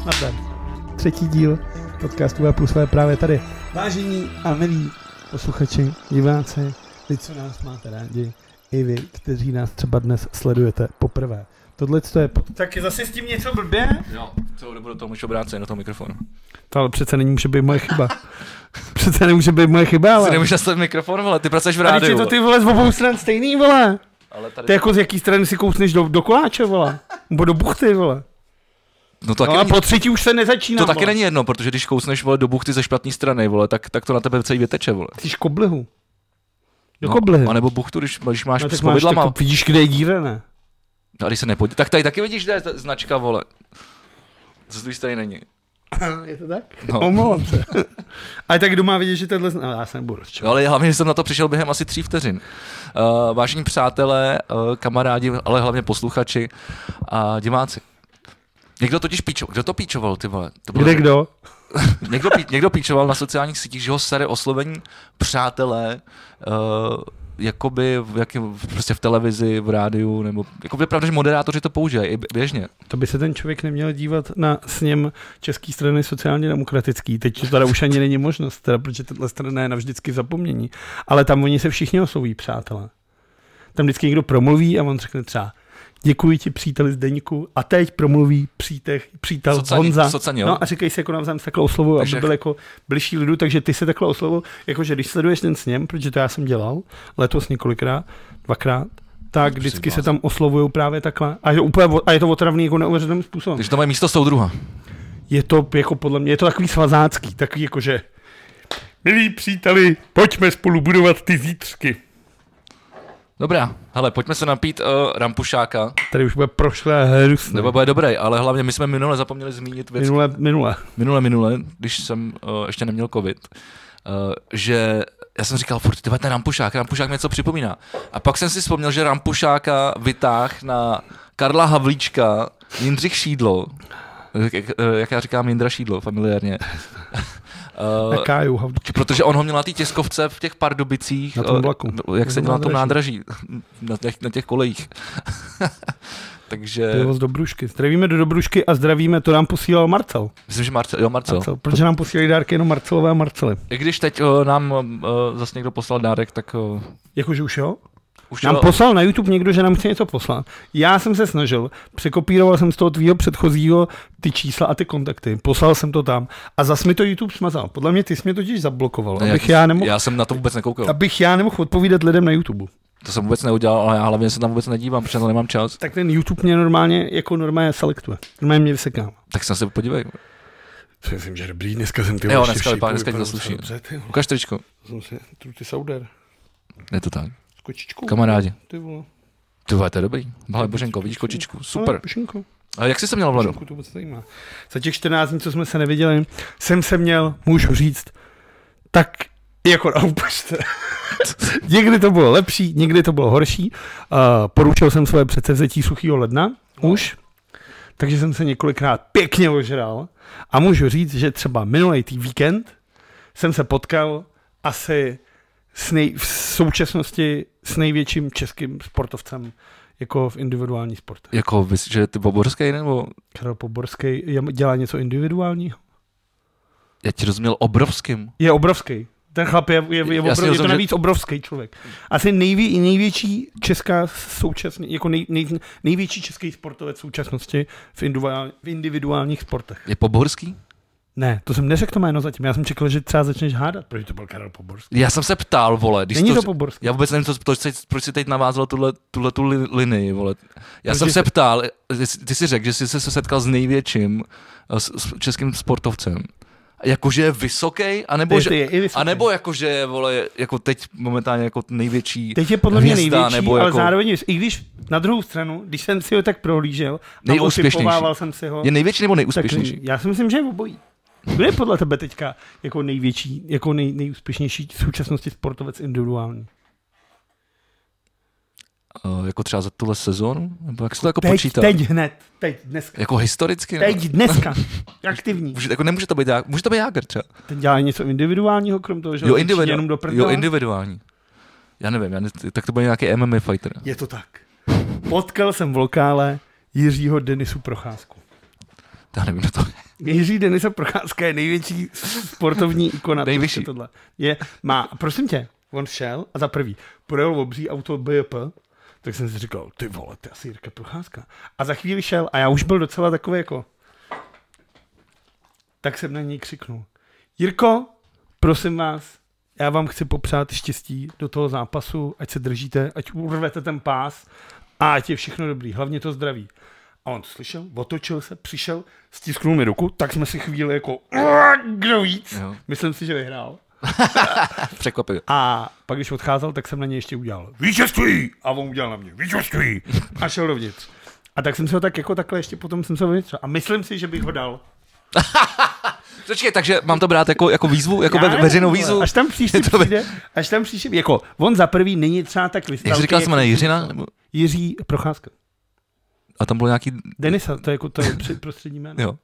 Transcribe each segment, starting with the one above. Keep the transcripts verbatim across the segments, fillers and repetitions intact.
Nazdar. Třetí díl podcastu V plus V právě tady. Vážení a milí posluchači, diváci, vy, co nás máte rádi, i vy, kteří nás třeba dnes sledujete poprvé. Tohle to je... Pod... Tak zase s tím něco blbě? Jo, celou dobu do toho můžu obrátit do toho mikrofonu. To ale přece není, může být moje chyba. Přece nemůže být moje chyba, ale... Ty nemůžeš nastavit mikrofon, vole, ty pracuješ v rádiu. Ale ti to ty, vole, z obou stran stejný, vole. Ale tady... Ty jako z jaký strany si kousneš do, do koláče, vole. Nebo do buchty, vole. No to no a není... po třetí už se nezačíná, To taky vole. není jedno, protože když kousneš, vole, do buchty ze špatné strany, vole, tak, tak to na tebe celý vyteče, vole. Ty jsi koblihu. Do no, koblihy. A nebo buchtu, když, když máš no, s povidlama. Takovou, vidíš, kde je díra, ne? No, a když se nepodí, tak tady taky vidíš, kde je značka, vole. Z druhé strany není. Je to tak? No. Omlouvám se. Ale tak kdo má vidět, že tohle... No, já se nebudu rozčovat. No, ale hlavně, že jsem na to přišel během asi tří vteřin. Uh, vážení přátelé, uh, kamarádi, ale hlavně posluchači a diváci. Někdo totiž píčoval. Kdo to píčoval, ty vole? To Kde kdo? někdo, pí, někdo píčoval na sociálních sítích, že ho sere oslovení přátelé, uh, jakoby v, jaký, prostě v televizi, v rádiu, nebo jakoby je pravda, že moderátoři to používají běžně. To by se ten člověk neměl dívat na sněm České strany sociálně demokratický. Teď to teda už ani není možnost, teda, protože tato strana je navždycky zapomnění. Ale tam oni se všichni osloví, přátelé. Tam vždycky někdo promluví a on řekne třeba děkuji ti, příteli Zdeňku, a teď promluví přítech, přítel Socani, Honza. Socani, no a říkají si jako navzájem se takhle oslovují, aby byl jako bližší lidu, takže ty se takhle oslovují, jakože když sleduješ ten sněm, protože to já jsem dělal letos několikrát, dvakrát, tak vždycky se tam oslovují právě takhle. A je to úplně a je to otravný jako neuvěřitelným způsobem. Takže to mají místo soudruha. Je to jako podle mě, je to takový svazácký, takový jakože milí příteli, pojďme spolu budovat ty zítřky. Dobrá, hele, pojďme se napít uh, rampušáka. Tady už bude prošlé hrusné. Nebo bude dobrý, ale hlavně my jsme minule zapomněli zmínit věc. Minule, minule. Minule, minule, když jsem uh, ještě neměl covid, uh, že já jsem říkal, furt, tyhle ten rampušák, rampušák mi něco připomíná. A pak jsem si vzpomněl, že rampušáka vytáh na Karla Havlíčka Jindřich Šídlo, jak, jak já říkám Jindra Šídlo familiárně. Uh, Káju, protože on ho měl na té tiskovce v těch Pardubicích, na tom vlaku. Uh, jak se dělá na tom nádraží, na těch, na těch kolejích. Takže... Pivo z Dobrušky. Zdravíme do Dobrušky a zdravíme, to nám posílal Marcel. Myslím, že Marcel, jo Marcel. Marcel. Protože nám posílají dárky jenom Marcelové a Marcely. I když teď uh, nám uh, zase někdo poslal dárek, tak... Uh, Jakože už jo? Už nám jo. Poslal na YouTube někdo, že nám chce něco poslat. Já jsem se snažil, překopíroval jsem z toho tvýho předchozího ty čísla a ty kontakty, poslal jsem to tam a zas mi to YouTube smazal. Podle mě ty jsi mě totiž zablokoval, ne, abych já nemohl... Já jsem na to vůbec nekoukal. Abych já nemohl odpovídat lidem na YouTube. To jsem vůbec neudělal, ale já hlavně se tam vůbec nedívám, protože to nemám čas. Tak ten YouTube mě normálně jako normálně selektuje. Normálně mě vysekává. Tak se na sebe podívej. Myslím, že dobrý, dneska jsem ty Jo, dneska vypadá, dneska ti zasluší. Ukaž tričko. Jsem si Truty Sauder. Je to tak. S kočičkou. Kamarádi. Ty vole. Ty vole, to je dobrý. Hele, Boženko, vidíš kočičku. Super. A jak jsi se měl, Vlado? To vůbec zajímá. Za těch čtrnáct dní, co jsme se neviděli, jsem se měl, můžu říct, tak jako na úpačce. Někdy to bylo lepší, někdy to bylo horší. Uh, poručil jsem svoje předsevzetí suchýho ledna no. už, takže jsem se několikrát pěkně ožral a můžu říct, že třeba minulý tý víkend jsem se potkal asi s nej, v současnosti s největším českým sportovcem jako v individuální sportě. Jako, že ty Poborský nebo? Karel Poborský dělá něco individuálního? Já ti rozuměl obrovským. Je obrovský. Ten chlap je, je, je, obrov, je to navíc že... obrovský člověk. Asi nejvě, největší česká současně, jako nej, nej, největší český sportovec v současnosti v, individuál, v individuálních sportech. Je Poborský? Ne, to jsem neřekl to jméno zatím. Já jsem čekal, že třeba začneš hádat, protože to byl Karel Poborský. Já jsem se ptal, vole. Když Není to, to Poborský. Já vůbec nevím, co, proč, proč jsi teď navázal tuhle, tuhle tu li, linii, vole. Já protože jsem se ptal, ty jsi řekl, že jsi se setkal s největším s, s českým sportovcem. Jakože je vysoký, anebo, že, je vysoký. anebo jakože je, vole, jako teď momentálně jako největší teď je podle mě hvězda, největší, nebo ale jako... zároveň, i když na druhou stranu, když jsem si ho tak prohlížel a motivovával jsem si ho... Je největší nebo nejúspěšnější? Tak, já si myslím, že je obojí. Kdo je podle tebe teďka jako největší, jako nej, nejúspěšnější v současnosti sportovec individuální? Uh, jako třeba za tuhle sezónu? Nebo jak se to jako teď, počítá? Teď hned, teď dneska. Jako historicky? Teď dneska, aktivní. Může, jako nemůže to být, může to být Jágr třeba. Teď dělá něco individuálního, krom toho, že jo, individu- jenom do prdele? Jo, individuální. Já nevím, já ne, tak to bude nějaký M M A fighter. Je to tak. Potkal jsem v lokále Jiřího Denisu Procházku. Já nevím, to je. Jiří Denisa Procházka je největší sportovní ikona. Nejvyšší. Tohle. Je, má, prosím tě, on šel a za prvý projel obří auto B J P, tak jsem si říkal, ty vole, to je asi Jirka Procházka. A za chvíli šel a já už byl docela takový jako, tak jsem na něj křiknul. Jirko, prosím vás, já vám chci popřát štěstí do toho zápasu, ať se držíte, ať urvete ten pás a ať je všechno dobrý, hlavně to zdraví. A on to slyšel, otočil se, přišel, stisknul mi ruku, tak jsme si chvíli jako, kdo víc, jo. Myslím si, že vyhrál. Překvapil. A pak, když odcházel, tak jsem na něj ještě udělal vítězství a on udělal na mě vítězství a šel dovnitř. A tak jsem se ho tak jako takhle ještě potom jsem se ho a myslím si, že bych ho dal. Počkej, takže mám to brát jako, jako výzvu, jako ve, veřejnou výzvu? Až tam příště přijde, až tam příště, jako on za prvý není třeba tak listálky. Jak jsi říkal, se jmenuje Jiřina? Nebo... Jiří Procházka. A tam bylo nějaký... Denisa, to je jako to je prostřední jméno. Jo.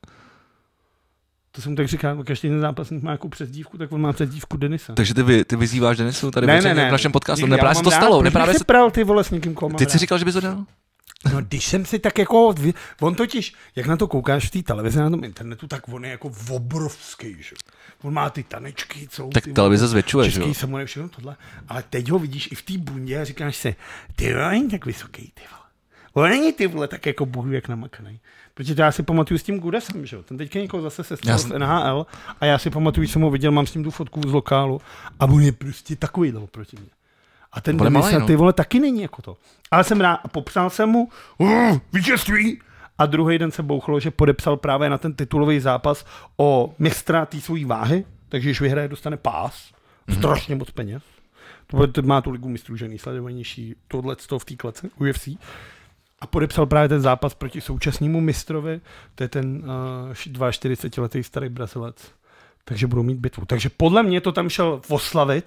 To jsem tak říkal, každý ten zápasník má jako přezdívku, tak on má přezdívku Denisa. Takže ty, vy, ty vyzýváš Denisu tady ne, ne, ne. v našem podcastu. Já Neprávě se to stalo. Neprávě se pral ty vole s někým kolem. Ty jsi říkal, že bys to dal? No, když jsem si tak jako, on totiž, jak na to koukáš v té televizi na tom internetu, tak on je jako obrovský, že? On má ty tanečky, celou tak ty televize zvětšuje, že jo? Český samonej, všechno tohle, ale teď ho vidíš i v té bundě a říkáš si, ty vole, není tak vysoký, ty vole. On není ty vole tak jako bohu jak namakanej. Protože to já si pamatuju s tím Gudesem, že jo? Ten teďka někoho zase se stal v N H L a já si pamatuju, že jsem ho viděl, mám s ním tu fotku z lokálu a on je prostě takový dal proti mě. A ten Denisa, ty vole, taky není jako to. Ale jsem rád, popsal jsem mu, uh, vítězství. A druhý den se bouchlo, že podepsal právě na ten titulový zápas o mistra té svojí váhy, takže když vyhraje, dostane pás. Mm-hmm. Strašně moc peněz. To má tu ligu mistrů, že nejsledovanější tohleto v té klece, U F C. A podepsal právě ten zápas proti současnému mistrovi, to je ten uh, čtyřicetiletý starý Brazilec. Takže budou mít bitvu. Takže podle mě to tam šel oslavit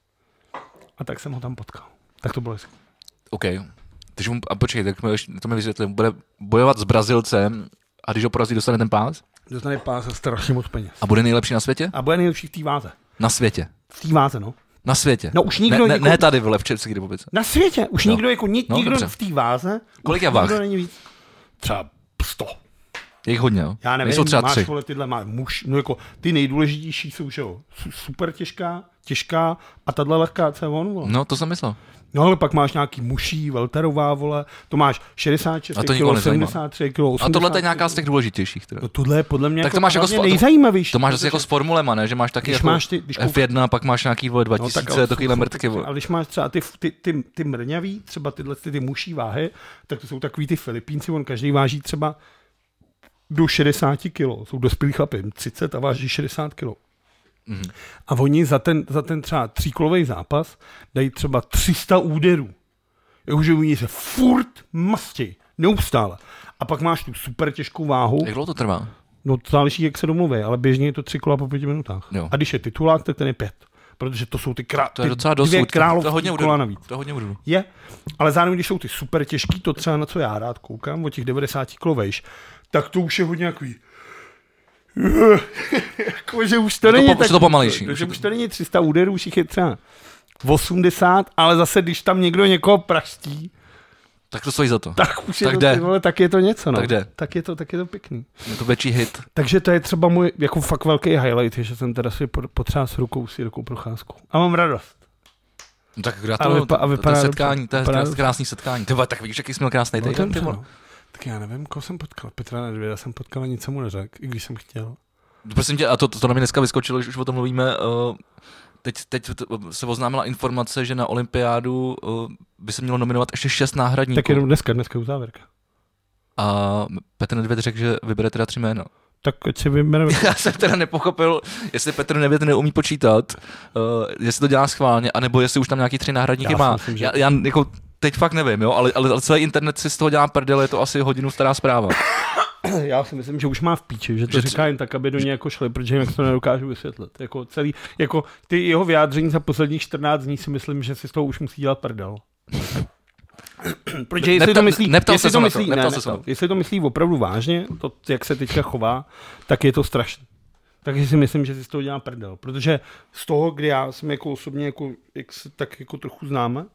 a tak jsem ho tam potkal. Tak to bylo hezky. OK. Takže mu, a počkej, tak to mi vysvětlím, bude bojovat s Brazilcem a když ho porazí, dostane ten pás? Dostane pás a strašně moc peněz. A bude nejlepší na světě? A bude nejlepší v té váze. Na světě? V té váze, no. Na světě? No už nikdo... Ne, ne, nikdo... ne tady vole v České republice. Na světě. Už no. nikdo jako ni, no, nikdo dobře. v té váze. Kolik je váh? Nikdo není víc. Třeba sto. Je jich hodně, jo? Já nevím, nejsou třeba máš tři. Vole, tyhle má muž, no jako ty nejdůležitější jsou, že jo, super těžká, těžká a tahle lehká, co je on, vole. No, to jsem myslel. No ale pak máš nějaký muší, welterová, vole, to máš šedesát šest kilo, sedmdesát tři kilo, osmdesát. A tohle je nějaká z těch důležitějších. Teda. No tohle je podle mě tak jako to máš jako spo- nejzajímavější. To máš zase jako s formulema, ne? Že máš taky jako máš ty, když F jedna, pak máš nějaký vole dva tisíce, no, takovýhle mrtky. Vole. A když máš třeba ty, ty, ty, ty mrňavý, třeba tyhle ty, ty muší váhy, tak to jsou takový ty Filipínci, on každý váží třeba do šedesát kilo, jsou dospělí chlapi, třicet a váží šedesát kilo. Mm-hmm. A oni za ten, za ten třeba tříkolový zápas dají třeba tři sta úderů. Jakože oni se furt mastí, neustále. A pak máš tu super těžkou váhu. Jak dlouho to trvá? No to záleží, jak se domluví, ale běžně je to tři kola po pěti minutách. Jo. A když je titulák, tak ten je pět. Protože to jsou ty, krá... to je ty docela dvě královský to kola navíc. To hodně budu. Je, ale zároveň, když jsou ty super těžký, to třeba na co já rád koukám, o těch devadesát kilo vejš, tak to už je hodně takový... jako, že už to, to není po, tak... to pomalejší. Že už to není tři sta úderů, už jich je třeba osmdesát, ale zase, když tam někdo někoho praští, tak to stojí za to. Tak už tak je to, ty vole, tak je to něco, no. Tak jde. Tak je to, tak je to pěkný. Je to větší hit. Takže to je třeba můj jako fakt velký highlight, že jsem teda si potřás rukou s Jirkou Procházkou. A mám radost. No tak gratuluju, a vypa- a to je setkání, to je krásný setkání. Tyhle, tak vidíš, jaký jsi měl krásný no, týden, ty no. Tak já nevím, koho jsem potkal. Petra Nedvěda jsem potkal a nic jsem mu neřekl, i když jsem chtěl. Prosím tě, a to, to, to na mě dneska vyskočilo, když už o tom mluvíme, uh, teď, teď se oznámila informace, že na olympiádu uh, by se mělo nominovat ještě šest náhradníků. Tak jenom dneska, dneska je závěrka. A Petr Nedvěd řekl, že vybere teda tři jména. Tak ať si vybere. Já jsem teda nepochopil, jestli Petr Nedvěd neumí počítat, uh, jestli to dělá schválně, anebo jestli už tam nějaký tři náhradníky já má. Myslím, že... já, já jako teď fakt nevím, jo, ale, ale, ale celý internet si z toho dělá prdel, je to asi hodinu stará zpráva. Já si myslím, že už má v píči, že to že říká jen tak, aby do něj jako šli, protože jinak to nedokážu vysvětlit. Jako celý, jako ty jeho vyjádření za posledních čtrnáct dní si myslím, že si z toho už musí dělat prdel. Protože jestli to myslí, jestli to myslí, ne, ne, jestli to myslí opravdu vážně, to, jak se teďka chová, tak je to strašné. Takže si myslím, že si z toho dělá prdel. Protože z toho, kdy já jsem jako osobně, jako, jak se tak jako trochu známe,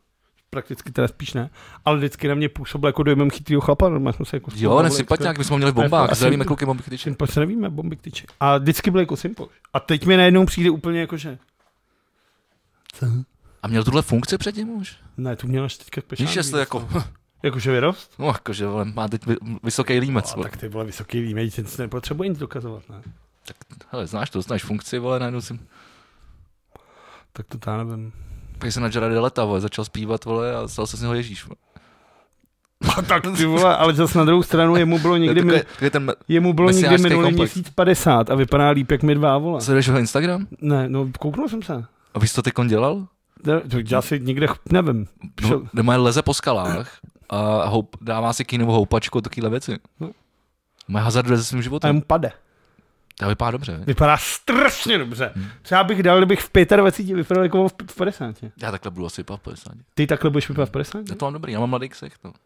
prakticky teda spíš ne, ale vždycky na mě působil jako dojmem chytrýho chlapa, normálně jsme se jako Jo, ne sympatiák, my jsme ho měli v bombách, zdravíme kluky bomby kytyče. Sympač se nevíme, bomby kytyče. A vždycky byl jako sympač. A teď mi najednou přijde úplně jako, že... Co? A měl tuhle funkci předtím už? Ne, tu měl až teďka pešány. Víš, jestli jako... Jakože vyrost? No, jakože, vole, má teď vysoký límec. No, tak ty vole vysoký límec, ten si nepotřebuje nic dokazovat, ne? Tak, hele, znáš to, znáš funkci, vole, najednou si... Tak to já nevím. Pak se na Jarada Leta, vole, začal zpívat, vole, a stal se z něho Ježíš, vole. A tak ty vole, ale zase na druhou stranu jemu bylo někdy, mi, ten jemu bylo někdy minulý komplex. měsíc padesát a vypadá líp jak my dva, vole. Sleduješ ho Instagram? Ne, no kouknul jsem se. A víš, co ty kon dělal? Ne, to já si někde, nevím. No, doma leze po skalách a houp, dává si kynovou houpačku a takovýhle věci. No. Má hazarduje se svým A životem. jemu pade. To vypadá dobře. Vypadá strašně dobře. Hmm. Třeba bych dal, kdybych v dvacet pět vypadal jako v padesáti. Já takhle budu asi vypadat v padesáti. Ty takhle budeš vypadat v padesáti? Já to mám dobrý, já mám mladý ksech, to.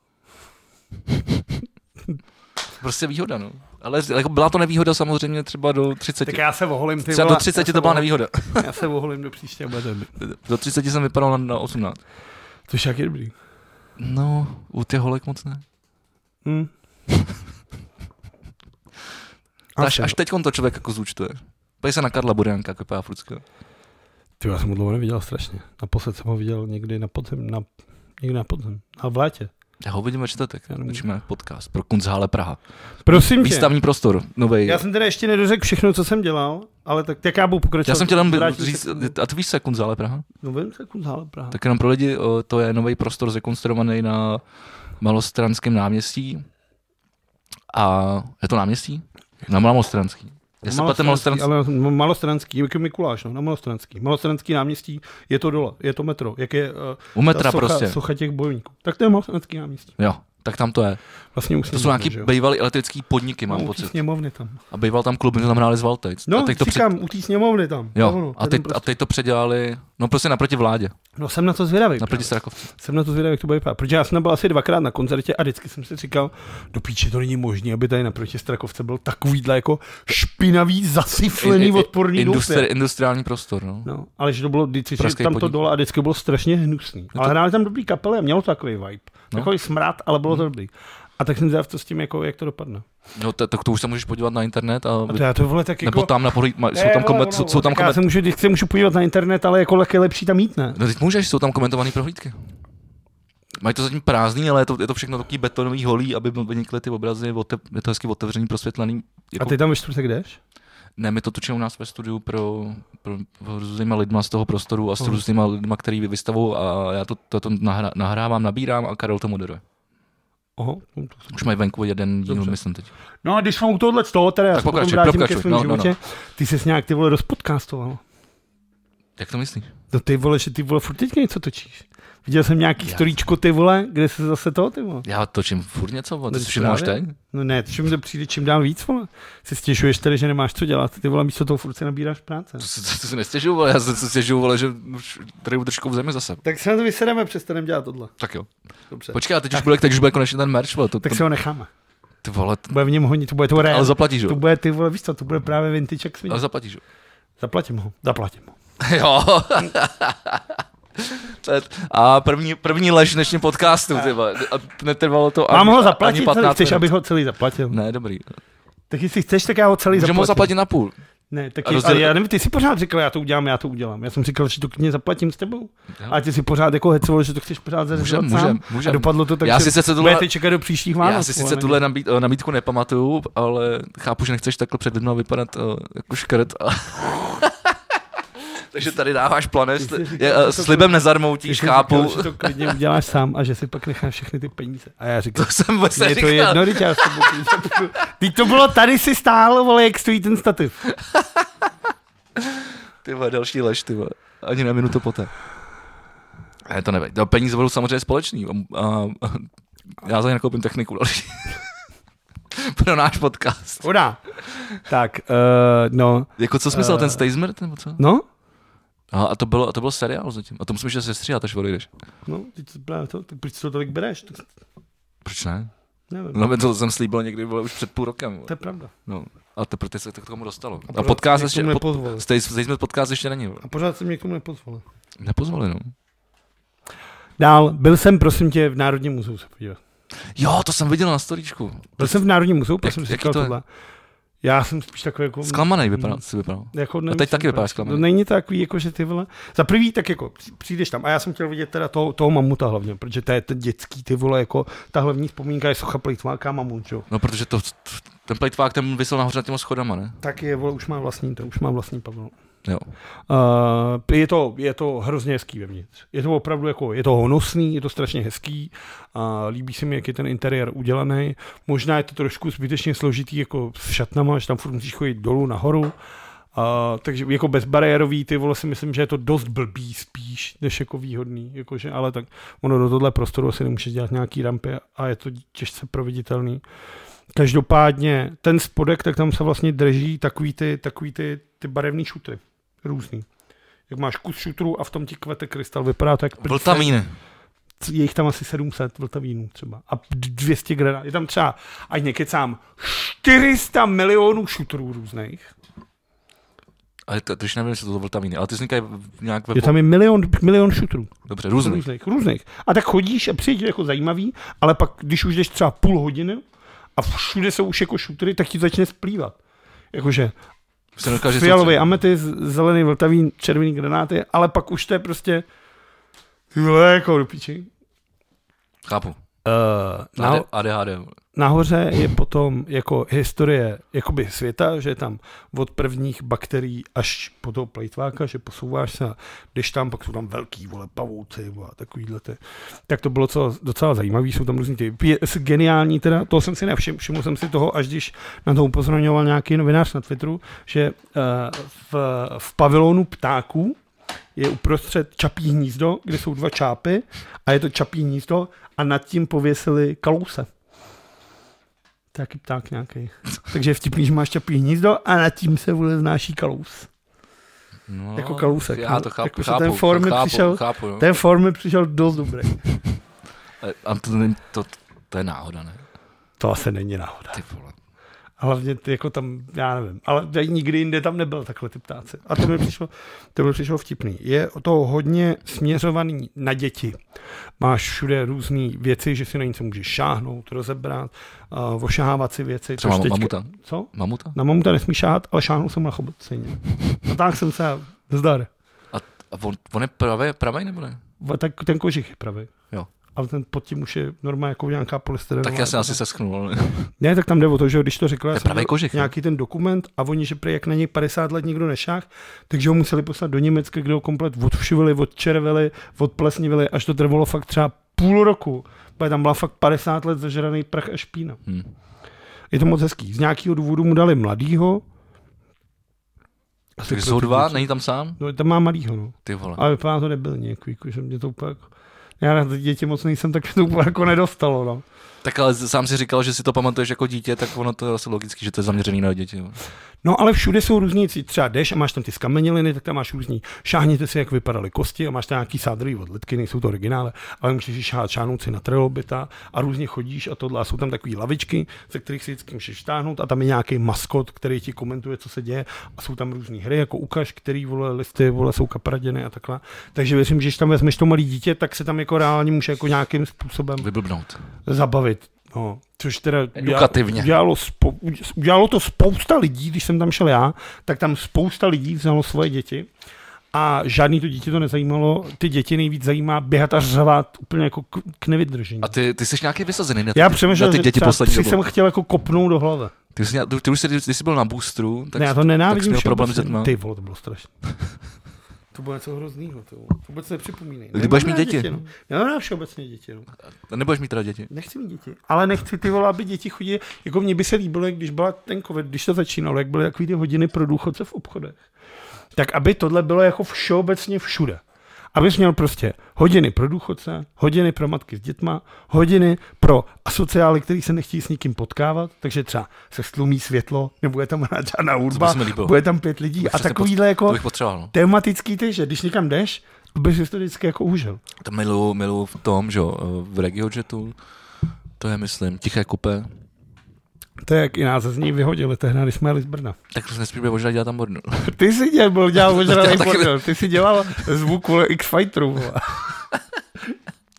Prostě výhoda, no. Ale jako byla to nevýhoda samozřejmě třeba do třiceti. Tak já se oholím, ty Třeba vole. do třiceti to byla nevýhoda. Já se oholím do příště, bude to dobrý. Do třiceti jsem vypadal na, na osmnáct. Což jak je dobrý. No, u těch holek moc ne. Hmm. Až, až teď to člověk jako zúčtuje. Pojď se na Karla Burianka, jako vypadá Frucka. Ty, já jsem ho dlouho neviděl strašně. Naposled jsem ho viděl někdy na podzem, na, někdy na podzem, a v létě. Já ho vidím ve čtvrtek, točíme podcast pro Kunsthalle Praha. Prosím tě. Výstavní prostor, novej. Já jsem teda ještě nedořekl všechno, co jsem dělal, ale tak, tak já budu pokračovat. Já jsem chtěl jenom Vrátím říct, se- a ty víš, co je Kunsthalle Praha? No vím, se Kunsthalle Praha. Tak jenom pro lidi, o, to je nový prostor zrekonstruovaný na Malostranském náměstí. A je to náměstí? Na Malostranský. Je se plete Malostranský. Ale Malostranský, jako Mikuláš, no, na Malostranský. Malostranský náměstí, je to dole, je to metro, jak je uh, U metra socha, prostě. socha těch bojovníků. Tak to je Malostranský náměstí. Jo, tak tam to je. Vlastně už To jsou nějaký bývalý elektrický podniky, mám no, pocit. Sněmovny tam. A býval tam klub, my tam hráli z Valtejc. No, a teď to říkám, před... u té sněmovny tam. Jo, Ono, a, teď, prostě... a teď to předělali, no prostě naproti vládě, No jsem na to zvědavý. naproti Strakovci. Jsem na to zvědavý, jak to bude vypadat. Protože já jsem byl asi dvakrát na koncertě a vždycky jsem si říkal, do píče to není možné, aby tady naproti Strakovce byl takovýhle jako špinavý, zasiflený, In- in- odporný Industri- doupě. industriální prostor, no. No, ale že to bylo vždycky, že Pražský tam to podnik. dole a vždycky bylo strašně hnusný. to- Ale hráli tam dobrý kapely a mělo to takový vibe. No. Takový smrad, ale bylo to dobrý. A tak jsem zvědav, co s tím, jako, jak to dopadne. No, to, to, to už se můžeš podívat na internet a, A to já to vole tak jako... nebo tam na pohlíd, ma- jsou Ne, tam, vole, koment, jsou, vole, jsou tam tak já koment, se můžu, když se můžu podívat na internet, ale jako je lepší tam jít, ne? no teď můžeš, jsou tam komentované prohlídky. Mají to zatím prázdný, ale je to, je to všechno takový betonový holí, aby vynikly ty obrazy, otev, je to hezky otevřený, prosvětlený. Jako, A ty tam ve čtvrtek jdeš? Ne, my to točíme u nás ve studiu pro, pro, pro s různýma lidma z toho prostoru a s Aha. různýma lidma, který vystavují a já to, to, to nahra, nahrávám, nabírám a Karel to moderuje. Aha. No, to Už mají venku jeden díl, Dobře. myslím teď. no a když mám u tohohle z toho, teda já Tak se potom pokračuj, vrátím ke pokračuj, svém no, no, životě, no. ty ses nějak ty vole rozpodcastoval. Jak to myslíš? No ty vole, že ty vole furt teď něco točíš. Viděl jsem nějaký Já- storíčko, ty vole, kde se zase to, ty vole. Já točím furt něco, vole, No, ty si všiml až právě. teď? No ne, čím to přijde čím dál víc, vole. Si stěžuješ tady, že nemáš co dělat, ty vole, místo toho furt si nabíráš práce. To, si- to, to si nestěžuju, vole, já se se stěžuju, vole, že už tady udržkou v zemi zase. Tak se na to vysedeme, přestaneme dělat tohle. Tak jo. Dobře. Počkej, a teď už bude, teď už bude konečně ten merch, vole, to, Tak to, si ho necháme. ty vole, to, Bude v něm honit, to bude to ale reál. zaplatíš, To jo? bude ty vole, víš co, to bude právě vintage jak svině. Ale zaplatíš, jo? Zaplatím ho, zaplatím ho. Jo. To je- A první, první lež dnešním podcastu, ty vole. A netrvalo to Mám ani, ho ani zaplatit, celý, patnáct chceš, minut. abych ho celý zaplatil. Ne, dobrý. Tak jestli chceš, tak já ho celý Můžeme ho zaplatím. zaplatit na půl. Ne, tak A je, rozděl- ale já nevím, ty si pořád říkal, já to udělám, já to udělám. Já jsem říkal, že to klidně zaplatím s tebou. A ty si pořád jako hecoval, že to chceš pořád zařizovat Můžem, sám. můžem, můžem. A dopadlo to tak, Já že si sice tuhle- budete čekat do příštích Vánoc. Já si sice vole, tuhle nabít, nabídku nepamatuju, ale chápu, že nechceš takhle před lidma vypadat uh, jako škrt. A... Takže tady dáváš planet, Ty jsi říkal, je, že uh, to- slibem Ty nezarmoutíš, jsi chápu. Říkal, že to klidně uděláš sám a že si pak necháš všechny ty peníze. A já říkám, To jsem vůbec je to neříkal. jedno, teď já s tebou klidně- Teď to bylo, tady si stál, vole, jak stojí ten stativ. Ty vole, další lež, ty vole. Ani na minutu poté. Ne, to nevím. Peníze budou samozřejmě společný. A, a, já za ně nakoupím techniku další. Pro náš podcast. Voda. Tak, uh, no. Jako co jsi myslel, Eh. ten Stay Smrt, nebo co? No? Aha, a to bylo, a to byl seriál zatím. A to musím ještě sestříhat, až odejdeš. No, teď to, právě to, tak proč to tolik bereš? To, Proč ne? nevím. No, to jsem slíbil někdy, vole, už před půl rokem. Vole. To je pravda. No. A teprve teď se to k tomu dostalo. A, pořád podcast se mě k ještě, tomu pod, nepozvali. Stay, Stay Smrt podcast ještě není. Vole. A pořád se mě k tomu nepozval. Nepozvali, no. Dál, byl jsem, prosím tě, v Národním muzeu se podívat. Jo, to jsem viděl na storíčku. Byl jsem v Národním muzeu, Jak, jsem si jaký říkal to je? tohle. Já jsem spíš takový jako... Zklamanej vypadal, si vypadal. Jako, A teď taky vypadáš zklamaný. Není to takový, jako, že ty vole... Za prvý, tak jako přijdeš tam a já jsem chtěl vidět teda toho, toho mamuta hlavně, protože to je ten dětský, ty vole, jako ta hlavní vzpomínka je socha plejtváka mamut, jo. No, protože to, ten plejtvák ten vysel nahoře nad těma schodama, ne? Tak je, vole, už má vlastní, to už má vlastní pavilon. Jo. Uh, je, to, je to hrozně hezký vevnitř. Je to opravdu jako, je to honosný, je to strašně hezký. Uh, líbí se mi, jak je ten interiér udělaný. Možná je to trošku zbytečně složitý jako s šatnama, že tam furt musíš chodit dolů nahoru. Uh, takže jako bezbariérový, ty vole, si myslím, že je to dost blbý spíš, než jako výhodný. Jakože, ale tak ono do tohle prostoru asi nemůžeš dělat nějaký rampy a je to těžce proveditelný. Každopádně ten spodek, tak tam se vlastně drží takový ty, takový ty, ty barevný šutry. Různý. Jak máš kus šutrů a v tom ti kvete krystal. Vypadá to jak... Vltavín. Je jich tam asi sedm set vltavínů třeba. A dvě stě granát. Je tam třeba, ať nekecám, čtyři sta milionů šutrů různých. Ale to, to už nevím, jestli to jsou vltavíny, ale ty vznikají nějak ve... Je tam je milion, milion šutrů. Dobře, různých. různých. Různých. A tak chodíš a přijde jako zajímavý, ale pak, když už jdeš třeba půl hodiny a všude jsou už jako šutry, tak ti to začne splývat. Jakože fialový ametys, zelený vltavín, červený granáty, ale pak už to je prostě tyhle jako do píči. Chápu. Uh, naho- A D H D. Nahoře je potom jako historie jakoby světa, že je tam od prvních bakterií až po toho plejtváka, že posouváš se, když tam, pak jsou tam velký, vole, pavouci a takovýhle ty. Tak to bylo docela, docela zajímavý, jsou tam různý ty, je geniální teda, toho jsem si nevšiml, všiml jsem si toho, až když na to upozorňoval nějaký novinář na Twitteru, že uh, v, v pavilonu ptáků je uprostřed čapí hnízdo, kde jsou dva čápy a je to čapí hnízdo a nad tím pověsili kalouse. Taky pták nějaký. Takže je vtipný, že máš čapí hnízdo a nad tím se vůle znáší kalous. No, jako kalousek. Já to chápu, jako, chápu, ten formy chápu, přišel, chápu, no. ten formy přišel dost dobrý. A to, to, to je náhoda, ne? To asi není náhoda. Ty vole. Hlavně ty jako tam, já nevím, ale nikdy jinde tam nebyl takhle ty ptáci. A to mi přišlo, to mi přišlo vtipný. Je to hodně směřovaný na děti. Máš všude různé věci, že si na něco můžeš šáhnout, rozebrat, uh, ošahávat si věci. Třeba teďka, mamuta. Co? Mamuta? Na mamuta nesmíš šáhat, ale šáhnul jsem na chobot stejně. A tak jsem se zdar. A, a on, on je pravý, pravý nebo ne? Tak ten kožich je pravý. Jo. Ale ten pod tím už je normálně jako nějaká polystyrenová. Tak já jsem asi sesknul. Ne, tak tam jde o to, že když to řekl, já jsem pravý kožich, nějaký ne? ten dokument a oni, že prý jak na něj padesát let nikdo nešáh, takže ho museli poslat do Německa, kde ho komplet odvšivili, odčervili, odplesnivili, až to trvalo fakt třeba půl roku. Protože tam byla fakt padesát let zažraný prach a špína. Hmm. Je to moc hezký. Z nějakého důvodu mu dali mladýho. Takže jsou dva, není tam sám? No, tam má malýho, no. Ty vole. Ale vypadá to nebyl jako, jako, že mě to úplně jako... Já na děti moc nejsem, tak to úplně jako nedostalo, no. Tak ale sám si říkal, že si to pamatuješ jako dítě, tak ono to je asi logicky, že to je zaměřený na děti. Jo. No ale všude jsou různí, třeba jdeš a máš tam ty skameněliny, tak tam máš různý, šáhněte si, jak vypadaly kosti a máš tam nějaký sádrový odlitky, nejsou to originále, ale můžeš šáhat šáhnout si na trilobita a různě chodíš a tohle a jsou tam takové lavičky, ze kterých si vždycky můžeš štáhnout a tam je nějaký maskot, který ti komentuje, co se děje a jsou tam různé hry, jako ukaž, který vole listy vole jsou kapraděny a takhle. Takže věřím, že když tam vezmeš to malé dítě, tak se tam jako reálně může jako nějakým způsobem vyblbnout. Zabavit. No, což teda edukativně. Udělalo, spou, udělalo to spousta lidí, když jsem tam šel já, tak tam spousta lidí vzalo svoje děti a žádný to dítě to nezajímalo. Ty děti nejvíc zajímá běhat a řvat úplně jako k, k nevydržení. A ty, ty jsi nějaký vysazený na ty, já přemýšlel, na ty děti poslední dobou. jsem chtěl jako kopnout do hlavy. Ty jsi, ty, ty už jsi, ty jsi byl na boostru, tak, ne, já to nenávidím, tak jsi měl problém s dětma. Ty vole, to bylo strašné. To bylo něco hroznýho, to vůbec nepřipomínej. Kdy budeš mít děti? děti no. Já mám všeobecně děti. No. A nebudeš mít teda děti? Nechci mít děti. Ale nechci ty vole, aby děti chodí. Jako mně by se líbilo, když byla ten covid, když to začínalo, jak byly takový ty hodiny pro důchodce v obchodech. Tak aby tohle bylo jako všeobecně všude. Abys měl prostě hodiny pro důchodce, hodiny pro matky s dětma, hodiny pro asociály, který se nechtějí s nikým potkávat, takže třeba se stlumí světlo, nebude tam hrát žádná hudba, bude tam pět lidí a takovýhle jako no. tematický ty, že když někam jdeš, abys si to vždycky jako užil. To miluji, miluji v tom, že v RegioJetu, to je myslím tiché kupé. To je, jak i nás z něj vyhodili tehdy, když jsme jeli z Brna. Tak to nesmíme ožrat dělat tam bordel. Ty jsi dělal, dělal ožrat bordel, ty jsi dělal zvuk X-Fighteru.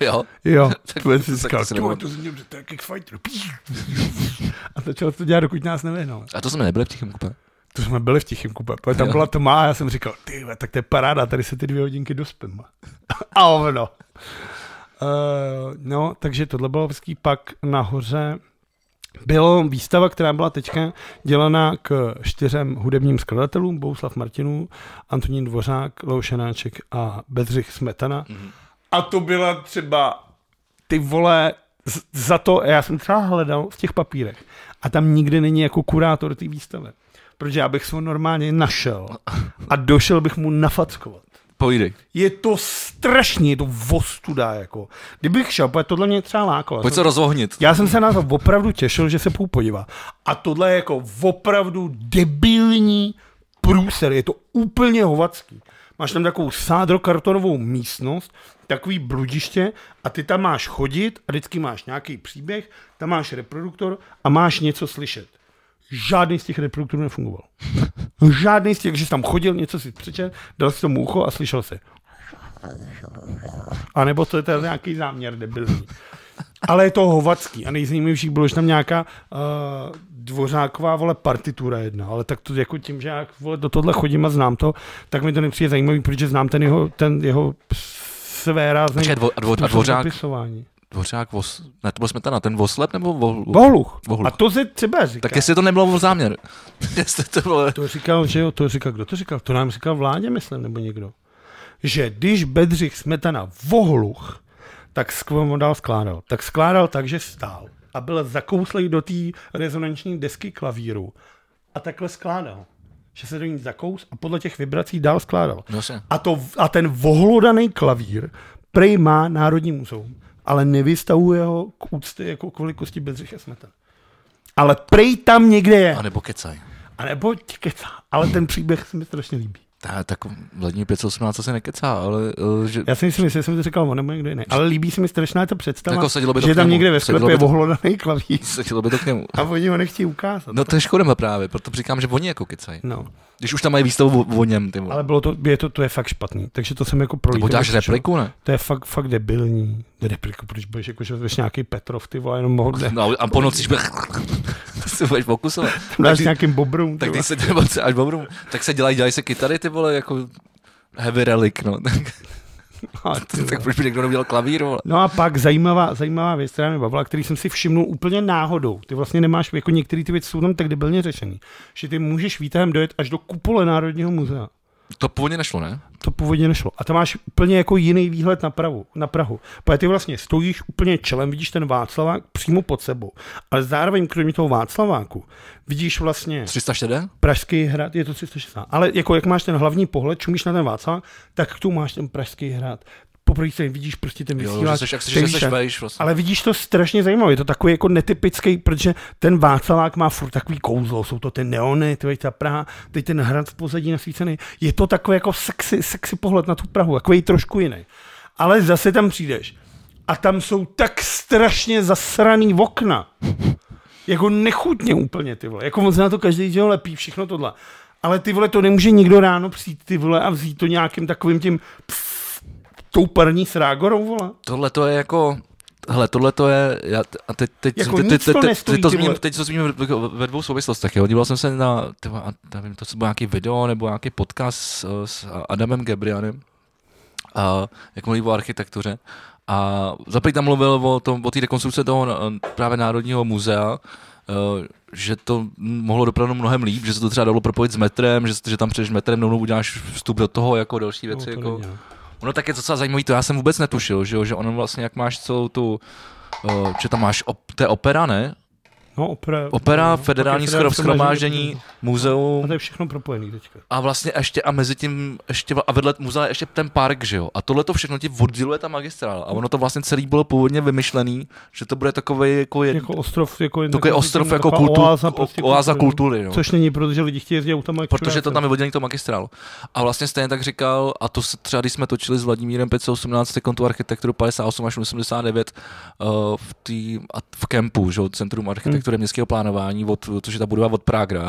Jo? Jo, Tak- to jsem tak říkal, to si to, nebudu- to jsem měl, to je Kickfighter. A začal to dělat, dokud nás nevyhnal. A to jsme nebyli v Tichém kupe. To jsme byli v Tichém kupe, protože tam Jo. byla tma a já jsem říkal, ty, tak to je paráda, tady se ty dvě hodinky dospím. A ono. Uh, no, takže tohle bylo hezký. Pak nahoře byla výstava, která byla teďka dělaná k čtyřem hudebním skladatelům, Bohuslav Martinů, Antonín Dvořák, Leo Šenáček a Bedřich Smetana. Mm-hmm. A to byla třeba ty vole, z- za to, já jsem třeba hledal v těch papírech a tam nikdy není jako kurátor té výstavy. Protože já bych se ho normálně našel a došel bych mu nafackovat. Pojdej. Je to strašný, je to vostuda, jako. Kdybych šel, protože tohle mě třeba lákalo. Pojď se rozvohnit. Já jsem se na to opravdu těšil, že se půjdu podívat. A tohle je jako opravdu debilní průser, je to úplně hovacký. Máš tam takovou sádrokartonovou místnost, takový bludiště a ty tam máš chodit a vždycky máš nějaký příběh, tam máš reproduktor a máš něco slyšet. Žádný z těch reproduktorů nefungoval. Žádný z těch, že jsi tam chodil, něco si přečet, dal si tomu ucho a slyšel si. A nebo to je to nějaký záměr debilní. Ale je to hovacký a nejzajímavější bylo, že tam nějaká uh, dvořáková, vole, partitura jedna, ale tak to jako tím, že já, vole, do tohle chodím a znám to, tak mi to nepřijde zajímavý, protože znám ten jeho, ten jeho své rázný Počkej, dvo, a, dvo, a způsob dvořák, zapisování. dvořák, vos, ne, to byl Smetana, ten voslep nebo vo, Vohluch. Vohluch. A to se třeba říká. Tak jestli to nebylo o záměr. jestli to bylo... To říkal, že jo, to říkal, kdo to říkal? To nám říkal Vládě, myslím, nebo někdo. Že když Bedřich Smetana vohluch, tak skvomodal skládal. Tak skládal tak, že stál a byl zakouslej do té rezonanční desky klavíru a takhle skládal. Že se do ní zakous a podle těch vibrací dál skládal. No se. A, to, a ten vohlodaný klavír prej má Národní muzeum, ale nevystavuje ho k úctě jako k velikosti Bedřicha Smetana. Ale prej tam někde je. A nebo kecaj. A nebo ti kecá. Ale ten příběh se mi strašně líbí. Ta, tak v lední pět set osmnáct se nekecá, ale uh, že... Já si myslím, že jsem to říkal on nebo někdo jiný. Ale líbí se mi strašná ta představa, Jako sedělo by to že k tam němu. někde ve Sedělo sklepě by to- ohlodaný klavír. Sedělo by to k němu. A oni ho nechtějí ukázat. No to je škoda právě, proto říkám, že oni jako kecají. No. Když už tam mají výstavu o, o něm, ty vole. Ale bylo to, je to, to je fakt špatný. Takže to jsem jako Nebo prolítal. děláš repliku, ne? To je fakt, fakt debilní. Repliku, proč budeš jako, že vezmeš nějaký Petrov, ty vole, jenom mohl No a po noci bude... to si budeš pokusovat. dáš ty- nějakým bobrům. Tak když se dělají až bobrum, tak se dělají, dělají se kytary, ty vole, jako heavy relic, no. Tak proč by někdo neudělal klavír, vole? No a pak zajímavá, zajímavá věc, která mě bavila, který jsem si všimnul úplně náhodou. Ty vlastně nemáš, jako některé ty věci jsou tam tak debilně řešený, že ty můžeš výtahem dojet až do kupole Národního muzea. To původně nešlo, ne? To původně nešlo. A tam máš úplně jako jiný výhled na, Prahu, na Prahu. Protože ty vlastně stojíš úplně čelem, vidíš ten Václavák přímo pod sebou. Ale zároveň kromě toho Václaváku vidíš vlastně tři sta čtyři? Pražský hrad, je to tři sta šedesát. Ale jako jak máš ten hlavní pohled, čumíš na ten Václavák, tak tu máš ten Pražský hrad. Poprvé se vidíš prostě ten Jo, že vysílač. seš, jak seš, ten že seš výšek. vejš, vlastně. Ale vidíš to strašně zajímavé, je to takový jako netypický, protože ten Václavák má furt takový kouzlo, jsou to ty neony, ty ta Praha, teď ten hrad v pozadí nasvícený. Je to takový jako sexy, sexy pohled na tu Prahu, takový trošku jiný. Ale zase tam přijdeš a tam jsou tak strašně zasraný okna. Jako nechutně úplně, ty vole. Jako moc na to každý děl lepí, všechno tohle. Ale ty vole, to nemůže nikdo ráno přijít, ty vole, a vzít to nějakým takovým tím pff, tou parní srágorou, vole. Tohle to je jako... Hele, tohle to je, já, a teď, teď, Jako teď, nic teď, to teď, nestojí, teď to ty zmíním, vole. teď to zmíním ve, ve dvou souvislostech, jo. Díval jsem se na, tyva, a nevím, to byl nějaký video nebo nějaký podcast s, s Adamem Gebrianem, a, jak mluví o architektuře. A zaprvé tam mluvil o tom, o té rekonstrukce toho právě Národního muzea, Uh, že to mohlo dopadnout mnohem líp, že se to třeba dalo propojit s metrem, že, že tam přijdeš metrem, rovnou uděláš vstup do toho, jako další věci. No, jako. není, Ono tak je docela zajímavý, to já jsem vůbec netušil, že, jo, že ono vlastně, jak máš celou tu, uh, že tam máš, op, to je opera, ne? No, opera, Opera, no, federální pak je schromáždění, A muzeum to je všechno propojený teďka. a vlastně ještě a mezi tím ještě a vedle muzea je ještě ten park, že jo? A tohle to všechno ti odděluje ta magistrála. A ono to vlastně celý bylo původně vymyšlený, že to bude takový jako je, Jako ostrov, jako jen takový takový ostrov taková jako kultu, oáza, prostě oáza kultury, kultury, no. no. Což není, protože lidi chtějí jezdit autama. Protože to tam je oddělený to magistrál. A vlastně stejně tak říkal, a to se třeba, když jsme točili s Vladimírem pět set osmnáct, tu architekturu padesát osm až osmdesát devět uh, v, tý, v kempu, že, Centrum architektury hmm. městského plánování, od, což je ta budova od Pragra, já teď přesně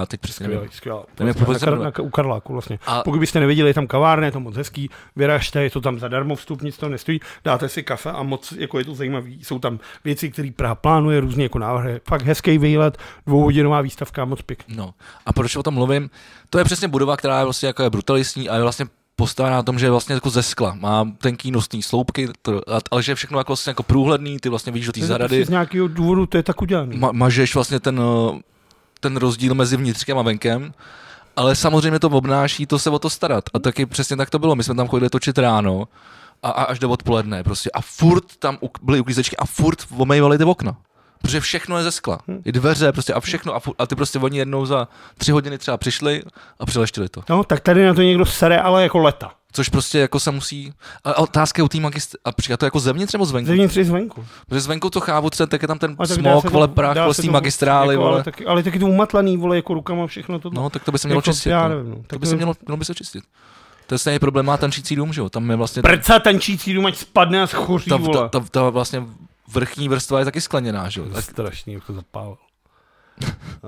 Skvělý, skvělý. U Karláku vlastně. A... Pokud byste neviděli, je tam kavárna, je to moc hezký, vyražte, je to tam zadarmo, vstup, nic to nestojí, dáte si kafe a moc jako je to zajímavý. Jsou tam věci, které Praha plánuje, různě jako návrhy. Fakt hezký výlet, dvouhodinová výstavka, moc pěkný. No. A proč o tom mluvím? To je přesně budova, která je vlastně jako je brutalistní a je vlastně postavená na tom, že je vlastně jako ze skla. Má tenký nosný sloupky, to, ale že je všechno jako, vlastně jako průhledný, ty vlastně vidíš do té zahrady. Z nějakého důvodu to je tak udělaný. Ma, mažeš vlastně ten, ten rozdíl mezi vnitřkem a venkem, ale samozřejmě to obnáší to se o to starat. A taky přesně tak to bylo. My jsme tam chodili točit ráno a, a až do odpoledne prostě. A furt tam byly uklízečky a furt omejvali ty okna. Protože všechno je ze skla. I dveře prostě a všechno a, fu- a ty prostě oni jednou za tři hodiny třeba přišli a přileštili to. No, tak tady na to někdo sere, ale jako leta. Což prostě jako se musí... A otázka je u té magistr... A počkat, to jako zevnitř nebo zvenku? Zevnitř i zvenku. Protože zvenku to chápu, tak je tam ten smog, vole, prach, vlastně magistrály, jako, vole. Ale taky, ale taky to umatlaný, vole, jako rukama všechno to. No, tak to by se mělo jako, čistit. Já nevím, no. To by se mělo, mělo by se čistit. To je stejný problém, má tančící dům, že jo? Tam je vlastně... Prca tančící dům, ať spadne a schoří, ta, vole. Ta, ta, ta vlastně vrchní vrstva je taky skleněná, že jo? To je strašný, jak to zapálil. uh,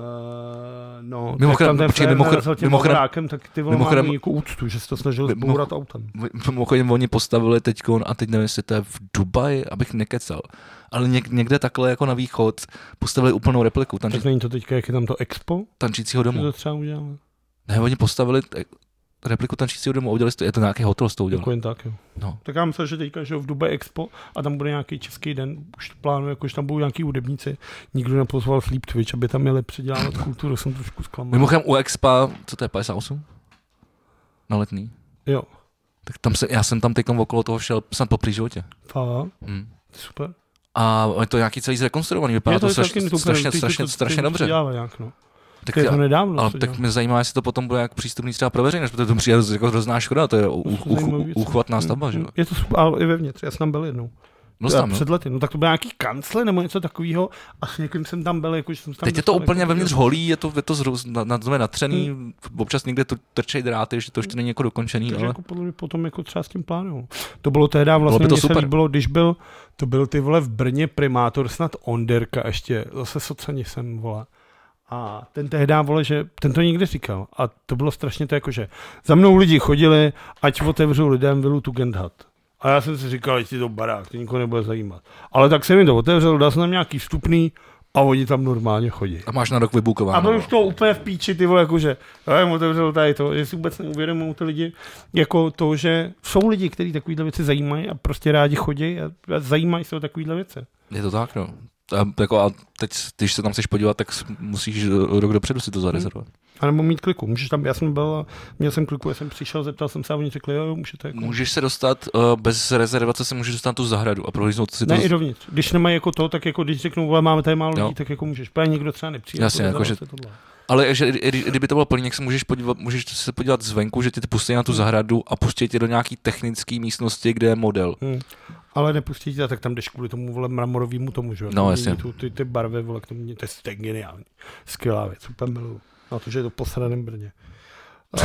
no, mimochodem, tak počkej, tam ten mimochodem, frajer tím mimochodem, obrákem, tak ty vole mimochodem, mám jako úctu, že jsi to snažil zbourat autem. Mimochodem, oni postavili teďkon, a teď nevím, jestli to je v Dubaji, abych nekecal, ale něk, někde takhle jako na východ postavili úplnou repliku. Tanči... Tak není to teďka, jak je tam to Expo? Tančícího domu. To třeba uděláme. Ne, oni postavili repliku tančícího domu a udělali to, je to nějaký hotel s tou udělali. Jako jen tak, jo. No. Tak já myslím, že teďka, že v Dubai Expo a tam bude nějaký český den, už to plánuju, jakož tam budou nějaký hudebníci. Nikdo nepozval Sleep Twitch, aby tam měli předělávat kulturu, jsem trošku zklamal. Mimochodem u Expa, co to je, padesát osm? Na Letný? Jo. Tak tam se, já jsem tam teďkom okolo toho šel snad po prý životě. Fakt? Hmm. Super. A je to nějaký celý zrekonstruovaný, vypadá to, to strašně, strašně, strašně, strašně, strašně dobře. Nějak, no. Tak, to je to nedávno. Ale tak mě zajímá, jestli to potom bude jak přístupný třeba pro veřejnost, protože to přijde jako hrozná škoda, to je úchvatná stavba, že jo? Je to super, ale i vevnitř, já jsem tam byl jednou. No tam, před lety, no tak to byl nějaký kancle nebo něco takového a s někým jsem tam byl, jakože jsem tam... Teď je to úplně jako vevnitř holí, je to, je to zru, na, na to natřený, hmm. občas někde to trčej dráty, že to ještě není jako dokončený. Takže ale... jako podle mě potom jako třeba s tím plánem. To bylo tehdy vlastně, bylo by to mě super. se líbilo, když byl, to byl ty vole v Brně primátor, snad Onderka ještě, zase socani jsem, vole. A ten tehdy, vole, že ten to někde říkal. A to bylo strašně to jako, že za mnou lidi chodili, ať otevřu lidem vilu Tugendhat. A já jsem si říkal, že to barák, to nikoho nebude zajímat. Ale tak jsem jim to otevřel, dal jsem tam nějaký vstupný a oni tam normálně chodí. A máš na rok vybukováno. A byl už to úplně v píči, ty vole, jakože, já jim otevřel tady to, že si vůbec neuvědomují ty lidi, jako to, že jsou lidi, kteří takovýhle věci zajímají a prostě rádi chodí a zajímají se o takovýhle věci. Je to tak, no. A, jako, a teď, když se tam chceš podívat, tak musíš rok dopředu si to zarezervovat. Hmm. A nebo mít kliku. Můžeš tam, já jsem byl, měl jsem kliku, já jsem přišel, zeptal jsem se a oni řekli, jo, můžete. Jako... Můžeš se dostat, uh, bez rezervace se můžeš dostat na tu zahradu a prohlíznout si to. Ne, z... i dovnitř. Když nemají jako to, tak jako když řeknou, vole, máme tady málo lidí, jo. Tak jako můžeš. Protože někdo třeba nepřijde. Jasně, jako, že... Ale že, kdyby to bylo plný, jak se můžeš, podívat, můžeš se podívat zvenku, že tě pustí na tu zahradu a pustí tě do nějaký technické místnosti, kde je model. Hmm. Ale nepustí tě, tak tam jdeš kvůli tomu vole mramorovému tomu, že? No, jasně. Tu, ty, ty barvy, vole, k tomu, to je geniální. Skvělá věc, úplně miluju. Na to, že je to posraném Brně. Uh,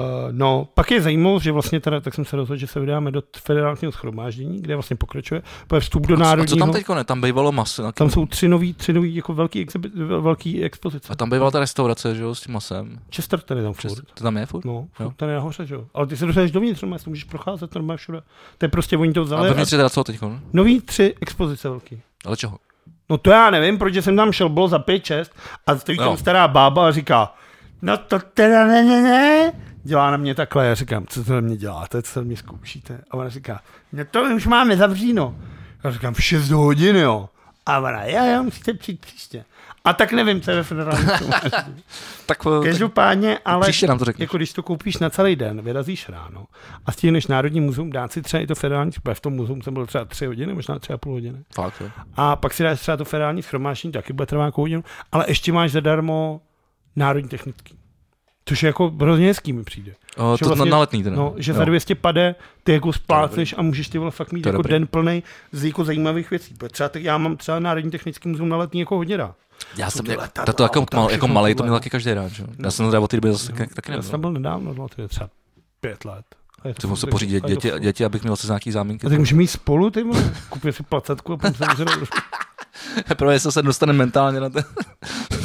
no, pak je zajímavost, že vlastně teda, tak jsem se rozhodl, že se vydáme do federálního shromáždění, kde vlastně pokračuje. To je vstup do národního. A co tam teďko ne? Tam bývalo maso. Tam jsou tři nový, tři nový jako velký, exhibi- velký expozice. A tam bývala ta restaurace, že jo, s tím masem. Chester ten je tam furt. Chester, to tam je furt? No, furt ten je nahoře, že jo. Ale ty se dostaneš dovnitř, normálně si můžeš procházet normálně všude. To je prostě, oni to vzali. A dovnitř je teda co teďko? Nový tři expozice velký. Ale čeho? No to já nevím, protože jsem tam šel, bylo za pět šest a stojí tam stará bába a říká, no to teda ne, ne, ne. Dělá na mě takhle, já říkám, co to na mě děláte, co to mě zkoušíte? A ona říká, no to už máme zavříno. Já říkám, v šest hodin, jo. A ona, jo, jo, musíte přijít příště. A tak nevím, co je ve federálním shromáždění. Každopádně, ale nám to jako když to koupíš na celý den, vyrazíš ráno a stihneš Národní muzeum, dát si třeba i to federální, v tom muzeu jsem byl třeba tři hodiny, možná třeba půl hodiny. Fakt, jo. A pak si dáš třeba to federální shromáždění, taky bude trvát hodinu, ale ještě máš zadarmo národní technický. Což je jako hrozně hezký mi přijde. O, to vlastně, na Letný teda. No, že jo. Za dvě stě pade, ty jako splácneš a můžeš ty vole fakt mít jako dobrý. Den plnej z jako zajímavých věcí. Třeba tak já mám třeba Národní technický muzeum na Letný jako hodně rád. Já jsem to, to jako, mal, jako malej, to měl taky každý rád, že? Já jsem to od té doby zase no, taky nebyl. Já jsem byl nedávno, no, to je třeba pět let. Ty musím pořídit děti, děti, abych měl se nějaký záminky. A tak můžeme jít spolu, ty vole, koupím si placatku a potom se můžeme... Právě se dostane mentálně na ten...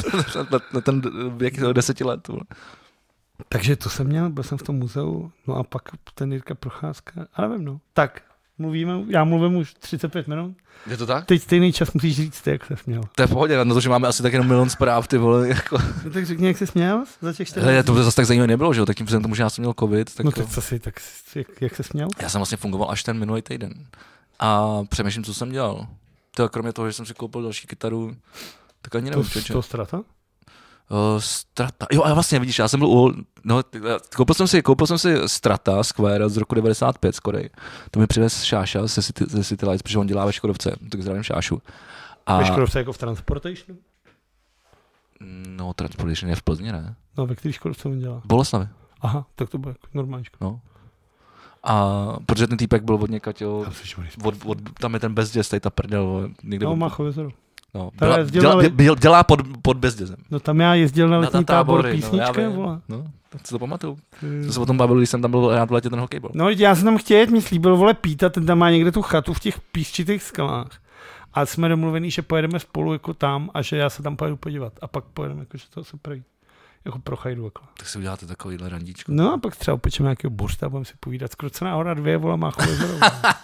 na, na ten věk deseti let. Vole. Takže to jsem měl, byl jsem v tom muzeu, no a pak ten Jirka Procházka, a nevím, no. Tak, mluvíme, já mluvím už třicet pět minut. Je to tak? Teď stejný čas musíš říct, jak se směl. To je v pohodě, na to, že máme asi tak jenom milion zpráv, ty vole, jako. No tak řekni, jak se směl za těch čtrnáct. Hele, to by zase tak zajímavé nebylo, že jo, tak tím vzhledem tomu, že já jsem měl covid. Tak no to... tak co si, tak jak, jak se směl? Já jsem vlastně fungoval až ten minulý týden. A přemýšlím, co jsem dělal. To kromě toho, že jsem si koupil další kytaru, tak ani nevím, to, to Strata? Uh, Strata. Jo, ale vlastně vidíš, já jsem byl u, no, koupil jsem si, koupil jsem si Strata Square z roku devadesát pět skorej. To mi přivez Šáša ze City, ze City Lights, protože on dělá ve Škodovce, tak zdravím Šášu. A... Ve Škodovce jako v Transportationu? No, Transportation je v Plzni, ne? No, ve který Škodovce on dělá? Boleslavy. Aha, tak to bude jako normální Škodovce. No. A protože ten týpek byl od někaď, jo, od, od, tam je ten bezděz, tady ta prdel. Někde no, od... má Chovězoru. No, dělá, dělá, dělá, dělá pod, pod bezdězem. No tam já jezdil na letní tábor písnička, no, vole. No, tak si to pamatuju. Hmm. To se o tom bavil, když jsem tam byl rád v letě ten hokejbal. No já jsem tam chtěl, mi slíbil, vole, Píta, ten tam má někde tu chatu v těch písčitých skalách. A jsme domluvení, že pojedeme spolu jako tam a že já se tam pojedu podívat. A pak pojedeme jako, že to se projít. Jako prochajdu okolo. Tak si uděláte takovýhle randíčko. No a pak třeba upečeme nějakého bořta a budeme si povídat. Skrocená hora dvě, vole, má Chovězoru.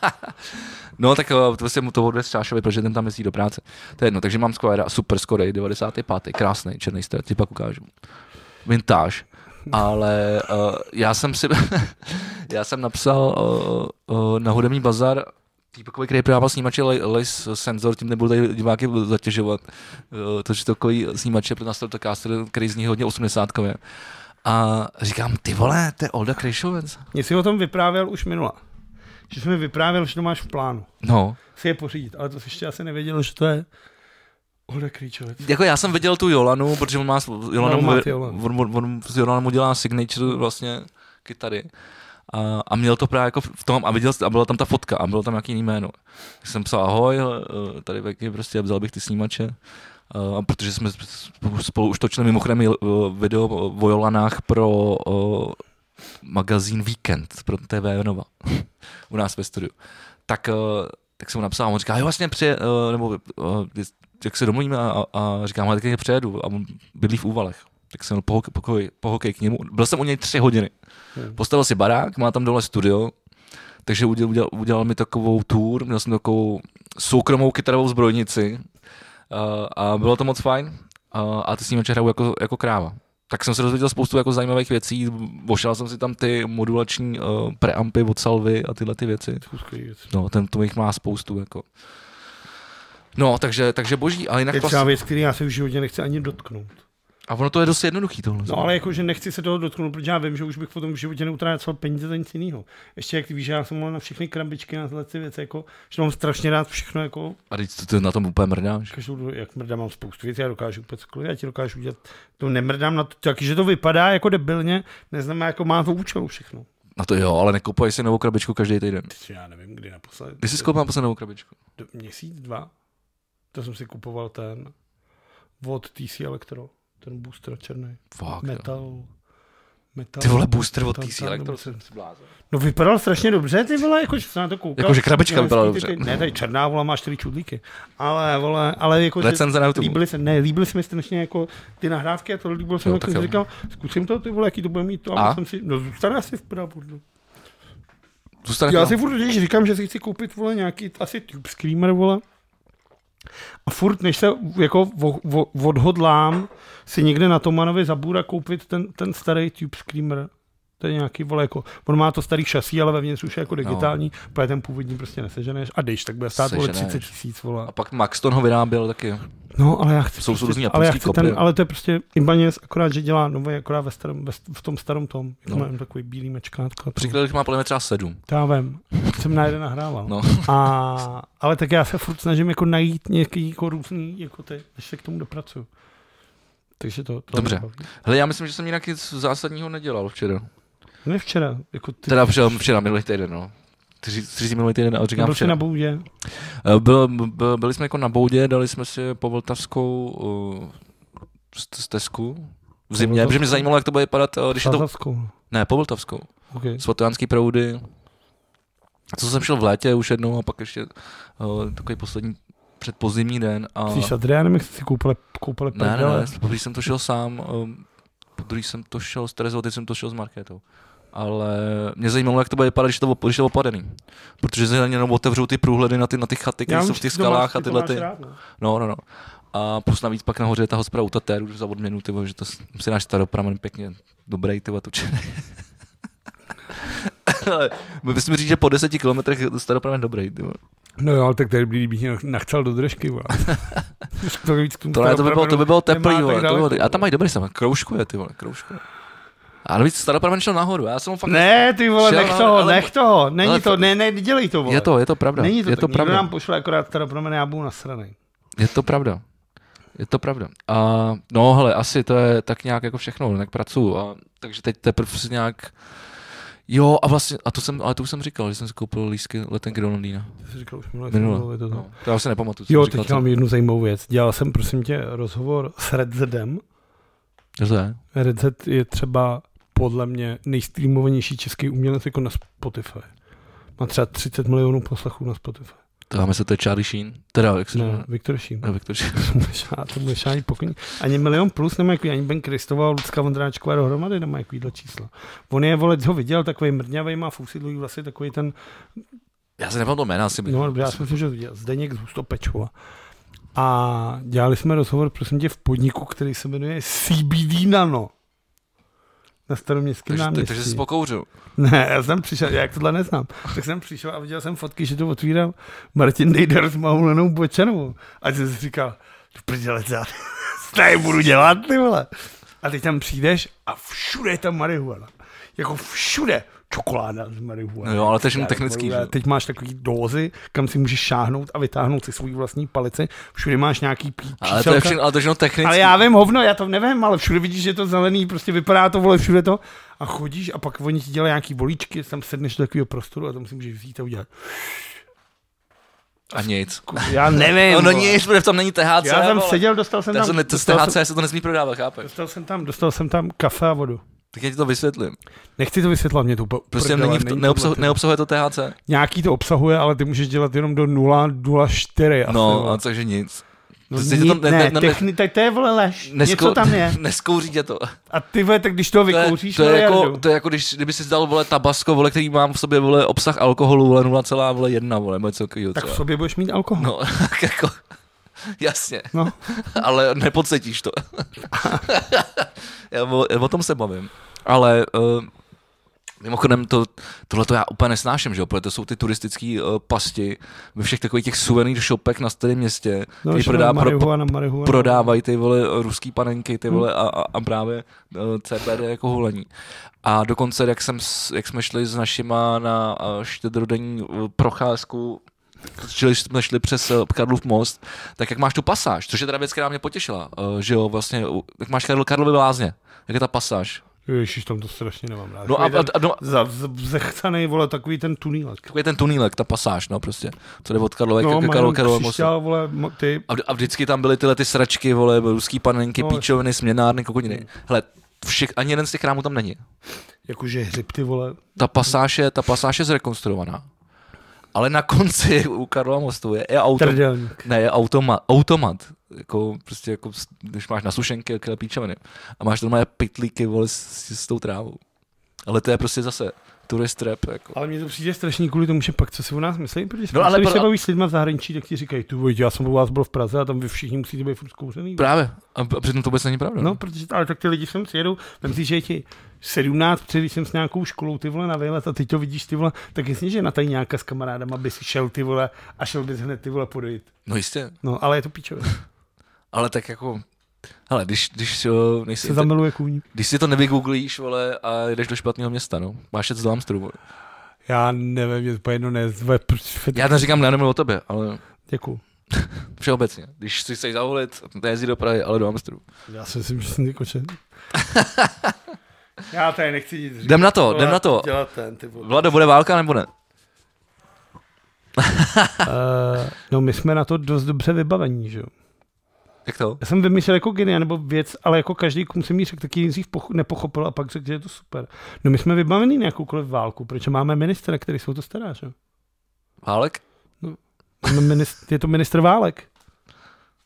No tak to se mu to odvez Čášovi, protože ten tam jezdí do práce. To je jedno, takže mám Square a super Skorej, devadesát pět, krásný černý strat, ti pak ukážu. Vintage. Ale uh, já jsem si, já jsem napsal uh, uh, na hudební bazar týpkový, který prodával snímače Lace Sensor, tím nebudu tady diváky zatěžovat. Uh, to je takový snímače pro nás Telecaster, který zní hodně osmdesátkově. A říkám, ty vole, to je Olda Kryšovec. Mě si o tom vyprávěl už minula. Že jsi mi vyprávěl, že to máš v plánu. No. Si je pořídit, ale to jsi ještě asi nevěděl, že to je Olda Kryšovec. Jako já jsem viděl tu Jolanu, protože on má Jolanu, no, on, on, on s Jolanou mu dělá signature vlastně kytary. A, a měl to právě jako v tom, a viděl a byla tam ta fotka a bylo tam nějaký jméno. Tak jsem psal, ahoj, tady Veky, prostě vzal bych ty snímače. A protože jsme spolu už točili mimochodem video o Jolanách pro o, magazín Víkend, pro T V Nova, u nás ve studiu. Tak, tak jsem mu napsal, a on říká, jo vlastně přije, nebo jak se domluvíme a, a říkám, ale taky přejedu a on bydlí v Úvalech. Tak jsem byl po, po, po, po hokej k němu. Byl jsem u něj tři hodiny. Hmm. Postavil si barák, má tam dole studio, takže udělal, udělal, udělal mi takovou tour, měl jsem takovou soukromou kytarovou zbrojnici a, a bylo to moc fajn a, a ty s ním hraju jako, jako kráva. Tak jsem se dozvěděl spoustu jako zajímavých věcí, vošel jsem si tam ty modulační uh, preampy od Salvy a tyhle ty věci. No, ten to jich má spoustu jako. No, takže, takže boží, ale jinak... Je třeba věc, který já se v životě nechci ani dotknout. A ono to je dost jednoduchý tohle. No ale jakože nechci se toho dotknout, protože já vím, že už bych potom v životě neutrácel peníze za nic jiného. Ještě jak ty víš, já jsem mal na všechny krabičky, na tyhle věci, jako, že mám strašně rád všechno. Jako, a teď to, to na tom úplně mrdáš. Každou, jak mrdám, mám spoustu věcí, já dokážu úplně cokoliv, já ti dokážu udělat, to nemrdám na to, taky, že to vypadá jako debilně, neznamená, jako má to účel všechno. Na to jo, ale nekupuješ si novou krabičku každý týden. Teď já nevím, kdy naposled. Kdy jsi koupil naposled novou krabičku? Do, měsíc, dva. To jsem si kupoval ten od T C Electro. Ten booster černý. Fakt, metal, metal. Ty vole, booster od T C Electro jsem si blázen. No vypadal strašně dobře, ty vole, jakože se na to koukal. Jakože krabička vypadala dobře. Ty, ne, tady černá, vole, má čtyři čudlíky. Ale, vole, ale jako, recenze na YouTube. Líbily se, ne, líbily se mi strašně jako ty nahrávky a to líbilo se mi, jako jsem říkal, zkusím to, ty vole, jaký to bude mít to. A, a? Jsem si, no zůstane asi v Pravu. Zůstane Já si furt když říkám, že si chci koupit, vole, nějaký asi Tube Screamer, vole. A furt, než se jako vo, vo, odhodlám si někde na Tomanovi za bůra koupit ten, ten starý Tube Screamer. To je nějaký, vole, jako, on má to starý šasí, ale vevnitř už je jako digitální, no. Protože ten původní prostě neseženeš. A když, tak bude stát vole třicet tisíc, vole. A pak Maxton ho vyráběl taky. No, ale já chci, jsou prostě, různý ale, já chci kopie. ten, ale to je prostě Ibanez, akorát, že dělá nové, akorát ve starém, ve, v tom starém tom. No. Mám takový bílý mečkátko. Příklad, že má podle mě třeba sedm. To já vím, jsem na jeden nahrával. No. A, ale tak já se furt snažím jako najít nějaký jako různý, jako ty, než se k tomu dopracuju. Takže to, to dobře. Hele, já myslím, že jsem jinak nic zásadního nedělal včera. Ne včera. Jako ty... Teda včera, včera minulý týden, no. Tři minulý týden, ale říkám byl včera. Byl jsi na boudě? Byl, byl, byli jsme jako na boudě, dali jsme si po Vltavskou uh, stezku v zimě, protože mě zajímalo, jak to bude vypadat, uh, když je to... Ne, po Vltavskou. Okay. Svatojánský proudy. A co jsem šel v létě už jednou a pak ještě uh, takový poslední před podzimní den. A... Jsi s Adriánem, jak jsi si koupili, koupili Ne, ne, ne, poprvé jsem to šel sám, podruhý jsem to šel s Terezou, teď jsem to šel s Markétou. Ale mě zajímalo, jak to bude vypadat, když to, když to opadený. Protože se jenom otevřou ty průhledy na ty, na ty chaty, které jsou v těch skalách a tyhle ty. Rád, no. no, no, no. A plus navíc pak nahoře je ta hospoda u Tatéru za odměnu, tyvo, že to si náš staropramen pěkně dobrý, tyvo, tučený. Ale myslím říct, že po deseti kilometrech staropramen dobrý, tyvo. No jo, ale tak tady bych mě nachcel do držky, vole. to, to, by bylo, to by bylo teplý, vole. To bylo, a tam mají dobrý sam, kroužkuje, ty vole, kroužkuje. A navíc staropramen šel nahoru, já jsem mu fakt... Ne, ty vole, nech toho, ale... nech toho, není ale to, to, ne, ne, dělej to, vole. Je to, je to pravda. Není to, je to tak, pravda. Někdo nám pošle akorát staropramen, já budu nasranej. Je to pravda. Je to pravda. A no, hele, asi to je tak nějak jako všechno, tak pracuju. A, takže teď teprve si nějak... Jo, a vlastně, a to jsem, ale to už jsem říkal, že jsem si koupil lístky letenky do Londýna. To jsi říkal už minulé. Minule. To, no, to já si nepamatuju. Jo, teď mám jednu zajímavou věc. Dělal jsem, prosím tě, rozhovor s Red Zedem. Co to je? Red Zed je třeba podle mě nejstreamovanější český umělec jako na Spotify. Má třeba třicet milionů poslechů na Spotify. To máme se to je Charlie Sheen. Teda, jak se ne, Viktor Sheen. Ne, Viktor Sheen. To bude šálit pokojně. Ani milion plus nemá jako, ani Ben Kristova a Lucka Vondráčková dohromady nemá takovýhle číslo. On je, vole, ho viděl, takový mrdňavej, má fousidlový vlasy, takový ten... Já se nepamatuji jména, asi bych. No, já si myslím, že to viděl. Zdeněk z Hustopečova. A dělali jsme rozhovor, prosím tě, v podniku, který se jmenuje C B D Nano. Na Staroměstském náměstí. Takže jsi pokouřil. Ne, já jsem přišel, já jak tohle neznám. Tak jsem přišel a viděl jsem fotky, že to otvíral Martin Dejdar s Mahulenou Bočanovou. A jsem si říkal, v prdele, co tady budu dělat, ty vole. A teď tam přijdeš a všude je tam marihuana. Jako všude. Čokoláda z marihuana. No jo, ale to je všechno technický. Že? Teď máš takový dózy, kam si můžeš šáhnout a vytáhnout si svůj vlastní palici. Všude máš nějaký pí, ale to je všechno, ale to je všechno technický. Ale já vím, hovno, já to nevím, ale všude vidíš, že je to zelený, prostě vypadá to, vole, všude to. A chodíš a pak oni ti dělají nějaký volíčky, tam sedneš do takového prostoru a tam si můžeš vzít a udělat. A nic. Já nevím. No, no nic, protože v tom není T H C. Já jsem seděl, dostal jsem tam. Z T H C se to nesmí prodávat, chápeš? Dostal jsem tam, dostal jsem tam kafe a vodu. Tak já ti to vysvětlím. Nechci to vysvětlat, mě to úplně prostě není to, neobsahuje, neobsahuje to T H C. Nějaký to obsahuje, ale ty můžeš dělat jenom do nula celá čtyři. No, a takže nic. No prostě nic, to, ne, ne, ne, techni, tak to je vole lež. Neskou, něco tam je. Neskouří tě to. A ty vole, tak když to vykouříš, to je, to je, jako, to je jako, když, kdyby si dal, vole, tabasko, vole, který mám v sobě, vole, obsah alkoholu, vole, nula celá jedna, vole, nebo něco takového. Tak v sobě budeš mít alkohol. No, jako, jasně. No. Ale nepocítíš to. Já o, o tom se bavím. Ale... Uh, mimochodem, to, tohle to já úplně nesnáším, že jo, protože to jsou ty turistické uh, pasti ve všech takových těch suvených shopech na starém městě, no, který prodá, marihuana, marihuana. prodávají ty vole ruský panenky, ty vole, hmm. a, a, a právě uh, C B D jako hulení. A dokonce, jak, jsem, jak jsme šli s našima na uh, štědrodenní uh, procházku, čili jsme šli přes uh, Karlův most, tak jak máš tu pasáž, což je teda věc, která mě potěšila, uh, že jo, vlastně, uh, jak máš Karl, Karlovy lázně, jak je ta pasáž? Ježiš, tam to strašně nemám rád. No a, a, a, no, zechcanej, vole, takový ten tunílek. Takový ten tunílek, ta pasáž, no prostě. Co jde od Karlové no, k Karlové mostu. Vole, ty... A, a vždycky tam byly tyhle ty sračky, vole, ruský panenky, no, píčoviny, směnárny, kokodiny. Hmm. Hele, všech, ani jeden z těch krámů tam není. Jakože hřib, ty vole. Ta pasáž je, ta pasáž je zrekonstruovaná. Ale na konci u Karlova mostu je, je auto, ne, je automat, automat. Jako, prostě jako, když máš na sušenky, jaké píčoviny. A máš tam moje pytlíky, vole, s, s tou trávou. Ale to je prostě zase tourist trap. Jako. Ale mně to přijde strašný kvůli tomu, že pak co si o nás myslí, protože no, ale když pro... se bavíš s lidma v zahraničí, tak ti říkají, tu já jsem u vás byl v Praze a tam vy všichni musíte být furt zkouřený. Právě. A, a přitom to vůbec není pravda. No, protože, ale tak ty lidi sem přijedou, vem si, že je ti sedmnáct, když jsem s nějakou školou, ty vole, na výlet a ty to vidíš, ty vole, tak jasně, že na tady nějaká s kamarádama by si šel, ty vole, a šel bys hned, ty vole, podojit. No jistě. No, ale je to píčové. Ale tak jako, hele, když, když, když, se zamiluje kůň. Když si to nevygooglíš, vole, a jdeš do špatného města, no, máš jet z Amstru, vole. Já nevím, mě to jedno nezve. Já neříkám, já nemluvím o tobě, ale... Děkuju. Všeobecně, když si chceš zavolit, nejezdí do Prahy, ale do Amstru. Já si myslím, že jsem někočen. Já tady nechci nic říct. Jdem na to, jdem na to. Ten, Vlado, bude válka nebo ne? uh, no my jsme na to dost dobře vybavení, že jo. Jak to? Já jsem vymyslel jako genia nebo věc, ale jako každý, komu jsem jí řekl, taky nejdřív poch- nepochopil a pak řekl, že je to super. No my jsme vybavení na jakoukoliv válku, protože máme ministra, který jsou to stará, že? Válek? No, ministr, je to ministr Válek.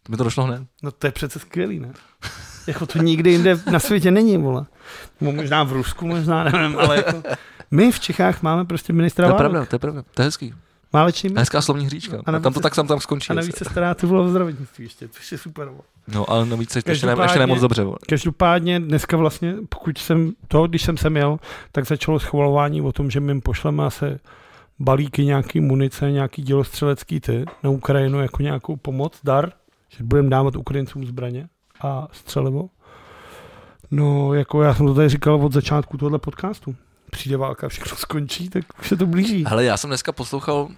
mi to došlo hned. No to je přece skvělý, ne? Jako to nikdy jinde na světě není, vole. Možná v Rusku, možná, nevím, ale jako my v Čechách máme prostě ministra válek. To je válek. pravda, to je pravda, to je hezký. Válečný. Hezká slovní hříčka. A, a tam to tak sam tam skončí. A navíc se stará ty vole o zdravotnictví ještě, což je super. Vole. No, ale navíc se ještě, ne, ještě nemoc dobře. Vole. Každopádně dneska vlastně, pokud jsem to, když jsem sem jel, tak začalo schvalování o tom, že my pošleme asi balíky nějaký munice, nějaký dělostřelecký ty na Ukrajinu jako nějakou pomoc, dar, že budeme dávat Ukrajincům zbraně a střelivo. No, jako já jsem to tady říkal od začátku tohle podcastu. Přijde válka, všechno skončí, tak už se to blíží. Hele, já jsem dneska poslouchal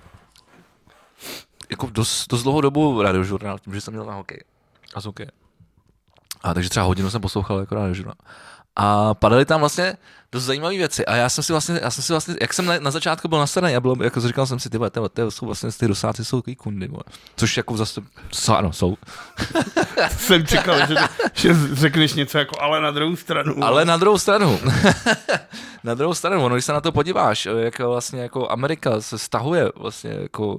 jako dost, dost dlouhou dobu radiožurnál, tím, že jsem měl na hokej a z hokeje. A takže třeba hodinu jsem poslouchal jako radiožurnál. A padaly tam vlastně dost zajímavé věci. A já jsem si vlastně, já jsem si vlastně, jak jsem na, na začátku byl nastavený, já byl, jako říkal jsem si, ty vole, ty jsou vlastně ty rusáci jsou takový kundy, vole. Což jako zase, co, ano, jsou. Jsem čekal, že, že řekneš něco jako, ale na druhou stranu. Vole. Ale na druhou stranu. Na druhou stranu, ono, když se na to podíváš, jak vlastně jako Amerika se stahuje vlastně jako,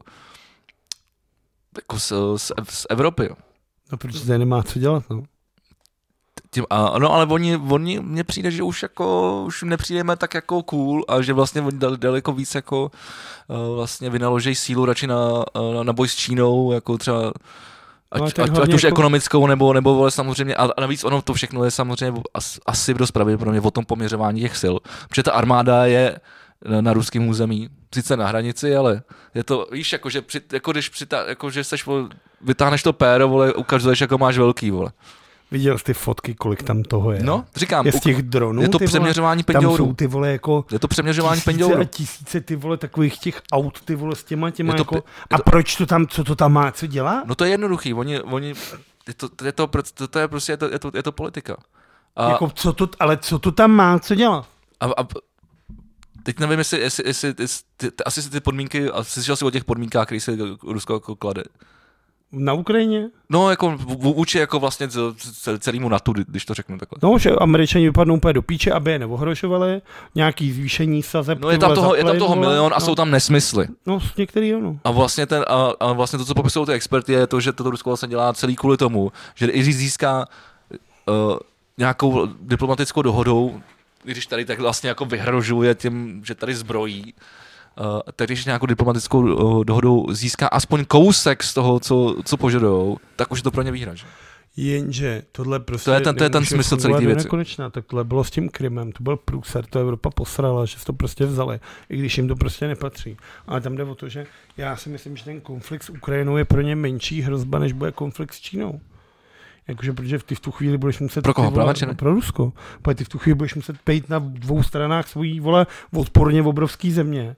jako z, z, z Evropy. No protože tady nemá co dělat, no. Tím, a, no ale oni, oni, mně přijde, že už jako, už nepřijdeme tak jako cool a že vlastně oni dali daleko víc jako uh, vlastně vynaložejí sílu radši na, uh, na boj s Čínou, jako třeba ať, no, ať, ať už jako... ekonomickou, nebo, nebo vole, samozřejmě, a, a navíc ono to všechno je samozřejmě as, asi dost pravděpodobně o tom poměřování těch sil, protože ta armáda je na, na ruském území, sice na hranici, ale je to, víš, jako, že, při, jako když přita, jako, že seš, vole, vytáhneš to péro, vole, ukazuješ, jako máš velký, vole. Viděl jsi ty fotky, kolik tam toho je? No, říkám. Je z těch dronů, je to přeměřování penďourů. Tam jsou ty vole jako... Je to přeměřování penďourů. Tisíce a tisíce ty vole takových těch aut, ty vole s těma těma je to, jako... je a to, proč to tam, co to tam má, co dělá? No to je jednoduchý, oni, oni, je to, je to, to, to je prostě, je to, je to, je to politika. A, jako co to, ale co to tam má, co dělá? A, a teď nevím, jestli, jestli, jestli, jestli ty, asi si ty podmínky, a slyšel jsi o těch podmínkách, které se Rusko jako klade. Na Ukrajině? No, jako vůči jako vlastně celému NATO, když to řeknu takhle. No, že Američani vypadnou úplně do píče, aby je neohrožovali, nějaký zvýšení sazeb. No, je tam toho, je tam toho milion a no. Jsou tam nesmysly. No, některý ano. A vlastně, ten, a, a vlastně to, co popisují ty experty, je to, že toto Rusko vlastně dělá celý kvůli tomu, že i získá uh, nějakou diplomatickou dohodou, když tady tak vlastně jako vyhrožuje tím, že tady zbrojí, Uh, tak když nějakou diplomatickou uh, dohodou získá aspoň kousek z toho, co, co požadujou, tak už je to pro ně výhra. Že? Jenže tohle prostě... To je ten, to je ten smysl celé té věci. Nekonečná, tak tohle bylo s tím Krymem, to byl průser, to Evropa posrala, že to prostě vzali, i když jim to prostě nepatří. Ale tam jde o to, že já si myslím, že ten konflikt s Ukrajinou je pro ně menší hrozba, než bude konflikt s Čínou. Jakože, protože ty v tu chvíli budeš muset... Pro koho? Vole, pro, pro Rusko. Protože ty v tu chvíli budeš muset pejt na dvou stranách svojí, vole, odporně v obrovský země.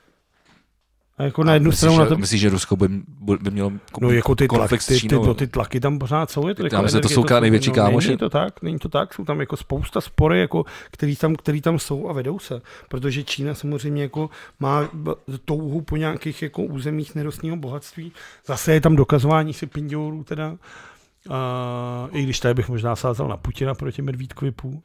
A jako na jednu myslíš, stranu že, na to... Myslíš, že Rusko by, by mělo no, jako ty konflikt tlak, s Čínou? Ty, ty, ty, ty tlaky tam pořád jsou. Je to, tam se to jsou to, největší no, kámoši. Není to tak, není to tak. Jsou tam jako spousta spory, jako, který, tam, který tam jsou a vedou se. Protože Čína samozřejmě jako má touhu po nějakých jako územích nerostního bohatství. Zase je tam dokazování si pinďourů teda. A, i když tady bych možná sázel na Putina proti Medvídkovi půl.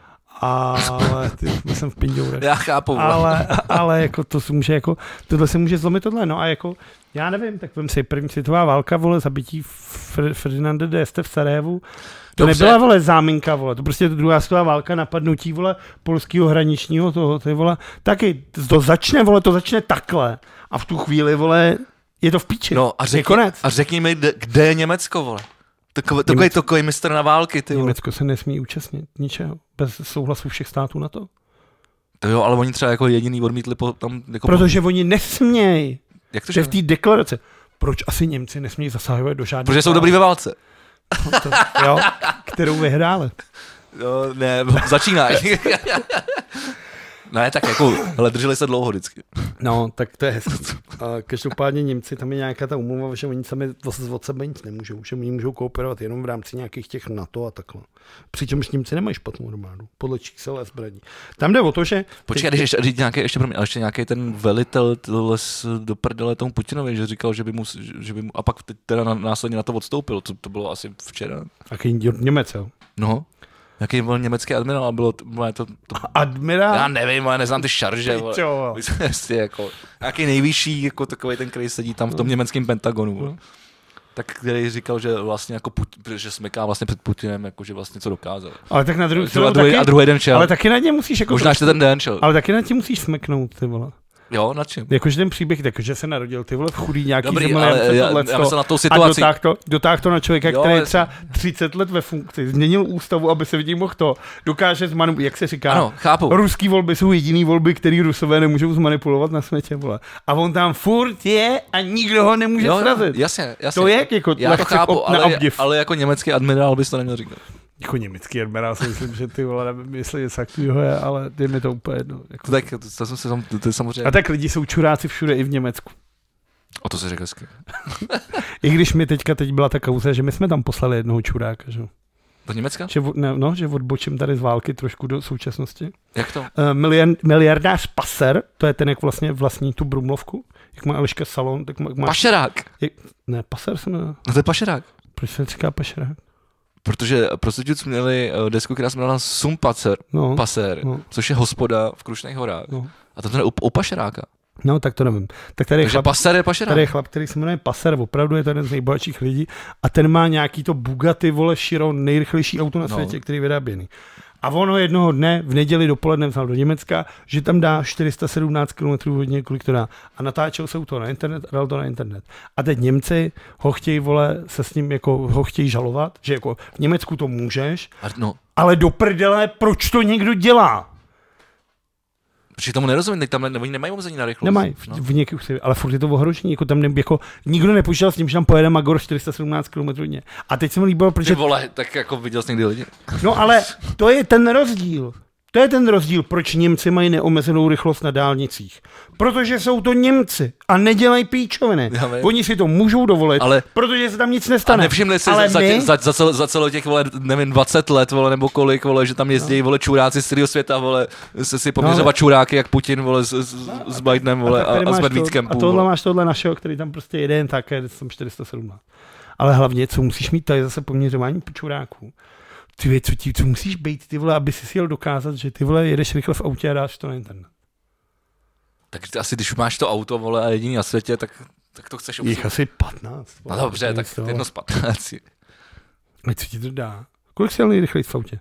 Ale ty, jsem v pinďourech. Já chápu. Ale, ale jako to se může jako, tohle se může zlomit tohle, no a jako, já nevím, tak vem si první světová válka, vole, zabití Fr- Ferdinanda de Este v Sarajevu, to dobře. Nebyla, vole, záminka, vole, to prostě druhá světová válka, napadnutí, vole, polského hraničního toho, ty, vole, taky, to začne, vole, to začne takhle a v tu chvíli, vole, je to v píči. No a řekni, konec. A řekni mi, kde, kde je Německo, vole? Takový, takový, takový mistr na války, ty. Německo se nesmí účastnit ničeho, bez souhlasu všech států na to. To jo, ale oni třeba jako jediný odmítli po, tam... Jako protože po... oni nesmějí. Jak to, že v té deklaraci. Proč asi Němci nesmějí zasahovat do žádného... Protože jsou dobrý ve válce. No to, jo, kterou vyhráli. No, ne, začínají. Ne, tak jako, hele, drželi se dlouho vždycky. No, tak to je hezký. Každopádně Němci, tam je nějaká ta umluva, že oni sami od sebe nic nemůžou, že oni můžou kooperovat jenom v rámci nějakých těch NATO a takhle. Přičemž Němci nemají špatnou armádu, podle čísel a zbraní. Tam jde o to, že... Počkej, když ještě, nějaký, ještě, ještě, ještě nějaký ten velitel les do prdele tomu Putinovi, že říkal, že by mu, že by mu a pak teda následně na to odstoupil, to, to bylo asi včera. Jaký Němec, jo? No. Jaký byl německý admirál a bylo to, to, to... Admirál? Já nevím, já neznám ty šarže. Jako, nějaký nejvyšší, jako takový ten, který sedí tam v tom německém Pentagonu. No. tak který říkal, že vlastně jako Putin, že smyká vlastně před Putinem, jako že vlastně co dokázal. Ale tak na druhou stranu taky, a druhý den šel. Ale taky na ně musíš jako... Možná ještě ten den šel. Ale taky na tě musíš smeknout, ty vole. Jo, na čem? Jakože ten příběh, takže se narodil ty vole v chudý nějaký Dobrý, země, ale já, já myslím na tou situaci. A dotáh to, dotáh to na člověka, jo, který je třeba třicet let ve funkci, změnil ústavu, aby se vidí mohl to, dokáže zmanipulovat, jak se říká, ano, chápu. Ruský volby jsou jediný volby, který Rusové nemůžou zmanipulovat na světě, vole. A on tam furt je a nikdo ho nemůže jo, srazit. Jasně, jasně. To je jako já to chápu, ale, ale jako německý admirál bys to neměl říkat. Jako německý admirál si myslím, že ty vole, nevím, jestli něco takového je, ale je mi to úplně jedno. Jako... Tak to, to, jsem se tam, to, to je samozřejmě... A tak lidi jsou čuráci všude i v Německu. O to se řekl hezky. I když mi teďka teď byla ta kauza, že my jsme tam poslali jednoho čuráka, že? Do Německa? Že, ne, no, že odbočím tady z války trošku do současnosti. Jak to? Uh, miliard, miliardář Passer, to je ten, jak vlastně vlastní tu Brumlovku, jak má Eliška salon, tak má... má Pašerák! Jak, ne, Passer se jmenuje. No to je pašerák. Proč se říká Pašerák? Protože prostituci měli desku, která se jmenovala Sum Passer, no, Passer, no. Což je hospoda v Krušných horách. No. A to je u, u pašeráka. No, tak to nevím. Tak tady je Takže chlap, Passer je pašerák. Tady je chlap, který se jmenuje Passer, opravdu je to jeden z nejbohatších lidí a ten má nějaký to Bugatti, vole, Chiron, nejrychlejší auto na světě, no. Který je vyráběný. A ono jednoho dne v neděli dopoledne vzal do Německa, že tam dá čtyři sta sedmnáct kilometrů hodně, kolik to dá. A natáčel se to na internet a dal to na internet. A teď Němci ho chtějí, vole, se s ním jako ho chtějí žalovat, že jako v Německu to můžeš, no. Ale do prdele, proč to někdo dělá? Protože tomu nerozumím, teď tam ne, oni nemají omezení na rychlost. Nemají, no. v někých, ale furt je to ohrožení, jako tam ne, jako nikdo nepočítal s tím, že tam pojede Magor čtyři sta sedmnáct kilometrů dně. A teď se mi líbilo, protože... Ty vole, tak jako viděl jsi někdy lidi. No ale to je ten rozdíl. To je ten rozdíl, proč Němci mají neomezenou rychlost na dálnicích. Protože jsou to Němci a nedělají píčoviny. Oni si to můžou dovolit, ale, protože se tam nic nestane. A nevšimli si ale za, my... za, za, celo, za celo těch, vole, nevím, dvacet let, vole, nebo kolik, vole, že tam jezdí, no. vole, čuráci z celého světa, vole, se si poměřovat no, čuráky, jak Putin, vole, s, s, no, s Bidenem, vole, a, a, a s Medvídkem. To, a tohle máš tohle našeho, který tam prostě jede jen tak, je tam čtyři sta sedmnáct. Ale hlavně, co musíš mít, to je zase poměřování čuráků. Ty, co, ti, co musíš být, ty vole, aby si jel dokázat, že ty vole jedeš rychle v autě a dáš to na internet. Tak ty asi, když máš to auto, vole, a jediný na světě, tak, tak to chceš obsluhovat. Jich asi patnáct. Vole, no dobře, tak to jedno z patnácti. A co ti to dá? Kolik jsi jel nejrychleji v autě?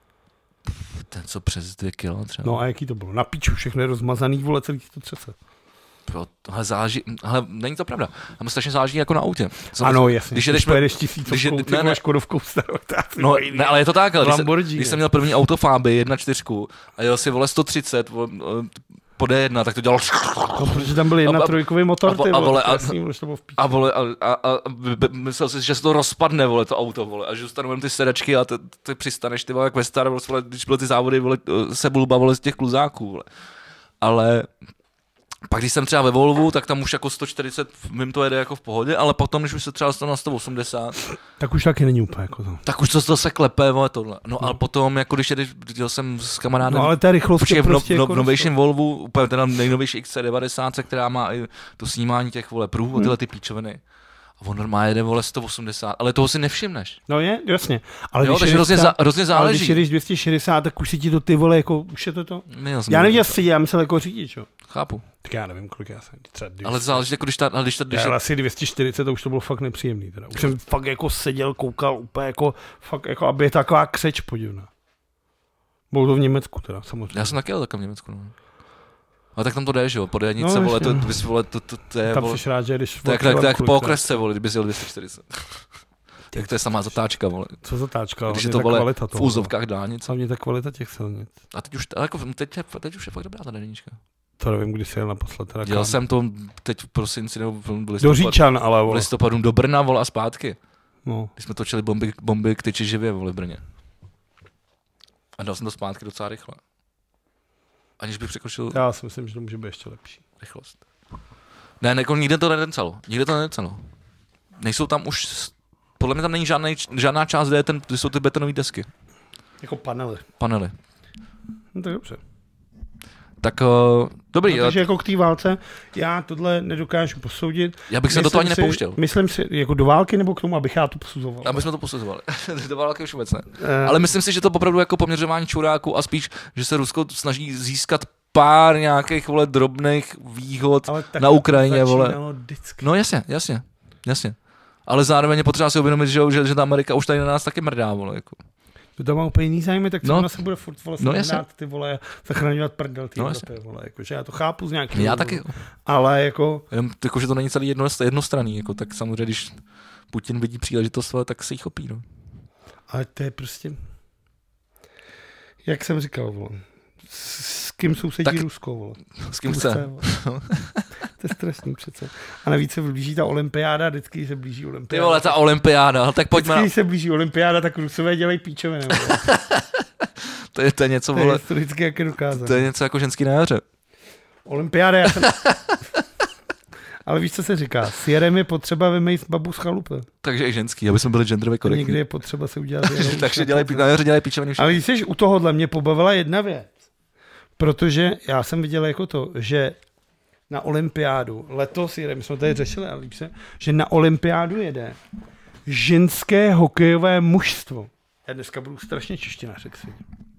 Ten, co přes dvě kilo třeba. No a jaký to bylo? Na piču, všechno je rozmazaný, vole, celý to třese. Tohle záleží, ale není to pravda. Tam strašně záleží jako na autě. Co ano, jasně. Když jedeš pojedeš tisícovkou, ty máš Škodovkou starou. No, ne, ale je to tak, ale když, se, když jsem měl první auto Fabii jedna čtyři a jel si, vole, sto třicet vole, po D jedna, tak to dělal... No, protože tam byl jedna a, trojkový motor, ty, a, vole, a, jasný, vole, a, vole, a, a, a, a myslel si, že se to rozpadne, vole, to auto, vole, a že zůstanou ty sedačky a ty, ty přistaneš, ty vole, jak ve Star Wars, vole, když byly ty závody, vole, Sebulba, vole, z těch kluzáků, vole. Ale... Pak když jsem třeba ve Volvu, tak tam už jako sto čtyřicet mým to jede jako v pohodě, ale potom, když už se třeba dostanu na sto osmdesát, tak už taky není úplně jako to. Tak už to, to se klepe, vole, tohle. No, no. Ale potom, jako když jedeš, jel jsem s kamarádem, no ale ta rychlost je prostě v, no, jako v novějším Volvu, úplně teda nejnovější X C devadesát, která má i to snímání těch, vole, průhů, hmm. tyhle ty píčoviny. A on normálně jede, vole, sto osmdesát, ale toho si nevšimneš. No je, jasně. Ale jo, takže hrozně, za, hrozně záleží. Ale když jedeš dvě stě šedesát, tak už si ti to ty, vole, jako, už je to to. Nejel já nevěděl si, já myslel jako řidič, jo. Chápu. Tak já nevím, kolik já jsem. Třeba dvě stě. Ale záleží, jako když ta... Když ta když já asi dvě stě čtyřicet, to už to bylo fakt nepříjemný. Teda. Už jsem fakt jako seděl, koukal úplně jako, fakt jako, aby je taková křeč podivná. Bylo to v Německu teda, samozřejmě. Já jsem taky jel takhle v Německu, no. Ale tak tam to jde, že jo, po D jedničce, no, vole, to, bys, vole, to, to, to je, tam vole, jsi rád, že jdeš... To je jak, jak po okresce, vole, kdyby jsi jel dvě stě čtyřicet. Tak to je samá zatáčka, vole. Co zatáčka? Když je to, vole, v úzovkách dálnic. Hlavně ta kvalita těch silnic. A teď už, jako, teď, teď už je fakt dobrá ta D jednička. To nevím, kdy jsi jel naposled. Dělal jsem to teď v prosinci, nebo v listopadu. Do Říčan, ale, vole. V listopadu do Brna, vole, a zpátky. No. Když jsme točili bomby, bomby k tyči živě, vole, v Brně. A dal jsem to zpátky docela rychle. Aniž bych překročil... Já si myslím, že to může být ještě lepší. Rychlost. Ne, ne, nikde to nedecalo. Nikde to nedecalo. Nejsou tam už... Podle mě tam není žádnej, žádná část, kde, je ten, kde jsou ty betonové desky. Jako panely. Panely. No to je dobře. Tak uh, dobrý. No, takže jako k té válce, já tohle nedokážu posoudit. Já bych se do toho ani si, nepouštěl. Myslím si, jako do války nebo k tomu, abych já to posuzoval. Aby jsme to posuzovali. Do války už vůbec ne. Uh, Ale myslím si, že to opravdu jako poměřování čuráků a spíš, že se Rusko snaží získat pár nějakých, vole, drobných výhod na Ukrajině, vole. Vždycky. No jasně, jasně, jasně. ale zároveň je potřeba si uvědomit, že, že, že ta Amerika už tady na nás taky mrdá, vole, jako. To tam má úplně jiný zájmy, tak co No. ona se bude furt vole No, snadát, ty vole, zachraňovat prdel ty No, Evropy, vole, jakože já to chápu z nějakého Já důvodu, taky, ale jako, jenom, jako, že to není celý jedno, jednostranný, jako, tak samozřejmě, když Putin vidí příležitost, vole, tak se jí chopí, no. ale to je prostě, jak jsem říkal, vole, s, s kým sousedí Tak- Rusko, vole. S kým chce. vole. To je strašný přece. A navíc se blíží ta olympiáda, vždycky se blíží Ty olympiáda. vole, ta olympiáda, tak pojďme Vždycky, na... když se blíží olympiáda, tak Rusové dělají píčoviny. vole. To je, to je něco, To je vole, historicky jak je dokázané. to je něco jako ženský na jaře. Olympiáda, já jsem... Ale víš, co se říká? S Jerem je potřeba vymejt babu z chalupy. Takže i ženský, aby jsme byli genderově korektní. Někdy je potřeba se udělat. jenom Takže na dělají, to. na jaře dělají píčoviny všichni. Ale když jsi u tohohle, mě pobavila jedna věc. Protože já jsem viděl jako to, že na olympiádu, letos jede, my jsme tady řešili, ale líp se, že na olympiádu jede ženské hokejové mužstvo. Já dneska budu strašně češtinářek si.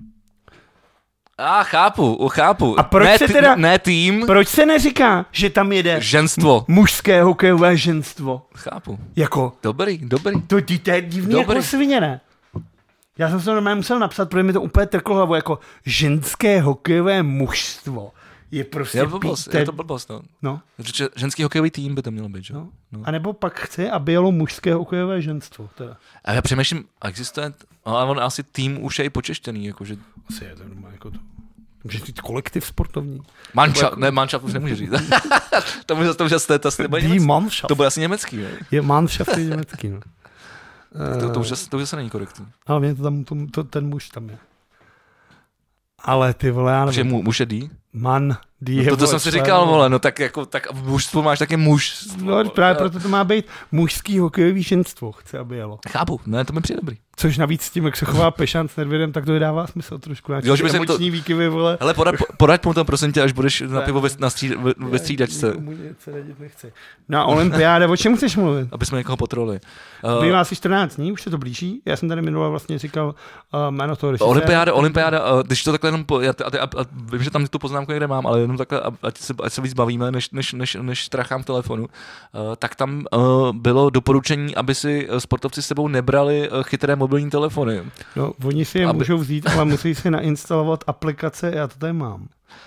A ah, chápu, uh, chápu. A proč ne, se ty- teda- Ne tým, Proč se neříká, že tam jede ženstvo. mužské hokejové ženstvo? Chápu. Jako, Dobrý, dobrý. to, to, to je divný Dobrý. jako svině, ne? Já jsem se normálně musel napsat, protože mi to úplně trklo hlavu, jako ženské hokejové mužstvo. Je prostě Je, blbost, píte- je to blbost, no. No, Že ženský hokejový tým by to mělo být, že? no. No. A nebo pak chce, aby jelo mužské hokejové ženstvo. Teda. A já přemýšlím, existuje, ale on asi tým už je i počeštěný, jakože Asi je to normálně jako to. Můžeš říct kolektiv sportovní. Manšaft, ne, Manšaft už nemůže říct. to může, to může, to, to, to, Die Mannschaft. to bude asi německý, ne? Je Mannschaft je německý. No. To, to, Eh, už, zase- to už zase není korektní. Ale mě to tam, to, to, ten muž tam je. Ale ty vole, já Protože nevím. mu, muž je dý? Man, die No, to, to vole, jsem si člen, říkal, vole, no tak jako, tak mužstvo máš taky muž. No, právě proto to má být mužský hokejový ženstvo, chce, aby jelo. Chápu, ne, to mi přijde dobrý. Což navíc s tím, jak se chová Pešan s Nedvědem, tak to dává smysl trošku. Jo, že by se Emoční to- výkyvy, vole. Hele, poraď, poraď mu to, prosím tě, až budeš na Ne. pivo ve, na stří, ve, ve střídačce, Nikomu nic radit nechci. Na olympiáde, o čem chceš mluvit? aby jsme někoho potroli. Bývá Uh, asi čtrnáct dní, už se to blíží. Já jsem tady minule vlastně říkal uh, jméno toho režiséra. olympiáda, olympiáda, uh, když to takhle jenom, po, já, a, a, a, vím, že tam tu poznámku někde mám, ale jenom takhle, a- ať se, ať se víc bavíme, než, než, než, než trachám v telefonu, uh, tak tam uh, bylo doporučení, aby si uh, sportovci s sebou nebrali uh, chytré mobilní telefony. No, oni si je Aby- můžou vzít, ale musí si nainstalovat aplikace, já to tady mám.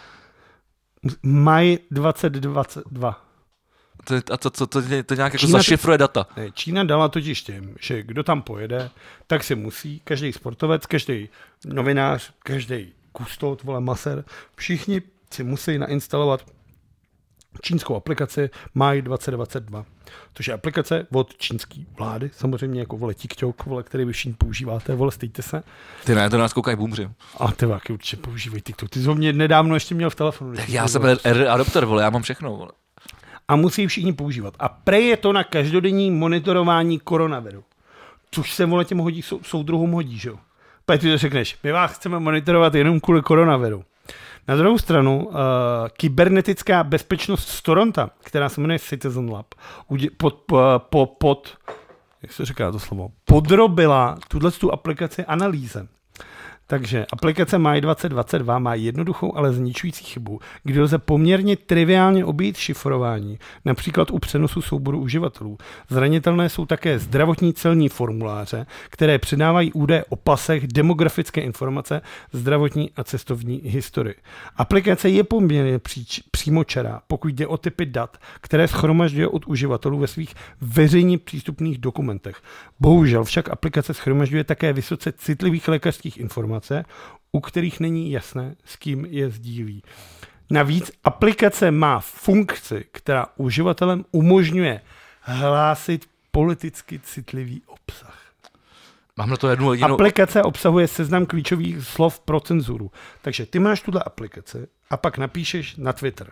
Maj dvacet dvacet dva. To, je- a to, to, to, to, to nějak jako Čína- zašifruje data. Ne, Čína dala totiž těm, že kdo tam pojede, tak si musí, každý sportovec, každý novinář, každý kustot, vole maser, všichni si musí nainstalovat čínskou aplikaci Maj dvacet dvacet dva. Což je aplikace od čínské vlády, samozřejmě jako vole TikTok, vole, který vy všichni používáte, vole, stejte se. Ty ne, to nás koukají boomři. A ty váky určitě používají TikTok. Ty jsi ho mě nedávno ještě měl v telefonu. Tak já jsem early adopter, vole, já mám všechno, vole. A musí všichni používat. A prej je to na každodenní monitorování koronaviru. Což se vole těm hodí, sou, soudruhům hodí, že jo? Pak ty to řekneš, my vás chceme monitorovat jenom kvůli koronaviru. Na druhou stranu, uh, kybernetická bezpečnost z Toronto, která se jmenuje Citizen Lab, udě, pod, po, po, pod, jak se říká to slovo, podrobila tuhle tu aplikaci analýze. Takže aplikace Maj dvacet dvacet dva má jednoduchou, ale zničující chybu, kdy lze poměrně triviálně obejít šifrování, například u přenosu souboru uživatelů. Zranitelné jsou také zdravotní celní formuláře, které předávají údaje o pasech, demografické informace, zdravotní a cestovní historii. Aplikace je poměrně příč, přímočará, pokud jde o typy dat, které shromažďuje od uživatelů ve svých veřejně přístupných dokumentech. Bohužel však aplikace shromažďuje také vysoce citlivých lékařských informací, u kterých není jasné, s kým je sdílí. Navíc aplikace má funkci, která uživatelem umožňuje hlásit politicky citlivý obsah. Mám na to jednu jedinou... Aplikace obsahuje seznam klíčových slov pro cenzuru. Takže ty máš tuhle aplikaci a pak napíšeš na Twitter.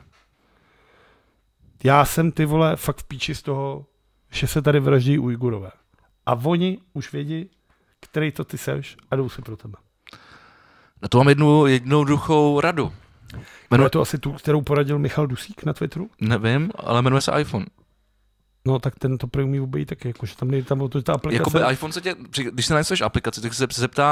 Já jsem, ty vole, fakt v píči z toho, že se tady vraždí Ujgurové. A oni už vědí, který to ty seš a jdou si pro tebe. Na to mám jednu jednoduchou radu. Jmenuje to asi tu, kterou poradil Michal Dusík na Twitteru? Nevím, ale jmenuje se iPhone. No, tak ten to prý umí obejít taky, jakože tam nejde tam o to, že ta aplikace... Jakoby iPhone se tě, když se najistuješ aplikaci, tak se zeptá,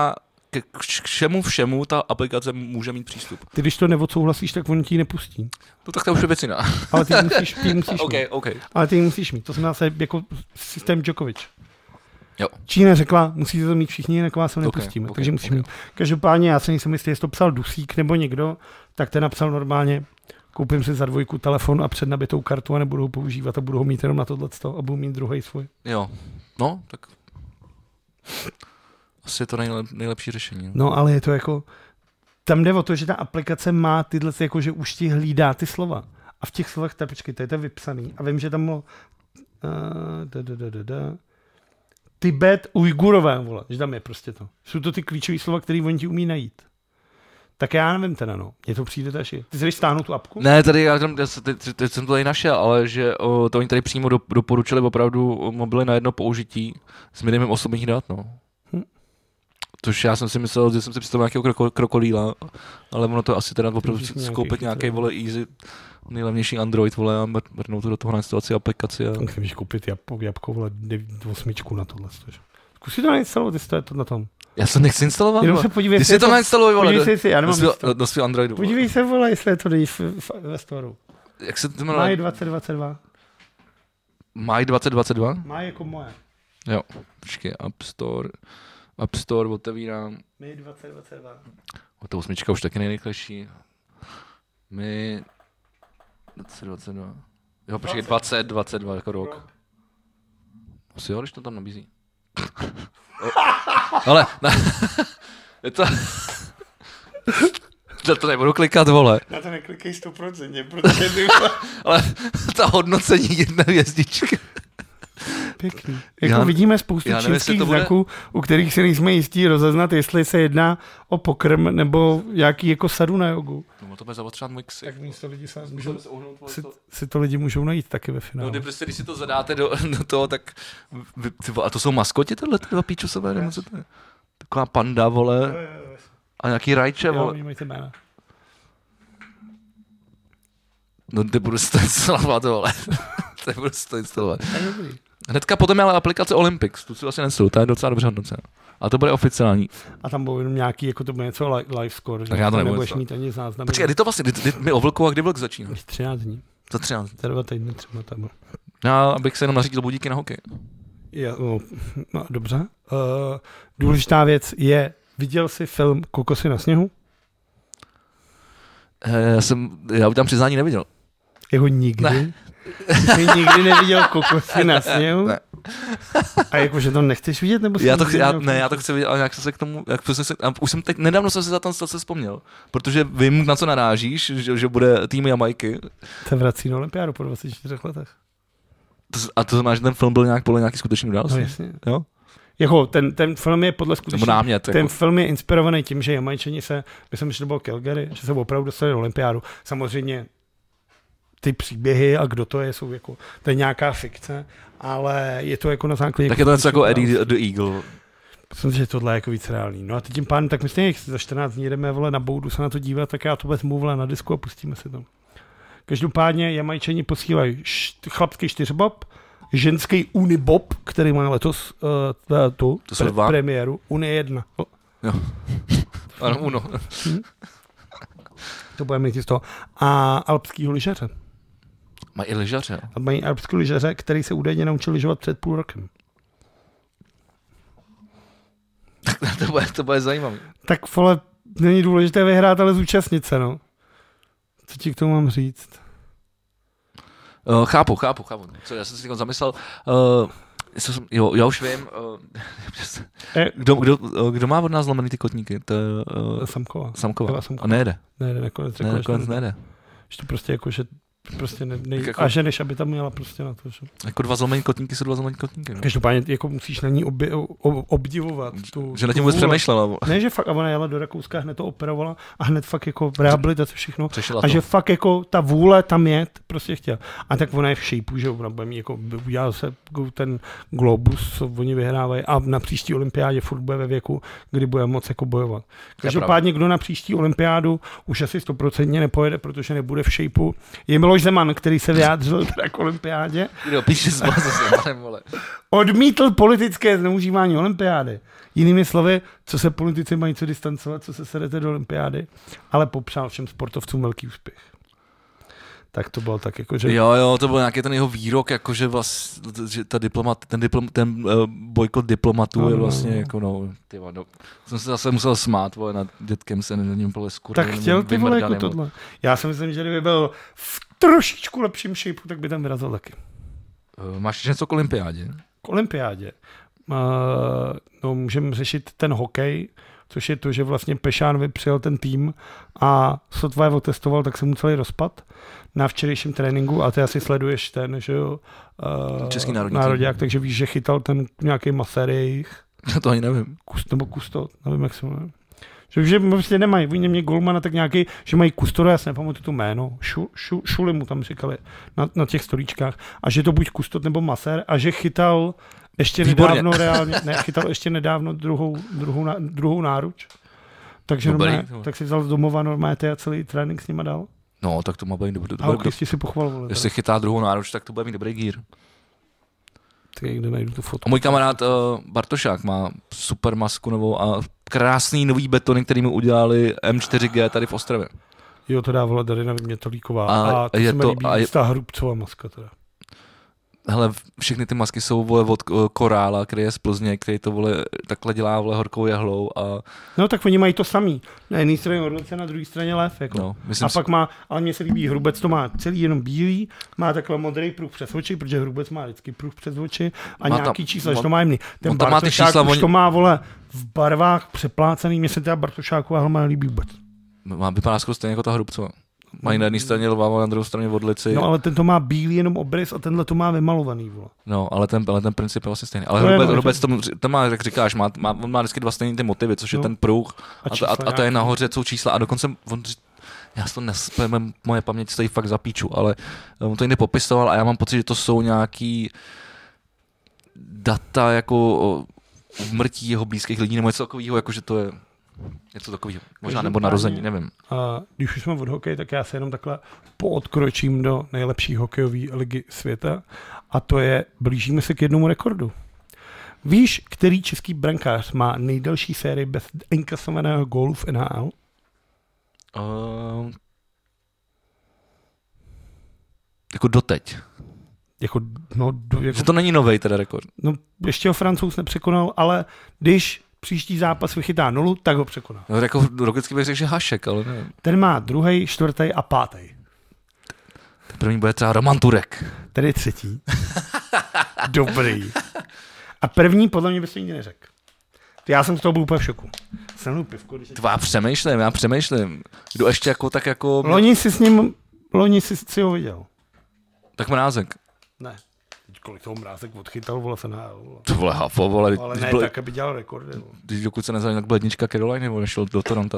k, k všemu všemu ta aplikace může mít přístup. Ty když to neodsouhlasíš, tak on ti ji nepustí. No tak to už je věcina. Ale ty musíš, ty musíš okay, mít. okay. Ale ty musíš mít. To znamená se jako systém Djokovic. Jo. Čína řekla, musíte to mít všichni, jinak vás to Okay, nepustíme. okay, Takže musíš okay. mít. Každopádně já si nejsem jistý, jestli to psal Dusík nebo někdo, tak ten napsal normálně, koupím si za dvojku telefon a před nabitou kartu a nebudu ho používat a budu ho mít jenom na tohleto a budu mít druhý svůj. Jo, no, tak asi je to nejlep, nejlepší řešení. No, ale je to jako, tam jde o to, že ta aplikace má tyhle, jako, že už ti hlídá ty slova. A v těch slovech, ta, počkej, to je to vypsaný. A vím, že tam bylo uh, da, da, da, da, da. Tibet, Ujgurové, vole, že tam je prostě to. Jsou to ty klíčové slova, které oni ti umí najít. Tak já nevím teda, no. Mně to přijde taky. Ty jsi stáhnout tu apku? Ne, tady já, tam, já teď, teď jsem to tady našel, ale že o, to oni tady přímo do, doporučili opravdu mobily na jedno použití s minimem osobních dat, no. Hm. Což já jsem si myslel, že jsem si představil nějakého kroko, krokolíla, ale ono to asi teda opravdu skoupit nějaký, vole, easy, nejlevnější Android, vole, a vrnout to do toho na instalaci aplikaci. A... Tak můžeš koupit jabko, jabko, vole, osmičku na tohle. Zkus si to nainstalovat, jestli to je to na tom. Já se nechci instalovat. Jenom se podívej, ty si to nainstaluj, vole. Podívej si, já nemám do, do, do svého Androidu. Vole. Podívej se, vole, jestli je to dej v, v, ve storu. Jak se to jmenuje? Maj dvacet dvacet dva. Maj dvacet dvacet dva? Maj jako moje. Jo, počkej, App Store. App Store otevírám. Maj dvacet dvacet dva. O, ta osmička už taky nejrychlejší. My... dvacet dvacet dva. Jo, počkej, dvacet dvacet dva jako rok. Asi jo, když to tam nabízí. Ale, ne, je to... Na to nebudu klikat, vole. Na to neklikej sto procent, protože ty... Ale ta hodnocení jedné hvězdičky. Pěkný. Jako já, vidíme spoustu čínských znaků, bude... u kterých si nejsme jistí rozeznat, jestli se jedná o pokrm nebo nějaký jako sadu na jogu. No to bude zapotřebovat můj ksik. Tak místo lidi se můžou, si, si to lidi můžou najít taky ve finále. No, prostě, když si to zadáte do, do toho, tak... Vy, a to jsou maskoti tyhle dva píčusové, nebo co to je? Taková panda, vole. A nějaký rajče, vole. Jo, ty jména. No, ty budu si to instalovat, vole. Ty budu si to instalovat. Hnedka potom je ale aplikace Olympics, tu si vlastně neinstaluju, ta je docela dobře hodnocena. A to bude oficiální. A tam bylo jenom nějaký, jako to bude něco live score, tak já to nebudeš mít ani záznam. Počkej, kdy to vlastně, kdy, kdy mi o vlku a kdy vlk začíná? třináct dní. Za třináct dní. Za dva týdny třeba tam. Já, abych se jenom nařídil budíky na hokej. Jo, no, no, dobře. Uh, důležitá věc je, viděl jsi film Kokosy na sněhu? Já jsem, já už tam přiznání neviděl. Jeho nikdy? Ne. Jsi nikdy neviděl Kokosy na sněhu? Ne. A jakože to nechceš vidět? Nebo já to chci, já, ne, já to chci vidět, ale jak se k tomu, jak se, už jsem teď, nedávno jsem si za ten se vzpomněl, protože vím, na co narážíš, že, že bude tým Jamajky. Se vrací na olympiádu po dvaceti čtyřech letech. To, a to znamená, že ten film byl nějak podle nějaký skutečný události? No jasně. Jo? Jako ten, ten film je podle skutečných, námět, ten jako. film je inspirovaný tím, že Jamajčani se, myslím, že to bylo Calgary, že se opravdu dostali na olympiádu. Samozřejmě ty příběhy a kdo to je, jsou jako, to je nějaká fikce, ale je to jako na základě... Tak je to něco jako Eddie the Eagle. Myslím, že tohle je jako víc reálný. No a teď tím pádem, tak myslím, že za čtrnáct dní jdeme, vole, na boudu se na to dívat, tak já to vezmu, vole, na disku a pustíme si to. Každopádně Jamajčani posílají š- chlapský čtyřbob, ženský Unibob, který má letos uh, tu pre- premiéru, Unie jedna. Oh. Jo. Ano, Uno. Hm? To bude mít z toho. A alpskýho lyžaře. Mají i lyžaře. A mají alpský lyžaře, který se údajně naučil lyžovat před půl rokem. Tak to bude, to bude zajímavý. Tak vole, není důležité vyhrát, ale zúčastnit se, no. Co ti k tomu mám říct? Uh, chápu, chápu, chápu. Co, já jsem si zamyslel, uh, jsem, jo, já už vím, uh, kdo, kdo, kdo má od nás zlomený ty kotníky? To, uh, Samková. Samková. Samková. A nejde. Nejde, nakonec řekla, ne, nakonec nejde. Že to prostě jako, že prostě ne, nej, jako, a že než aby tam měla prostě na to, že... Jako dva zlomený kotníky jsou dva zlomený kotníky. No. Každopádně jako musíš na ní obě, ob, obdivovat. Tu, že na tím vůbec přemýšlela. Ne, že fakt, a ona jela do Rakouska, hned to operovala a hned fakt jako rehabilitace všechno. Přešila a to. Že fakt jako ta vůle tam je, prostě chtěla. A tak ona je v šejpu, že ona bude mít jako, udělal se ten globus, co oni vyhrávají a na příští olympiádě furt bude ve věku, kdy bude moc jako bojovat. Každopádně, kdo na příští olympiádu už asi stoprocentně nepojede, protože nebude v šejpu, je Miloš Zeman, který se vyjádřil teda k olympiádě. Kdo píše s Zemanem, vole. Odmítl politické zneužívání olympiády. Jinými slovy, co se politici mají co distancovat, co se sedete do olympiády, ale popřál všem sportovcům velký úspěch. Tak to bylo tak jako, že... Jo, jo, to byl nějaký ten jeho výrok, jako že vlastně, že ta diplomat, ten, diplom, ten uh, bojkot diplomatů no, je vlastně no, jako, no, tyva, no, jsem se zase musel smát, vole, nad dětkem se na něm pole skurvil. Tak chtěl ty vole jako tohle. Já si myslím, že kdyby byl v trošičku lepším shapeu, tak by tam vyrazil taky. Uh, máš něco k olympiádě? K olympiádě. Uh, no, můžeme řešit ten hokej, což je to, že vlastně Pešán přijel ten tým a sotva je otestoval, tak se mu celý rozpad na včerejším tréninku a ty asi sleduješ ten, že jo, uh, Český národní národák, takže víš, že chytal ten nějaký masér jejich. To ani nevím. Kust, nebo Kusto, nevím, jak se jmenuje. Že, že prostě nemají, oni neměli golmana, tak nějaký, že mají Kusto, já si nepamatuju to jméno, šu, šu, Šuli mu tam říkali na, na těch storíčkách, a že to buď Kustot nebo masér a že chytal ještě Výborně. nedávno reálně, ne, chytal ještě nedávno druhou, druhou, druhou náruč. Takže Dobrý, normálně, tak si vzal z domova normálně a celý trénink s nima dal. No, tak to má být dobrý. A hokejisti si pochvalovali. Jestli chytá druhou náruč, tak to bude mít dobrý gír. Tak někde najdu tu fotku. A můj kamarád uh, Bartošák má super masku novou a krásný nový betony, který mu udělali M čtyři G tady v Ostravě. Jo, to dávala Darina Vymětolíková. A, a to je se mi to, líbí, a je, ta Hrubcová maska teda. Hele, všechny ty masky jsou, vole, od uh, Korála, který je z Plzně, který to, vole, takhle dělá, vole, horkou jehlou a... No tak oni mají to samý. Na jedné straně Orlice, na druhé straně Lev, jako. No, myslím a pak má, ale mně se líbí Hrubec, to má celý jenom bílý, má takhle modrý pruh přes oči, protože Hrubec má vždycky pruh přes oči a má nějaký tam, čísla, že to má jemný. Ten Bartošák už to má, vole, v barvách přeplácený, mně se teda Bartošáková helma nelíbí vůbec. Má vypadá skoro stejně jako ta Hrubcová. Mají na jedné straně lva, na druhé straně vodlici. No ale ten to má bílý jenom obrys a tenhle to má vymalovaný, vole. No, ale ten, ale ten princip je vlastně stejný. Ale Hrubec, Hrubec to, to má, jak říkáš, má, má, on má vždycky dva stejné ty motivy, což no. je ten pruh a, a, a, a to je nahoře, jsou čísla a dokonce on, já to nespomínám, moje paměť stojí fakt za píču, ale on to jiný popisoval a já mám pocit, že to jsou nějaký data jako o umrtí jeho blízkých lidí nebo něco takového, jako že to je něco takového. Možná nebo narození, nevím. A když už jsme od hokeje, tak já se jenom takhle poodkročím do nejlepší hokejové ligy světa a to je, blížíme se k jednomu rekordu. Víš, který český brankář má nejdelší sérii bez inkasovaného gólu v N H L? Uh, jako doteď. Jako, no, do, jako, že to není novej teda rekord. No, ještě ho Francouz nepřekonal, ale když příští zápas vychytá nulu, tak ho překoná. No, jako logicky bych řekl, že Hašek, ale nevím. Ten má druhý, čtvrtý a pátý. Ten první bude třeba Roman Turek. Ten je třetí. Dobrý. A první podle mě bys to nikdy neřekl. Já jsem z toho byl úplně v šoku. Jsem pivko, když... Tvá přemýšlím, já přemýšlím. Kdo ještě jako tak jako... Loni jsi s ním, loni jsi si ho viděl. Tak Mrázek. Ne. Teď kolik toho Mrázek odchytal, vole, se na... To vole, hafo, vole. Ale ne, byl, tak, aby dělal rekordy. Vole. Když dokud se nezajím, tak byl jednička Caroline, nebo nešel do Toronto.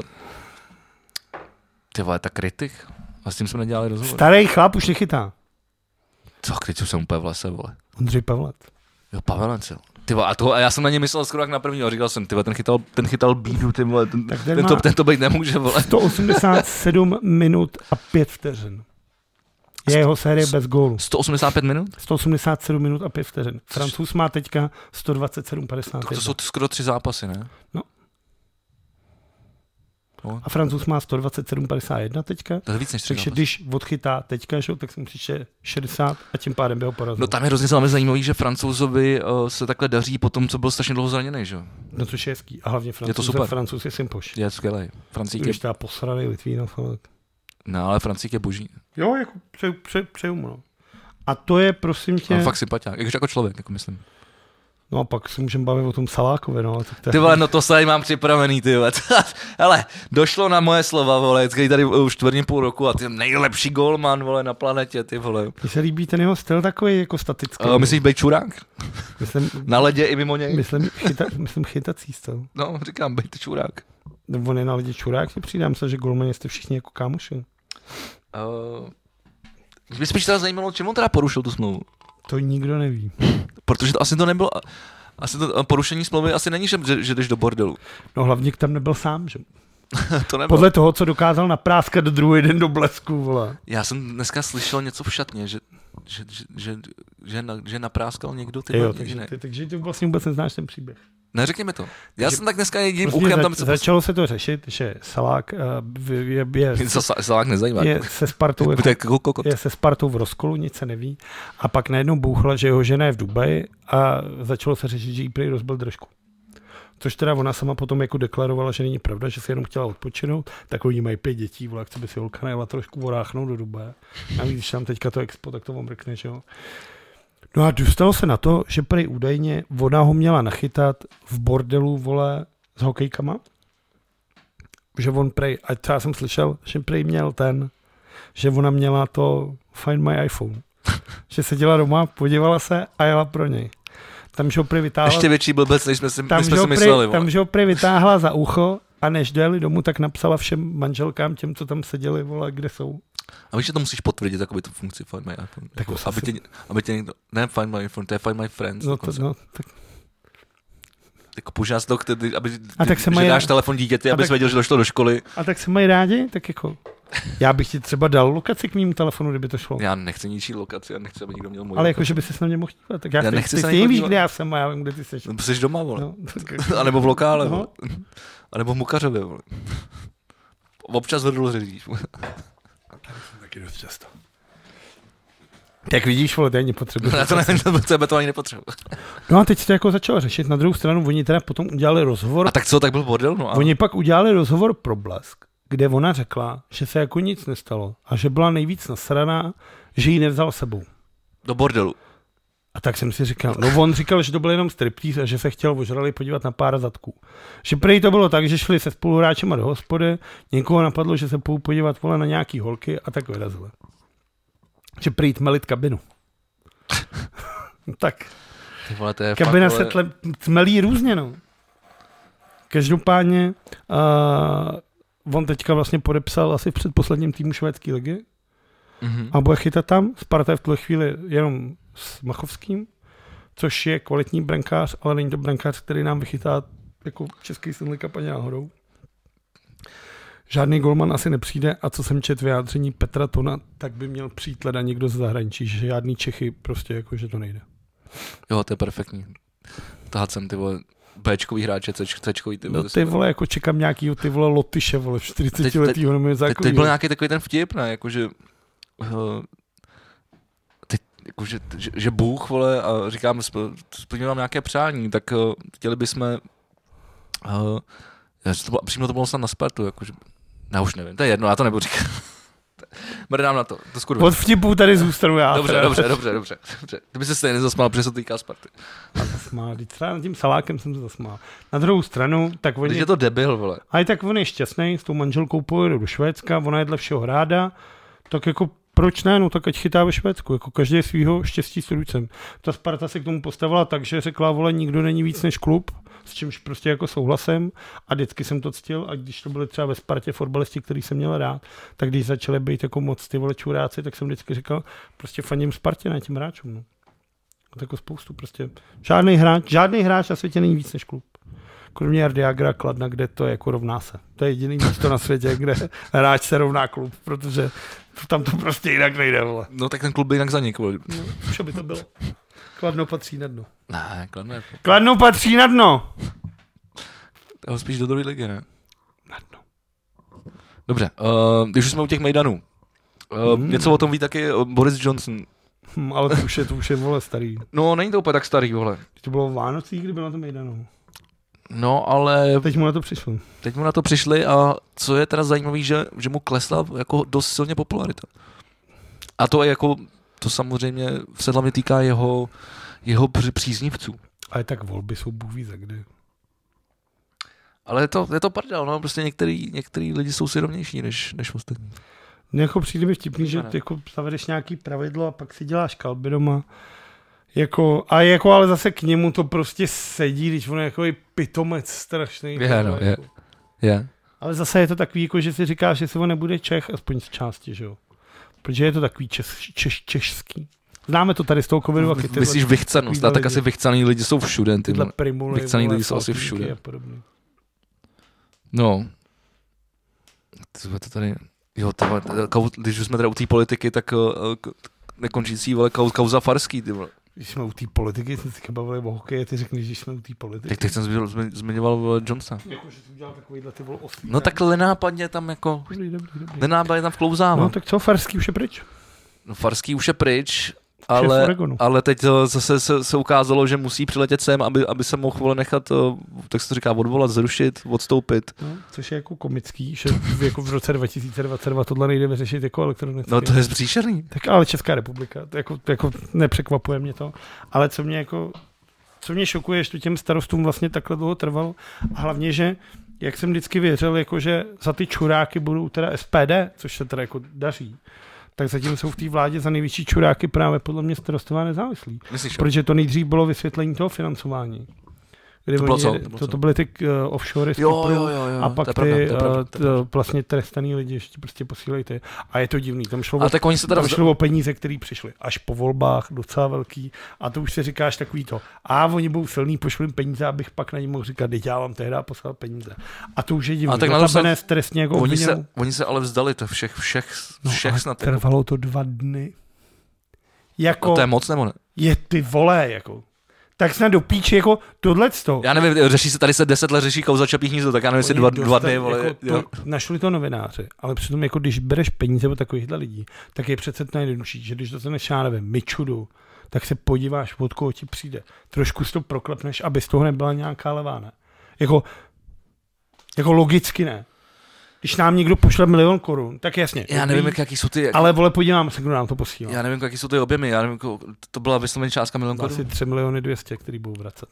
Ty vole, tak kritik. A s tím jsme nedělali rozhovor. Starý chlap už nechytá. Co, kritik jsem úplně v lese, vole. Ondřej Pavlet. Jo, Pavelec, jo. Ty vole, a, toho, a já jsem na ně myslel skoro jak na první, a říkal jsem, ty vole, ten chytal, ten chytal bídu, ty vole, ten, ten, ten, to, ten to být nemůže, vole. sto osmdesát sedm minut a pět vteřin. Je jeho série bez gólu. sto osmdesát pět minut? sto osmdesát sedm minut a pět vteřin. Francouz má teďka sto dvacet sedm padesát jedna. To jsou skoro tři zápasy, ne? No. A Francouz má sto dvacet sedm padesát jedna teďka. To je víc než tři Takže zápasy. když odchytá teďka, že, tak si musíš šedesát a tím pádem by ho porazil. No tam je hrozně zajímavý, že Francouzovi uh, se takhle daří po tom, co byl strašně dlouho zraněný, že? No což je hezký. A hlavně Francouz je to super. Francouz je sympoš. Je skvělej. Francík je... Když teda posraný Litvínov. Ale... No ale Francík je boží. Jo, jako přeju, přeju, přeju mu, no. A to je, prosím tě... No, fakt sympatiák, jakože jako člověk, jako myslím. No a pak se můžeme bavit o tom Salákovi, no. Tak ty vole, no to se mám připravený, ty vole. Hele, došlo na moje slova, vole, který tady už čtvrtý půl roku a ty nejlepší golman, vole, na planetě, ty vole. Mně se líbí ten jeho styl takový jako statický. Uh, myslíš bejt čurák? Myslím, na ledě i mimo něj? Myslím, chyta, myslím chytací styl. No, říkám, bejt čurák. Nebo on je na ledě čurák, přidám se, že golmani jste všichni jako kámoši. Uh, mě spíš teda zajímalo, čemu on teda porušil tu smlouvu? To nikdo neví. Protože to asi to nebylo, asi to porušení smlouvy asi není, že, že jdeš do bordelu. No hlavně tam nebyl sám, že? To nebylo. Podle toho, co dokázal napráskat do druhý den do blesku, vole. Já jsem dneska slyšel něco v šatně, že, že, že, že, že, na, že napráskal někdo ty Jo, vole, takže, ne. ty, takže ty vlastně vůbec neznáš ten příběh. Neřekni mi to. Já Takže jsem tak dneska jediným Prostě uchem za, tam... začalo se to řešit, že Salák uh, je, je, Mě to Salák nezajímá. je se Spartou jako, jako kokot. je se Spartou v rozkolu, nic se neví. A pak najednou bouchla, že jeho žena je v Dubaji a začalo se řešit, že jí prý rozbil držku. Což teda ona sama potom jako deklarovala, že není pravda, že si jenom chtěla odpočinout, tak oni mají pět dětí, vole, chce by si holka najela trošku voráchnout do Dubaje. A když tam teďka to expo, tak to vám mrkne, že jo. No a dostalo se na to, že prý údajně ona ho měla nachytat v bordelu, vole, s hokejkama. Že on prej, a třeba jsem slyšel, že prej měl ten, že ona měla to Find My iPhone. Že seděla doma, podívala se a jela pro něj. Tam, že ho prej vytáhla... Ještě větší blbec, než jsme si, tam, než jsme si prej, mysleli. Tam, že ho prej vytáhla za ucho a než dojeli domů, tak napsala všem manželkám, těm, co tam seděli, vole, kde jsou. A víš, že to musíš potvrdit, takovou tu funkci Find My iPhone. Tak Jako, aby, tě, aby tě někdo... Ne Find My iPhone, to je Find My Friends. No, to, no, tak... Jako používáš to, který, aby A tak se že mají, dáš telefon dítěti, abys tak, věděl, že došlo do školy. A tak se mají rádi, tak jako... Já bych ti třeba dal lokaci k mému telefonu, kdyby to šlo. Já nechci ničí lokaci, já nechci, aby někdo měl můj. Ale jako, že by se na mě mohl dívat. Tak já, já ty, nechci ty se stejně víš, dívat. kde já jsem a já vím, kde ty jsi. No, jsi doma, vole. No, a nebo v lokále, no. vole. A nebo v Mukařově, vole. Občas vedl řidíš. Taky dost často. Tak vidíš, vole, tady nepotřebuji. Já to nevím, to sebe to ani nepotřebuji. No a teď se to jako začalo řešit. Na druhou stranu oni teda potom udělali rozhovor. A tak co, tak byl bordel, no. A... Oni pak udělali rozhovor pro Blesk, kde ona řekla, že se jako nic nestalo a že byla nejvíc nasraná, že ji nevzal sebou. Do bordelu. A tak jsem si říkal, no on říkal, že to byl jenom striptease a že se chtěl ožrali podívat na pár zadků. Že prý to bylo tak, že šli se spoluhráčema do hospody, někoho napadlo, že se půjdu podívat vole na nějaký holky a tak vyrazili. Že prý tmelit kabinu. Tak. Ty vole, to je Kabina fakt, se tle, tmelí různě, no. Každopádně uh, on teďka vlastně podepsal asi v předposledním týmu švédské ligy mm-hmm. a bude chytat tam. Sparta je v tuhle chvíli jenom s Machovským, což je kvalitní brankář, ale není to brankář, který nám vychytá jako český Stanley Cup ani náhodou. Žádný golman asi nepřijde a co jsem četl vyjádření Petra Tona, tak by měl přijít leda někdo z zahraničí, že žádný Čechy prostě jako, že to nejde. Jo, to je perfektní. Tahat jsem ty vole Bčkový hráče, Cčkový ty vole. No ty vole, jako čekám nějakýho ty vole Lotyše, vole, čtyřicetiletýho nebo něco takového. Teď byl nějaký takový ten vtip, ne, jakože uh, teď, jakože, že, že Bůh, vole, a říkám, splnil nám nějaké přání, tak uh, chtěli bychom, uh, to bylo, přímo to bylo snad na Spartu, jakože, já už nevím, to je jedno, já to nebudu říkat. Mrdám na to, to skurvím. Od vtipů tady zůstanu já. Dobře, dobře, dobře, dobře, dobře. Ty by se stejně zasmál, protože se to týká Sparty. A zasmál, teď třeba nad tím Salákem jsem se zasmál. Na druhou stranu, tak oni... Teď je to debil, vole. Ale tak on je šťastný, s tou manželkou pojedu do Švédska, ona je dle všeho ráda, tak jako proč ne, no tak ať chytá ve Švédsku, jako každý svýho štěstí s rucem. Ta Sparta se k tomu postavila tak, že řekla, vole, nikdo není víc než klub, s čímž prostě jako souhlasem a vždycky jsem to ctil a když to byly třeba ve Spartě fotbalisti, který jsem měl rád, tak když začaly být jako moc ty vole čuráci, tak jsem vždycky říkal, prostě faním Spartě, ne těm hráčům. No. A jako spoustu prostě. Žádný hráč, žádný hráč na světě není víc než klub. Kromě Jardiagra Kladna, kde to jako rovná se. To je jediný místo na světě, kde hráč se rovná klub, protože tam to prostě jinak nejde, vole. No tak ten klub by jinak zanik, vole. No, co by to bylo? Kladno patří na dno. Ne, Kladno je... Kladno patří na dno! To je spíš do druhé ligy, ne? Na dno. Dobře, uh, když už jsme u těch mejdanů. Uh, mm. Něco o tom ví taky Boris Johnson. Hm, ale to už je, to už je, vole, starý. No, není to úplně tak starý, vole. To bylo v Vánocích, kdy byl na tom mejdanu. No, ale... Teď mu na to přišlo. Teď mu na to přišli a co je teda zajímavé, že, že mu klesla jako dost silně popularita. A to je jako, to samozřejmě se hlavně týká jeho, jeho příznivců. Ale tak volby jsou bůh ví za kdy. Ale je to, je to prdel, no, prostě některý, některý lidi jsou si rovnější než, než ostatní. Mně jako přijde mi vtipný, že ty jako zavedeš nějaký pravidlo a pak si děláš kalby doma. Jako, a jako ale zase k němu to prostě sedí, když on je jako i pitomec strašný. Je, no, je, je. Ale zase je to takový, jako, že si říkáš, že se on nebude Čech, aspoň z části, že jo. Protože je to takový čes, češ, češský. Známe to tady z toho covidu. A myslíš vychcanost, a tak asi vychcaný lidi jsou všude. Tyhle primuly, vychcaný lidi jsou asi všude. A podobně. No. To tady, jo, to, když jsme teda u té politiky, tak uh, nekončící, vole, kauz, kauza Farský, ty vole. Když jsme u té politiky, jsme se bavili o hokeji, ty řekneš, že jsme u té politiky. Tak teď jsem zmiňoval, zmiňoval Johnsona. Jako, že jsi udělal takovýhle ty vole oslí. No tak nenápadně tam jako, Dobrý, dobrý, dobrý. nenápadně tam vklouzává. No tak co, Farský už je pryč. No Farský už je pryč, ale, ale teď zase se, se ukázalo, že musí přiletět sem, aby, aby se mohl nechat, tak se to říká, odvolat, zrušit, odstoupit. No, což je jako komický, že jako v roce dva tisíce dvacet dva tohle nejde vyřešit jako elektronicky. No to je příšerný. Tak ale Česká republika, to jako, jako nepřekvapuje mě to. Ale co mě jako, co mě šokuje, že to těm starostům vlastně takhle dlouho trvalo. A hlavně, že jak jsem vždycky věřil, jako, že za ty čuráky budou teda S P D, což se teda jako daří, tak zatím jsou v té vládě za největší čuráky právě podle mě Starostové a nezávislí. Myslíš, protože to nejdřív bylo vysvětlení toho financování. Kdy to, bylo oni, co? to, bylo to, co? to byly ty uh, offshory z jo, Kypru jo, jo, jo. a pak to je ty pravda, to je pravda, to je uh, vlastně trestaný lidi ještě prostě posílají ty. A je to divný, tam šlo, a o, tak oni se teda tam vz... šlo o peníze, které přišly až po volbách, docela velký. A to už si říkáš takový to, a oni budou silný, pošlu jim peníze, abych pak na ně mohl říkat, teď já vám tehdy poslal peníze. A to už je divný. A tak na se trestně jako oni, se, oni se ale vzdali to všech, všech, všech no, snad. Trvalo to dva dny. Jako, no to je moc nebo ne? Je ty vole, jako. Tak snad do píči, jako tohleto. Já nevím, řeší se, tady se deset let řeší kauza Čapí hnízdo, tak já nevím, jestli dva, dva dny, vole. Jako to, našli to novináři, ale přitom jako když bereš peníze od takovýchhle lidí, tak je přece nejjednodušší, že když dostaneš, já nevím, Mičudu, tak se podíváš, od koho ti přijde. Trošku si to proklepneš, aby z toho nebyla nějaká levá, ne? Jako, jako logicky ne. Když nám někdo pošle milion korun, tak jasně. Já nevím, jak, jaký jsou ty... Jak... Ale vole, podíváme se, kdo nám to posílá. Já nevím, jaký jsou ty objemy, já nevím, to byla vysloveně částka milion korun. Asi tři miliony dvě stě, který budou vracet.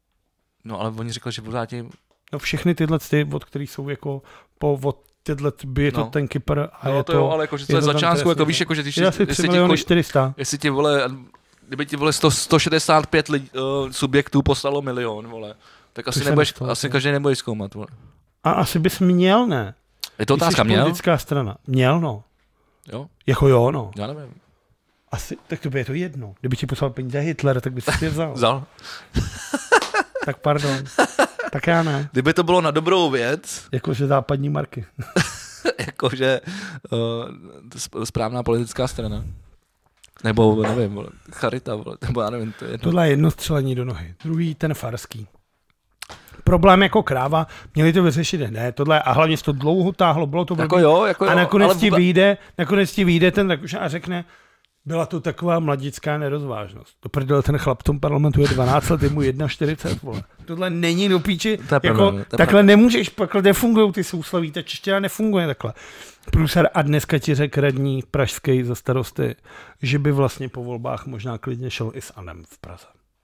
No ale oni řekli, že budou ti... No všechny tyhle ty, od kterých jsou jako po od tyhle, by je to no. ten Kypr a no, je to... jo, ale jako, že to je za částku, jako víš, jako, že ty... Je asi tři miliony čtyři sta. Jestli ti, vole, kdyby ti, vole, sto, sto šedesát pět lidi, uh, subjektů poslalo milion, vole, tak asi, nebudeš, to, asi každý nebudeš zkoumat, vole. A asi bys měl, ne? Je to otázka, měl? Politická strana. Měl, no. Jo? Jako jo, no. Já nevím. Asi, tak to by je to jedno. Kdyby ti poslal peníze Hitler, tak bys si je vzal. Vzal. Tak pardon. Tak já ne. Kdyby to bylo na dobrou věc. Jakože západní marky. Jakože uh, správná politická strana. Nebo, nevím, vole, charita, vole, nebo já nevím, to je jedno. Tohle je jedno střelení do nohy. Druhý ten Farský. Problém jako kráva, měli to vyřešit, ne, tohle, a hlavně to dlouho táhlo, bylo to jako jo, jako jo, a nakonec ti vůbec... vyjde, nakonec ti vyjde ten Rakušan a řekne, byla to taková mladická nerozvážnost. To prdele, ten chlap v tom parlamentu je dvanáct let, je mu čtyřicet jedna, vole. Tohle není do píči, jako, pravda, takhle pravda. Nemůžeš, takhle nefungují ty souslaví, ta čeština nefunguje takhle. Průsar a dneska ti řekl radní pražský za starosty, že by vlastně po volbách možná klidně šel i s Anem v Praze.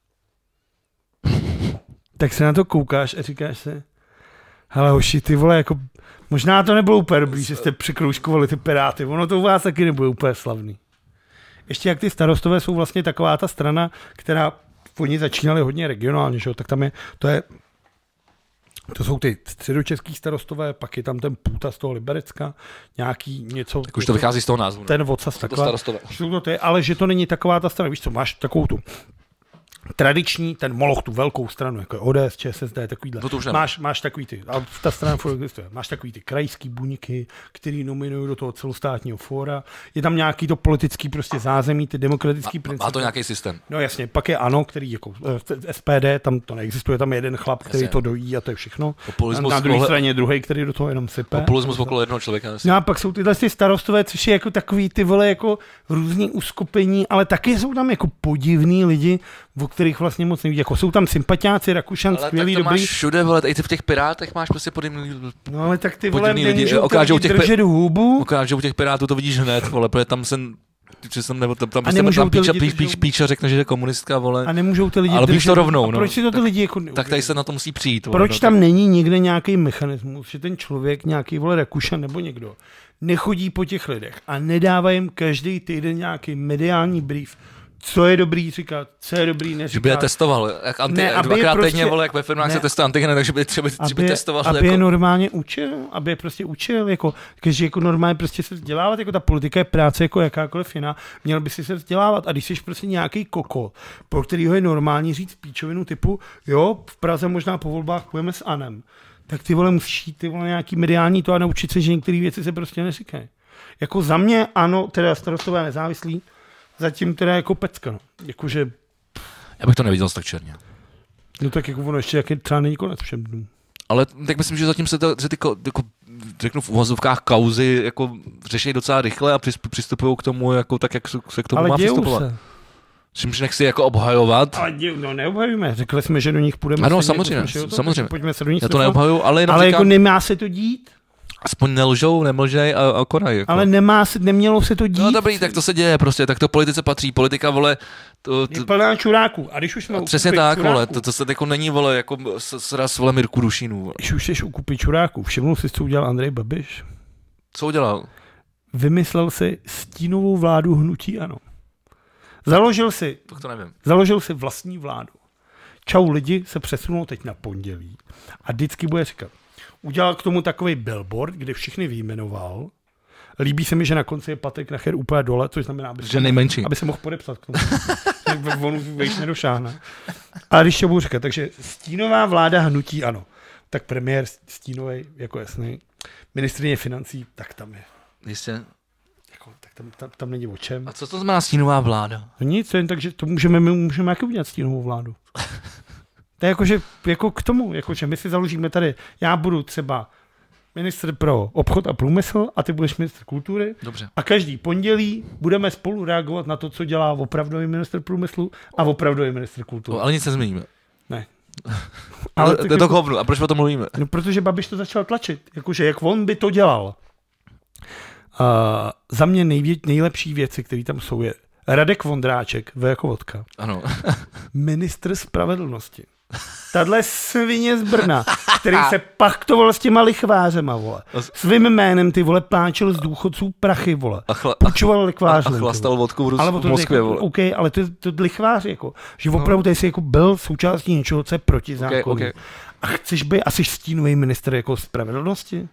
Tak se na to koukáš a říkáš si, hele hoši, ty vole, jako, možná to nebylo úplně dobrý, že jste překroužkovali ty Piráty, ono to u vás taky nebude úplně slavný. Ještě jak ty starostové jsou vlastně taková ta strana, která, oni začínali hodně regionálně, že? Tak tam je, to je, to jsou ty středočeský starostové, pak je tam ten Půta z toho Liberecka, nějaký něco. Tak už to vychází z toho názvu. Ten vocas taková. Starostové. To to je, ale že to není taková ta strana, víš co, máš takovou tu tradiční, ten moloch, tu velkou stranu, jako O D S, ČSSD, takovýhle. No máš, máš takový ty, a ta strana furt existuje, máš takový ty krajský buňky, který nominují do toho celostátního fóra, je tam nějaký to politický prostě zázemí, ty demokratický principy. Má to nějaký systém. No jasně, pak je ANO, který jako S P D, tam to neexistuje, tam je jeden chlap, který jasně to dojí a to je všechno. Populismus na druhé straně druhý, který do toho jenom sype. Populismus okolo jednoho člověka. Jasně. No a pak jsou tyhle ty starostové, což je jako takový ty vole jako různý uskupení, ale taky jsou tam jako podivní lidi, o kterých vlastně moc neví. Jako jsou tam sympatiáci, Rakušan, skvělý, dobrý. Ale máš všude, vole, i ty v těch Pirátech máš prostě podivný. No ale tak ty vole, lidi okážou těch držet hubu. Okážou těch Pirátů, to vidíš hned, vole, protože tam jsem Jsem, nebo tam, tam prostě tam píča, píč, píč, píč a řekne, že je komunistka, vole. A nemůžou ty lidi ale víš to rovnou, no. Proč si to ty tak, lidi jako tak tady se na to musí přijít. Proč no, tam tak... není nikde nějaký mechanismus, že ten člověk, nějaký vole Rakušan nebo někdo, nechodí po těch lidech a nedává jim každý týden nějaký mediální brief, co je dobrý říkat, co je dobrý neříkat. Že by je testoval, jak anti, ne, dvakrát prostě, týdně, vole, jak ve firmách ne, se testuje antigeny, takže by třeba aby, by testoval. Aby jako... je normálně učil, aby je prostě učil, jako, že jako normálně prostě se vzdělávat, jako ta politika je práce jako jakákoliv jiná, měl by si se vzdělávat a když jsi prostě nějaký koko, pro kterýho je normální říct píčovinu typu, jo, v Praze možná po volbách půjdeme s Anem, tak ty vole musíš jít ty vole nějaký mediální to a naučit se, že některé věci se prostě neříkají. Jako za mě, ano, teda Starostové nezávislí, zatím teda jako pecka, no. Jakože... Já bych to neviděl tak černě. No tak jako ono ještě jak třeba není konec všem dnům. Ale tak myslím, že zatím se, to, se ty, jako, řeknu v uvozovkách kauzy, jako řeší docela rychle a přistupují k tomu, jako tak, jak se k tomu ale má přistupovat. Se. Čímž nechci jako obhajovat. Ale děj, no neobhajujeme, řekli jsme, že do nich půjdeme. Ano, samozřejmě, jako to, samozřejmě. Pojďme se do nich Já to neobhajuju, ale jenom ale říkám, jako nemá se to dít. Aspoň nelžou, nemlžej a, a konají. Jako. Ale nemá se, nemělo se to dít. No dobrý, tak to se děje prostě, tak to politice patří, politika, vole. To, to... Je plná čuráků. A když už jsme přesně tak, čuráků, vole, to, to se jako není, vole, jako sraz, vole, Mirku Dušínu. Vole. Když už jsi ukupit čuráků, všimnul jsi, co udělal Andrej Babiš? Co udělal? Vymyslel si stínovou vládu hnutí ANO. Založil si, tak to nevím. Založil si vlastní vládu. Čau lidi se přesunou teď na pondělí a vždycky bude říkat, udělal k tomu takový billboard, kde všechny vyjmenoval. Líbí se mi, že na konci je Patrik Nacher úplně dole, což znamená, aby, že se, nejmenší. aby se mohl podepsat k tomu. Jak on vejš nedošáhne. Ale když to budu říkat, takže stínová vláda hnutí ANO. Tak premiér stínovej, jako jasný. Ministryně financí, tak tam je. Jistě. Jako, tak tam, tam, tam není o čem. A co to znamená stínová vláda? No nic, jen takže to můžeme, my můžeme jaký udělat stínovou vládu. To je jakože, jako k tomu, jakože my si založíme tady, já budu třeba ministr pro obchod a průmysl a ty budeš ministr kultury. Dobře. A každý pondělí budeme spolu reagovat na to, co dělá opravdový ministr průmyslu a opravdový ministr kultury. No, ale nic nezměníme. Ne. Ale to je to hovno. A proč o tom mluvíme? No, protože Babiš to začal tlačit. Jakože jak on by to dělal. Uh, za mě nejvě- nejlepší věci, které tam jsou, je Radek Vondráček, V jako vodka. Ano. Ministr spravedlnosti. Tadle svině z Brna, který se paktoval s těma lichvářema, vole. Svým jménem, ty vole, pláčil z důchodců prachy, vole. A, chla, Půjčoval lichvář. A, a chlastal vodku v, Rus, ale v Moskvě, jako, vole. OK, ale to je to lichvář, jako. Že opravdu tady jsi jako byl součástí něčeho, co je proti zákonu. Okay, okay. A chceš být asi stínový minister jako spravedlnosti?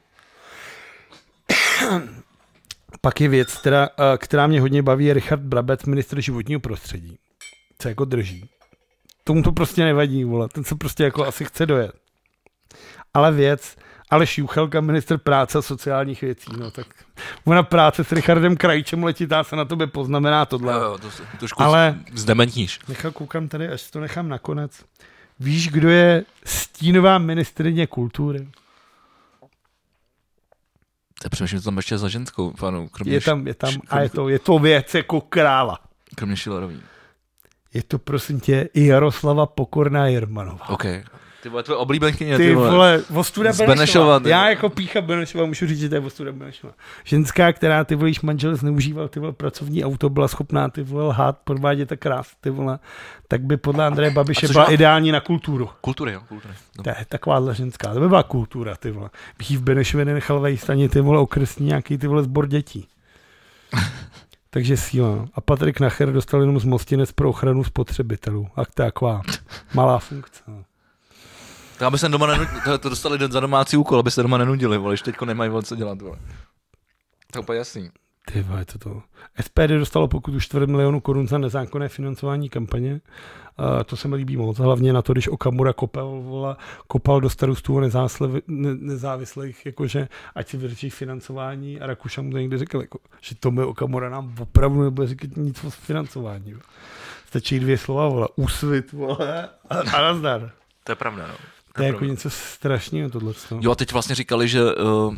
Pak je věc, která, která mě hodně baví, je Richard Brabec, ministr životního prostředí. Co jako drží. Tomu to prostě nevadí, vole. Ten se prostě jako asi chce dojet. Ale věc, Aleš Juchelka, ministr práce a sociálních věcí, no tak ona práce s Richardem Krajčem letitá se na tobě poznamená tohle. Jo, jo, to trošku ale zdementníš. Nechal koukám tady, až to nechám nakonec. Víš, kdo je stínová ministryně kultury? To přemýšlím, že tam ještě za ženskou panu. Je tam, je tam a je to, je to věc jako krála. Kromě Šilerový. Je to prosím tě i Jaroslava Pokorná Jermanová. OK. Ty vole, tvoje oblíbenkyně. Ty vole, Vostuda Benešová. Benešova. Já jako pícha Benešová můžu říct, že to je Vostuda Benešová. Ženská, která ty volíš manžel zneužíval ty vole pracovní auto, byla schopná ty vole lhát, podvádět a krás, ty vole, tak by podle Andreje Babiše byla ideální na kulturu. Kultury, jo, kultury. To je takováhle ženská, to by byla kultura, ty vole. Bych jí v Benešově nenechal vejít ani ty vole okresní nějaký ty vole sbor dětí. Takže síla. A Patrik Nacher dostal jenom zmostěnec pro ochranu spotřebitelů. A to je taková malá funkce. To aby se doma nenudili, to, to dostali za domácí úkol, aby se doma nenudili, vole, že teďko nemají co dělat, vole. To je úplně jasný. Ty vole, to to. S P D dostalo pokutu čtvrt milionu korun za nezákonné financování kampaně. Uh, to se mi líbí moc, hlavně na to, když Okamura kopal, vole, kopal do starostů ne, nezávislých, jakože ať si vyřeší financování a Rakušan mu to někdy řekl, jako, že to mi Okamura nám opravdu nebude říkat nic o financování. Jo. Stačí dvě slova, vole, úsvit, vole, a, a nazdar. To je pravda, no. To je jako něco strašného tohle. Jo a teď vlastně říkali, že, uh,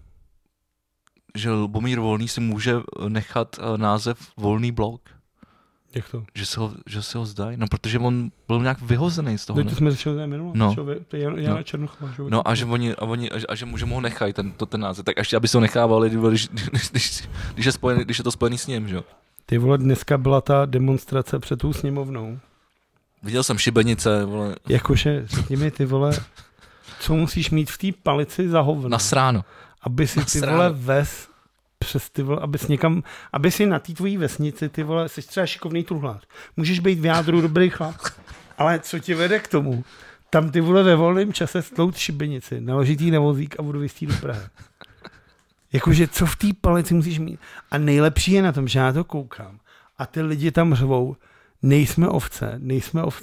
že Lubomír Volný si může nechat uh, název Volný blok. Jak to? Že se ho, že se ho zdají, no protože on byl nějak vyhozený z toho. No to jsme začali minule, no. to je Jana no. Černochová. No a že oni, a oni a, a že, mu, že mu ho nechají ten, to, ten název, tak ještě aby se ho nechávali, když, když, když, když, je, spojený, když je to spojený s ním, že jo. Ty vole, dneska byla ta demonstrace před tou sněmovnou. Viděl jsem šibenice, vole. Jakože, řekni mi, ty vole, co musíš mít v té palici za hovno? Nasráno. Aby si ty vole ves přes ty vole, abys někam, aby si na té tvojí vesnici, ty vole, jsi třeba šikovný truhlář. Můžeš být v jádru dobrý chlap, ale co tě vede k tomu? Tam ty vole ve volném čase stlout šibenici, naložit jí na vozík a budu vystít do Prahy. Jakože co v té palici musíš mít? A nejlepší je na tom, že já to koukám a ty lidi tam řvou, nejsme ovce, nejsme ovce.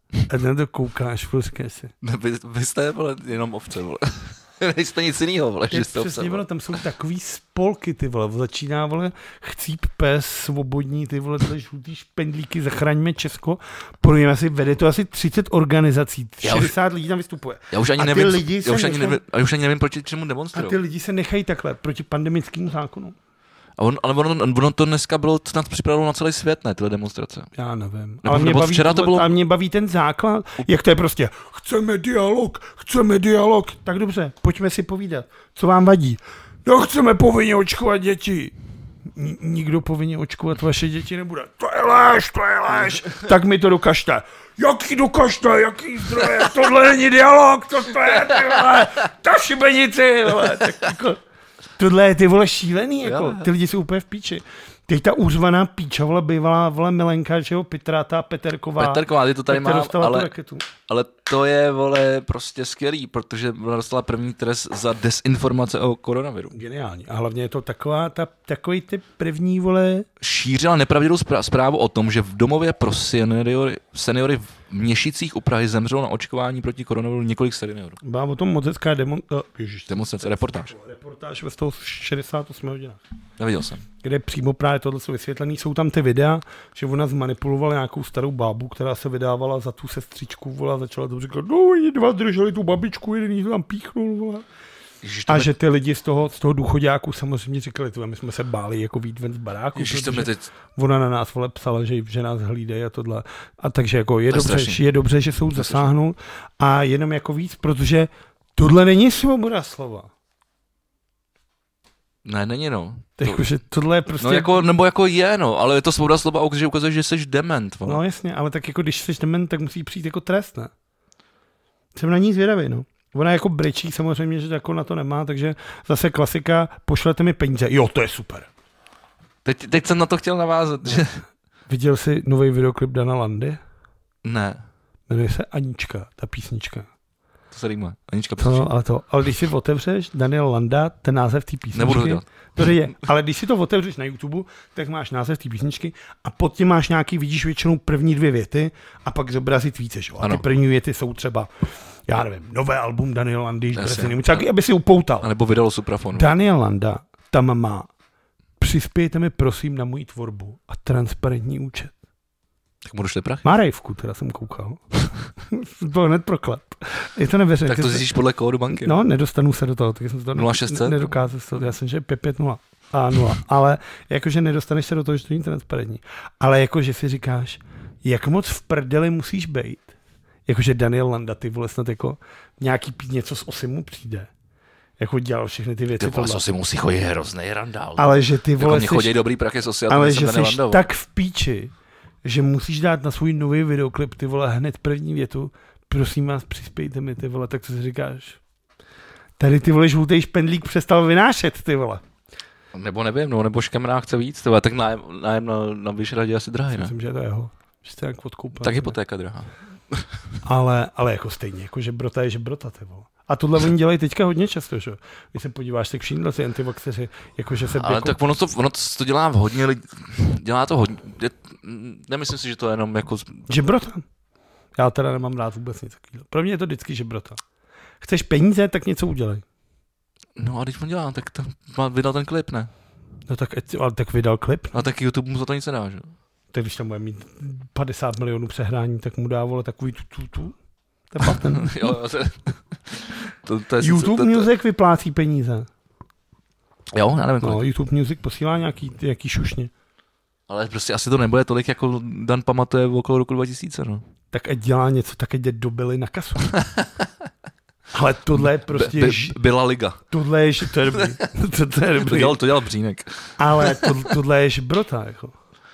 A na to koukáš, prostě si. No, vy, vy jste, vole, jenom ovce, vole. Nejste nic jinýho, vole, že jste ovce. Přesně, vole, tam jsou takový spolky, ty vole. Začíná, vole, chcíp pes, svobodní, ty vole, tyhle žlutý špendlíky, zachraňme Česko. Podívejme si, vede to asi třicet organizací, šedesát lidí tam vystupuje. Já už ani a nevím, lidi já už ani nechaj... nevím, já už ani nevím, proti čemu demonstrují. A ty lidi se nechají takhle, proti pandemickému zákonu. A on, ale ono, ono to dneska bylo snad připraveno na celý svět, ne, tyhle demonstrace. Já nevím. Nebo, ale mě nebo baví, včera to bylo... A mě baví ten základ, jak to je prostě, chceme dialog, chceme dialog. Tak dobře, pojďme si povídat. Co vám vadí? No, chceme povinně očkovat děti. N- nikdo povinně očkovat vaše děti nebude. To je lež, to je lež. Tak mi to dokažte. Jaký dokažte, jaký zdroje, tohle není dialog, co to je, ty vole, ta šibenici, vole. Tak jako... Tohle je ty vole šílený, jako. Ty lidi jsou úplně v píči. Teď ta úřvaná píča, vole, bývalá, vole, milenka, že jo, Pitráta, Peterková. Peterková, ty to tady má, ale, tu ale to je, vole, prostě skvělý, protože ona dostala první trest za desinformace o koronaviru. Geniální. A hlavně je to taková, ta, takový ty první, vole... Šířila nepravdivou zprávu o tom, že v domově pro seniory, seniory v Měšicích u Prahy zemřelo na očkování proti koronaviru několik seniorů. Byla o tom moc hezká demon... Ježiš, demonstrace, reportáž. Reportáž ve sto šedesát osm hodinách. Neviděl jsem. Kde přímo právě tohle jsou vysvětlený. Jsou tam ty videa, že ona zmanipulovala nějakou starou bábu, která se vydávala za tu sestřičku, vole, a začala to říkat, no, oni dva drželi tu babičku, jeden jí to tam píchnul, vole. Ježiš, a mě... že ty lidi z toho, z toho důchoďáku samozřejmě říkali, tyhle, my jsme se báli jako výjít ven z baráku. Ježiš, to teď... Ona na nás, vole, psala, že, že nás hlídají a tohle. A takže jako je, dobře, že, je dobře, že soud zasáhnul a jenom jako víc, protože tohle není svoboda slova. Ne, není no. To... Jako, že tohle je prostě... No jako, nebo jako je no, ale je to svoboda slova, že ukazuje, že jsi dement. Vole. No jasně, ale tak jako když jsi dement, tak musí přijít jako trest, ne? Jsem na ní zvědavý, no. Ona jako brečí samozřejmě, že jako na to nemá, takže zase klasika, pošlete mi peníze. Jo, to je super. Teď, teď jsem na to chtěl navázat, že... Viděl jsi nový videoklip Dana Landy? Ne. Jmenuje se Anička, ta písnička. To se rýmuje. Anička to, no, ale, to, ale když si otevřeš Daniel Landa, ten název té písničky. Nebudu to dělat. To je, ale když si to otevřeš na YouTube, tak máš název té písničky a pod tím máš nějaký, vidíš většinou první dvě věty a pak zobrazit více. Že? A ty první věty jsou třeba, já nevím, nové album Daniel Landy, tak aby si upoutal. A nebo vydalo Suprafonu. Daniel Landa tam má, přispějte mi prosím na moji tvorbu a transparentní účet. Tak mu došly prachy. Má rejvku, teda jsem koukal. To hned proklad. Je to nevěřím. Tak to zjistíš podle kódu banky. No, nedostanu se do toho. Tak jsem to nula šest set? Nedokázal se to. Já jsem, že pět pět nula. A nula. Ale jakože nedostaneš se do toho, že to není transparentní. Ale jakože si říkáš, jak moc v prdeli musíš bejt. Jakože Daniel Landa, ty vole, snad jako nějaký něco z Osimu přijde. Jako dělal všechny ty věci. Ty vole, z Osimu musí chodit hrozný randál. Ale že ty vole... Jako mě chodí dobrý prachy z Osi, ale že jsi tak v píči, že musíš dát na svůj nový videoklip, ty vole, hned první větu, prosím vás, přispějte mi, ty vole, tak co si říkáš? Tady ty vole žlutý špendlík přestal vynášet, ty vole. Nebo nevím, no, nebo Škemrák chce víc, ty vole, tak nájem, nájem na, na Vyšehradě asi drahý, ne? Myslím, že je to jeho, že jste jak odkoupil. Tak hypotéka drahá. ale, ale jako stejně, jako že brota je, že brota, ty vole. A tohle oni dělají teďka hodně často, že? Když se podíváš, tak všichni si antivaxeři, jakože se... Ale jako... tak ono to, ono to dělá v hodně lidí, dělá to hodně, je, nemyslím si, že to je jenom jako... Žebrota. Já teda nemám rád vůbec nic takového. Pro mě je to vždycky žebrota. Chceš peníze, tak něco udělej. No a když on dělá, tak to má vydal ten klip, ne? No tak, ale tak vydal klip. A tak YouTube mu za to nic nedá, že? Tak když tam bude mít padesát milionů přehrání, tak mu dá, vole, takový tu, tu, tu. To je patent. jo, jo, to, to, to je YouTube to, to, Music vyplácí peníze. Jo, já nevím. No, kolik. YouTube Music posílá nějaký, nějaký šušně. Ale prostě asi to nebude tolik, jako Dan pamatuje okolo roku dva tisíce, no. Tak ať dělá něco, tak ať jde do Billy na kasu. Ale tohle je prostě... Be, be, byla liga. Tohle je, to je dobrý. to, to je dobrý. To dělal, to dělal Břínek. Ale to, tohle je žbrota, jako.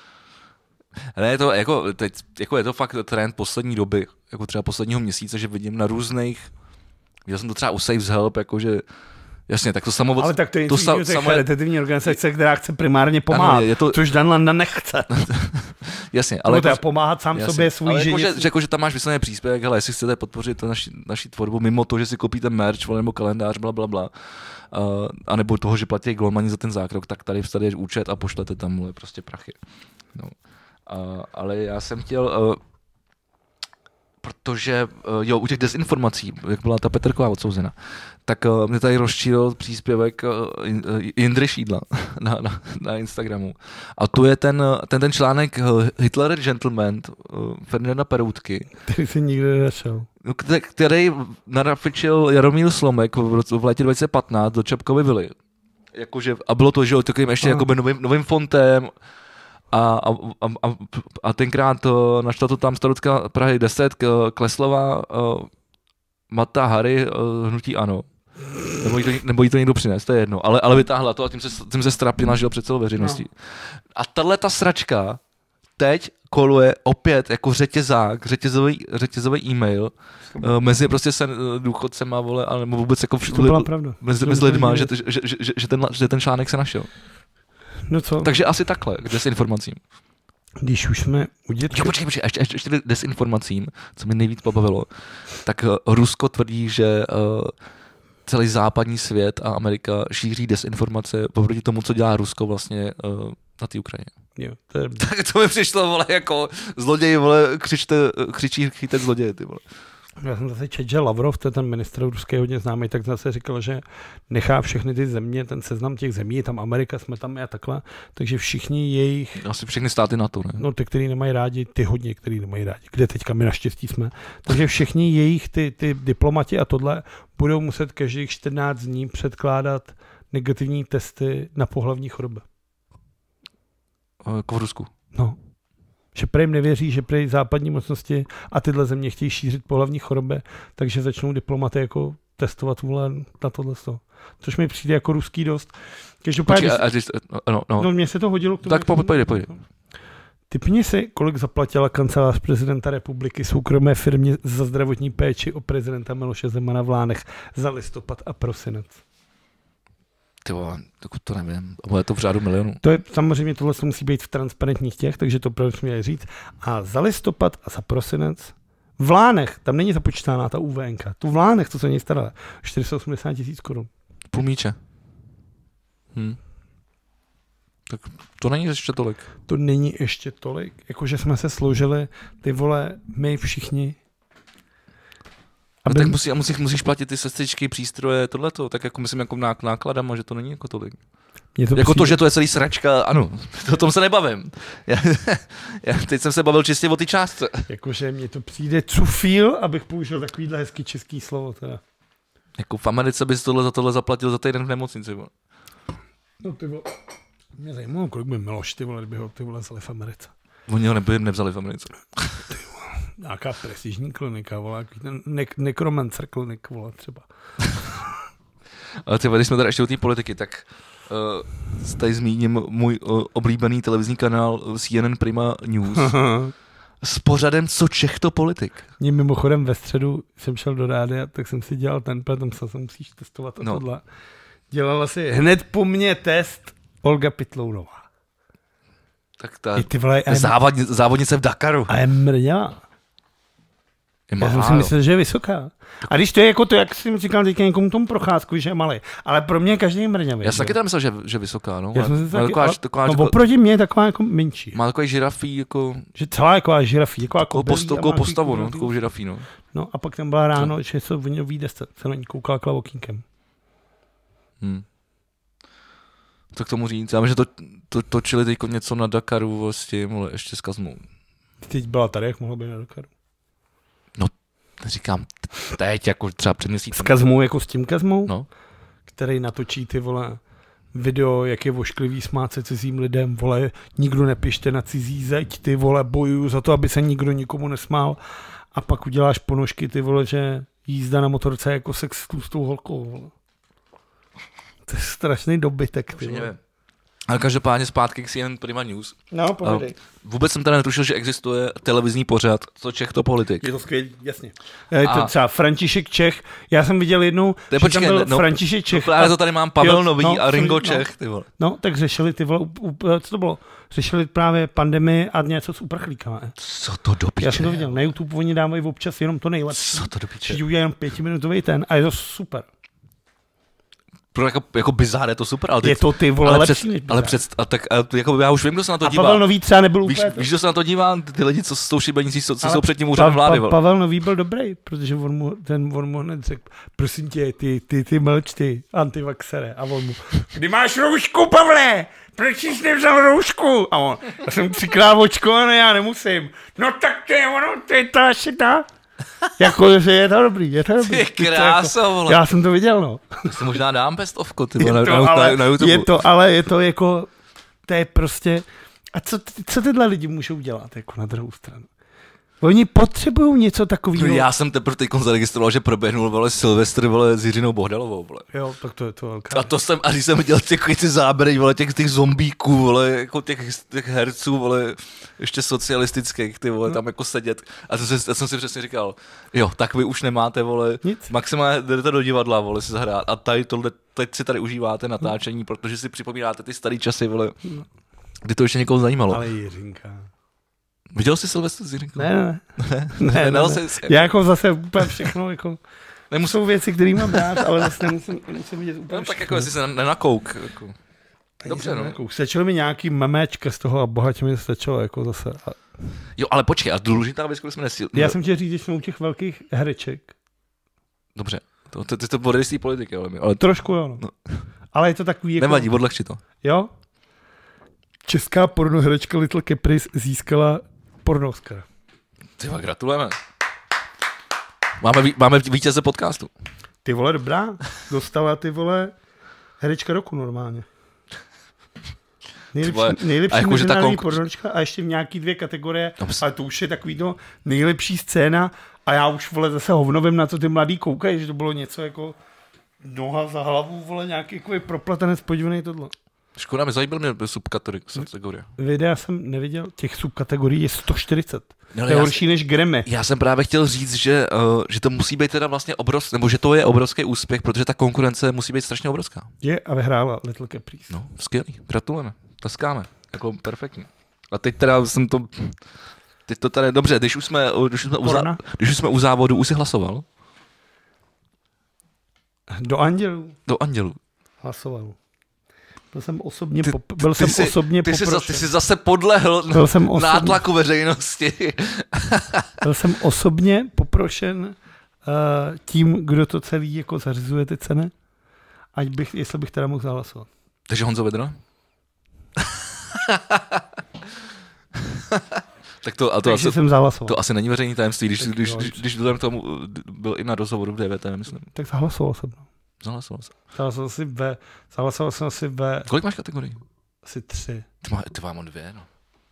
Ne, je to, jako, teď, jako je to fakt trend poslední doby, jako třeba posledního měsíce, že vidím na různých, viděl jsem to třeba u Saves Help, jakože, jasně, tak to samo... Ale tak to je to sa, samo charitativní organizace, která chce primárně pomáhat, ano, je to, což Dan Landa nechce. jasně, ale... To jako, pomáhat sám jasně, sobě svůj ženě. Jako, že, že, jako, že tam máš vyslený příspěvek, ale jestli chcete podpořit naši, naši tvorbu mimo to, že si koupíte merch, nebo kalendář, blablabla, uh, anebo toho, že platí Glomani za ten zákrok, tak tady vstane účet a pošlete tam prostě prachy. No. Uh, ale já jsem chtěl... Uh, protože jo, u těch dezinformací, jak byla ta Petrková odsouzena, tak uh, mě tady rozčílil příspěvek uh, Jindry Šídla na, na, na Instagramu. A tu je ten, ten, ten článek uh, Hitler Gentleman uh, Ferdinanda Peroutky. Který si nikdy nenašel. Který narafičil Jaromír Slomek v, v létě dva tisíce patnáct do Čapkovy vily. Jakože, a bylo to, že takovým ještě jakoby novým, novým fontem a, a, a, a tenkrát to, našla to tam starocká Prahy deset, Kleslová, uh, Mata Harry, uh, hnutí ANO. Nebo jí, to, nebo jí to někdo přines, to je jedno. Ale, ale vytáhla to a tím se, tím se strapila, žil před celou veřejností. No. A tahle ta sračka teď koluje opět jako řetězák, řetězový, řetězový e-mail uh, mezi prostě se důchodcema, vole, ale nebo vůbec jako všude mezi, mezi lidma, že, že, že, že, že, ten, že ten článek se našel. No co? Takže asi takhle, k desinformacím. Když už jsme u dětky... Jo, počkej, počkej, ještě, ještě, ještě desinformacím, co mi nejvíc pobavilo, tak uh, Rusko tvrdí, že uh, celý západní svět a Amerika šíří desinformace oproti tomu, co dělá Rusko vlastně uh, na té Ukrajině. Jo, to je... Tak to mi přišlo, vole, jako zloději, vole, křičte, křičí chytat zloděje, ty vole. Já jsem zase četl, že Lavrov, to je ten ministr ruský hodně známý, tak zase říkal, že nechá všechny ty země, ten seznam těch zemí, je tam Amerika, jsme tam a takhle, takže všichni jejich... Asi všechny státy NATO, ne? No ty, který nemají rádi, ty hodně, který nemají rádi, kde teďka my naštěstí jsme. Takže všichni jejich, ty, ty diplomati a tohle, budou muset každých čtrnáct dní předkládat negativní testy na pohlavní choroby. Jako v Rusku. No. Že prej nevěří, že prej západní mocnosti a tyhle země chtějí šířit pohlavní choroby, takže začnou diplomaty jako testovat vůle na tohle. Což mi přijde jako ruský dost. Každopádně... Počkej, a, no, no. no, mně se to hodilo k tomu. Tak po, pojde, pojde. Typni si, kolik zaplatila kancelář prezidenta republiky soukromé firmě za zdravotní péči o prezidenta Miloše Zemana v Lánech za listopad a prosinec. Ty vole, to nevím, ale je to v řádu milionů. To je, samozřejmě tohle musí být v transparentních těch, takže to proč měli říct. A za listopad a za prosinec v Lánech, tam není započítána ta UVNka, tu v Lánech, to se něj stará, čtyři sta osmdesát tisíc korun. Půl míče. Hm. Tak to není ještě tolik. To není ještě tolik, jakože jsme se složili, ty vole, my všichni. Aby... No tak musí, musíš, musíš platit ty sestřičky, přístroje, tohleto, tak jako myslím jako nákladama, že to není jako tolik. To jako přijde... to, že to je celý sračka, ano, o tom se nebavím. Já, já teď jsem se bavil čistě o ty částce. Jakože mně to přijde cufíl, abych použil takovýhle hezký český slovo teda. Jako v Americe bys tohle za tohle zaplatil za týden v nemocnici, vole. No ty vole, mě zajímalo, kolik by Miloš, ty vole, kdyby ho ty vole vzali v Americe. Oni ho neby nevzali v Americe. Nějaká prestižní klinika, vole, ten ne- nekromancer klinik, vole, třeba. Ale třeba, když jsme tady ještě u té politiky, tak uh, tady zmíním můj uh, oblíbený televizní kanál C N N Prima News s pořadem Co Čech to politik. Mě mimochodem ve středu jsem šel do rádia, tak jsem si dělal ten, tam se musíš testovat a no. tohle. Dělala si hned po mně test Olga Pytlounová. Tak ta ty vole, závodni, závodnice v Dakaru. A je mrňa. Já jsem si myslel, že je vysoká. A když to je jako to, jak jsem říkal teďka někomu tomu Procházku, že je malý. Ale pro mě každý je mrňavý. Já jsem taky tam myslel, že, že vysoká. No. Já jsem si taky, taková, ale, taková, no jako, oproti mě je taková jako menší. Má takový žirafí, jako... Že celá taková žirafí. Jako jako takovou postavu, no, takovou žirafí, no. No a pak tam byla ráno, že se v něj vyjde, se na ní koukala klavokínkem. Hmm. Co k tomu říct? Já myslím, že to, to točili teď něco na Dakaru s tím, ale ještě s Kazmou. Teď byla tady, jak mohla být na Dakaru? No, říkám, teď jako třeba před měsícem. S Kazmou, jako s tím Kazmou? No. Který natočí ty, vole, video, jak je vošklivý smát se cizím lidem, vole, nikdo nepište na cizí zeď, ty, vole, bojuju za to, aby se nikdo nikomu nesmál. A pak uděláš ponožky, ty, vole, že jízda na motorce jako sex s tlustou holkou, vole. To je strašný dobytek, ty, vole. Ale každopádně zpátky k C N N Prima News. No, pohodej. Vůbec jsem teda netušil, že existuje televizní pořad Co Čech to politik. Je to skvělý, jasně. Je to třeba František Čech. Já jsem viděl jednou, že počkej, tam byl no, František Čech. No, právě to tady mám Pavel jo, Nový no, a Ringo no, Čech. Ty vole. No, tak řešili ty vole, co to bylo? Řešili právě pandemii a něco s uprchlíkama. Co to do piče? Já jsem to viděl, na YouTube oni dávají občas jenom to nejlepší. Co to do piče? Udělají jenom pětiminutový ten a je to super. pro jako, jako bizár je to super, ale, je to ty vole ale lepší před, než ale před, a tak, a jako já už vím, kdo se na to a dívá. Pavel Nový třeba nebyl víš, úplně víš, kdo se na to dívá? Ty lidi, co s tou šibenicí, co, co ale jsou před tím úřadem pa, vlády. pa, Pavel Nový byl dobrý, protože on mu, ten, on mu hned řekl, prosím tě, ty, ty, ty mlč, ty antivaxere. A on mu, kdy máš roušku, Pavle? Proč jsi nevzal roušku? A on, já jsem třikrát očkovaný, já nemusím. No tak to je ono, to je ta šita. Jako, že je to dobrý, je to dobrý. Ty kráso, jako, vole. já jsem to viděl, no. To si možná dám pestovku, ty Je vole, to, na, ale, na, na YouTube. je to, ale je to jako, to je prostě, a co, co tyhle lidi můžou dělat, jako na druhou stranu? Oni potřebují něco takového. Já jsem teprve teď zaregistroval, že proběhnul, vole, Silvestr, vole, s Jiřinou Bohdalovou, vole. Jo, tak to je to velká. A to jsem, a když jsem viděl těch, ty záběry, vole, těch, těch zombíků, vole, jako těch, těch herců, vole, ještě socialistických, ty vole, no. Tam jako sedět. A to, se, to jsem si přesně říkal, jo, tak vy už nemáte, vole, nic. Maximálně jdete do divadla, vole, si zahrát. A tady tohle, teď si tady užíváte natáčení, protože si připomínáte ty starý časy, vole, kdy to ještě někoho zajímalo. Ale Jiřinka. Viděl jsi Silvestr s Jiřinkou? Ne, ne, ne. ne, ne, ne. Jsi... Já jako zase úplně všechno, jako, Nemusím... jsou věci, které mám rád, ale zase nemusím, nemusím vidět úplně no, tak všechno. jako jestli se nenakouk. Jako. Dobře, no. Nenakouk. Stačilo mi nějaký memečka z toho a bohatě mi stačilo, jako zase. A... Jo, ale počkej, a důležitá věc, kterou jsme nesil... Já jsem chtěl říct, že jsme u těch velkých hereček. Dobře, to, to, ty to bude z té politiky, ale, ale... Trošku jo, no. no. Ale je to takový jako... Nevadí, odlehči to. Jo? Česká pornoherečka Little Caprice získala porno Oscara. Ty vole, gratulujeme. Máme, ví, máme vítěze podcastu. Ty vole, dobrá. Dostala ty vole herečka roku normálně. Nejlepší, vole, nejlepší jako, mezinárodní konk... pornoherečka a ještě v nějaký dvě kategorie, no, ale to už je takový to nejlepší scéna a já už vole zase hovnovím, na co ty mladý koukají, že to bylo něco jako noha za hlavu, vole, nějaký jako propletenec, podívej tohle. Škoda, mi zajíbil mě subkategorie. Videa jsem neviděl, těch subkategorií je sto čtyřicet. No, to je horší jsem, než Grammy. Já jsem právě chtěl říct, že, uh, že to musí být teda vlastně obrovský, nebo že to je obrovský úspěch, protože ta konkurence musí být strašně obrovská. Je a vyhrála Little Caprice. No, skvělý, gratulujeme, tleskáme, jako perfektní. A teď teda jsem to, teď to tady, dobře, když už jsme, když už jsme, u, zá, když už jsme u závodu, už jsi hlasoval? Do Andělů. Do Andělů. Hlasoval. Byl jsem osobně, ty, pop, byl ty jsem jsi, osobně ty poprošen. Jsi, ty jsi zase podlehl byl jsem osobně, nátlaku veřejnosti. Byl jsem osobně poprošen uh, tím, kdo to celý jako zařizuje ty ceny, ať bych, jestli bych teda mohl zahlasovat. Takže Honzo Vedra? Tak to, a to, Takže asi, jsem zahlasoval. To asi není veřejný tajemství, když, když, jo, když, když vzhledem tomu byl i na rozhovoru v D V T, myslím. Tak zahlasoval jsem. Zahlasoval jsem. Zahlasoval jsem ve, zahlasoval jsem asi ve... Kolik máš kategorií? Asi tři. Ty, má, ty mám dvě, no.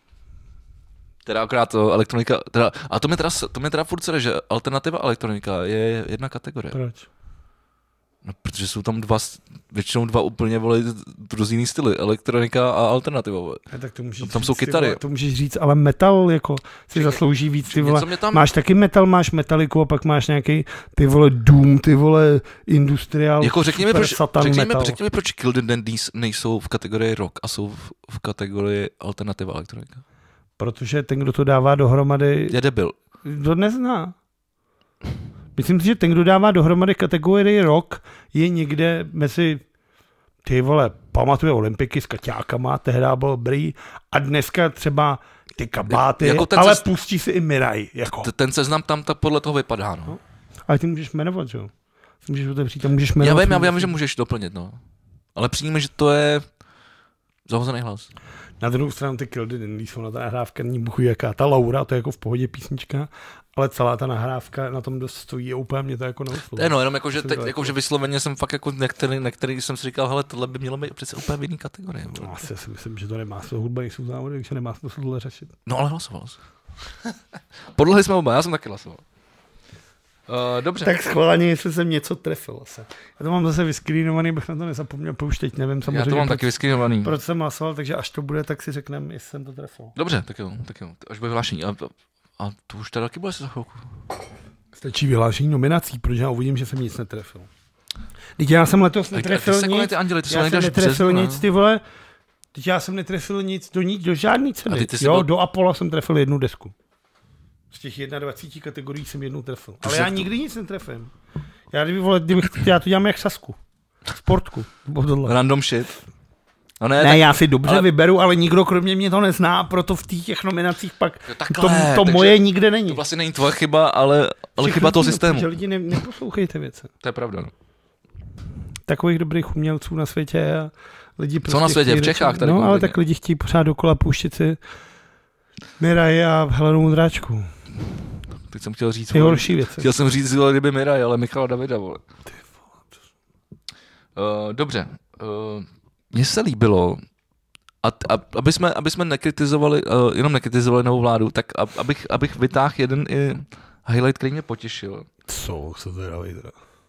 Teda akorát to elektronika, teda, a to mě teda, to mě teda furt sere, že alternativa elektronika je jedna kategorie. Proč? No, protože jsou tam dva, většinou dva úplně, vole, rozdílný styly, elektronika a alternativa, vole. A tak to můžeš tam, tam říct, jsou kytary. Vole, to můžeš říct, ale metal, jako, si Čekaj, zaslouží víc, ty vole. Tam... Máš taky metal, máš metaliku a pak máš nějaký, ty vole, doom, ty vole, industrial, jako řekni mi, proč, satan řekni metal. Mi, řekni mi, proč Kill the Dandies nejsou v kategorii rock a jsou v, v kategorii alternativa elektronika. Protože ten, kdo to dává dohromady... Je debil. To nezná. Myslím si, že ten, kdo dává dohromady kategorii rock, je někde mezi, ty vole, pamatuje olympiky s kaťákama, tehdy byl dobrý, a dneska třeba ty kabáty, jako ale se... pustí si i Miraj. Jako. Ten seznam tam tak podle toho vypadá, no. no. Ale ty můžeš jmenovat, že jo? Ty můžeš otevřít a můžeš jmenovat. Já vím, já vím, že můžeš doplnit, no. Ale přijíme, že to je zahozený hlas. Na druhou stranu ty Kill the Dandies jsou na ta nahrávka, není buchu jaká. Ta Laura, to je jako v pohodě písnička, ale celá ta nahrávka na tom dost stojí a úplně mě to jako neuslo. No, jenom jako, že, teď, jako, že vysloveně jsem fakt jako některý, některý jsem si říkal, hele, tohle by mělo být přece úplně v jiný kategorii. No, asi si myslím, že to nemá smysl, hudba nejsou závody, takže nemá smysl tohle řešit. No ale hlasoval jsi. Podlehli jsme oba, já jsem taky hlasoval. Uh, dobře. Tak schválně, jestli jsem něco trefil asi. Já to mám zase vyskrínovaný, bych na to nezapomněl, použ teď nevím samozřejmě. Já to mám proč, taky vyskrínovaný. Proč jsem hlasoval, takže až to bude, tak si řekneme, jestli jsem to trefil. Dobře, tak jo, tak jo, až bude vyhlášení. A, a to už teda taky bude za chvilku. Stačí vyhlášení nominací, protože já uvidím, že jsem nic netrefil. Teď já jsem letos netrefil ty nic, ty anděli, ty já jsem netrefil březnu, nic, ty vole. Teď já jsem netrefil nic do nic, do žádný ceny. Jo, byl... do Apollo jsem trefil jednu desku. Z těch dvacet jedna kategorií jsem jednu trefil. Ale já to... nikdy nic netrefím. Já, kdyby, vole, kdybych, já to dělám jak Sasku. Sportku. Random shit. No ne, ne tak, já si dobře ale... vyberu, ale nikdo kromě mě to nezná, proto v těch nominacích pak takhle, to, to moje nikde není. To vlastně není tvoje chyba, ale, ale chyba toho systému. Že lidi ne, neposlouchejte věci. To je pravda, no. Takových dobrých umělců na světě a lidi prostě... Co na světě? V Čechách tady. No, ale tak lidi chtějí pořád dokola pouštět si Miraj a Helenu Modráčku. Teď jsem chtěl říct... Ty horší věci. Chtěl jsem říct, kdyby Miraj, ale Michala Davida, vole. Uh, dobře. Uh, Mně se líbilo, a, a, aby, jsme, aby jsme nekritizovali, uh, jenom nekritizovali novou vládu, tak ab, abych, abych vytáhl jeden i highlight, který mě potěšil. Co se teda vyjde?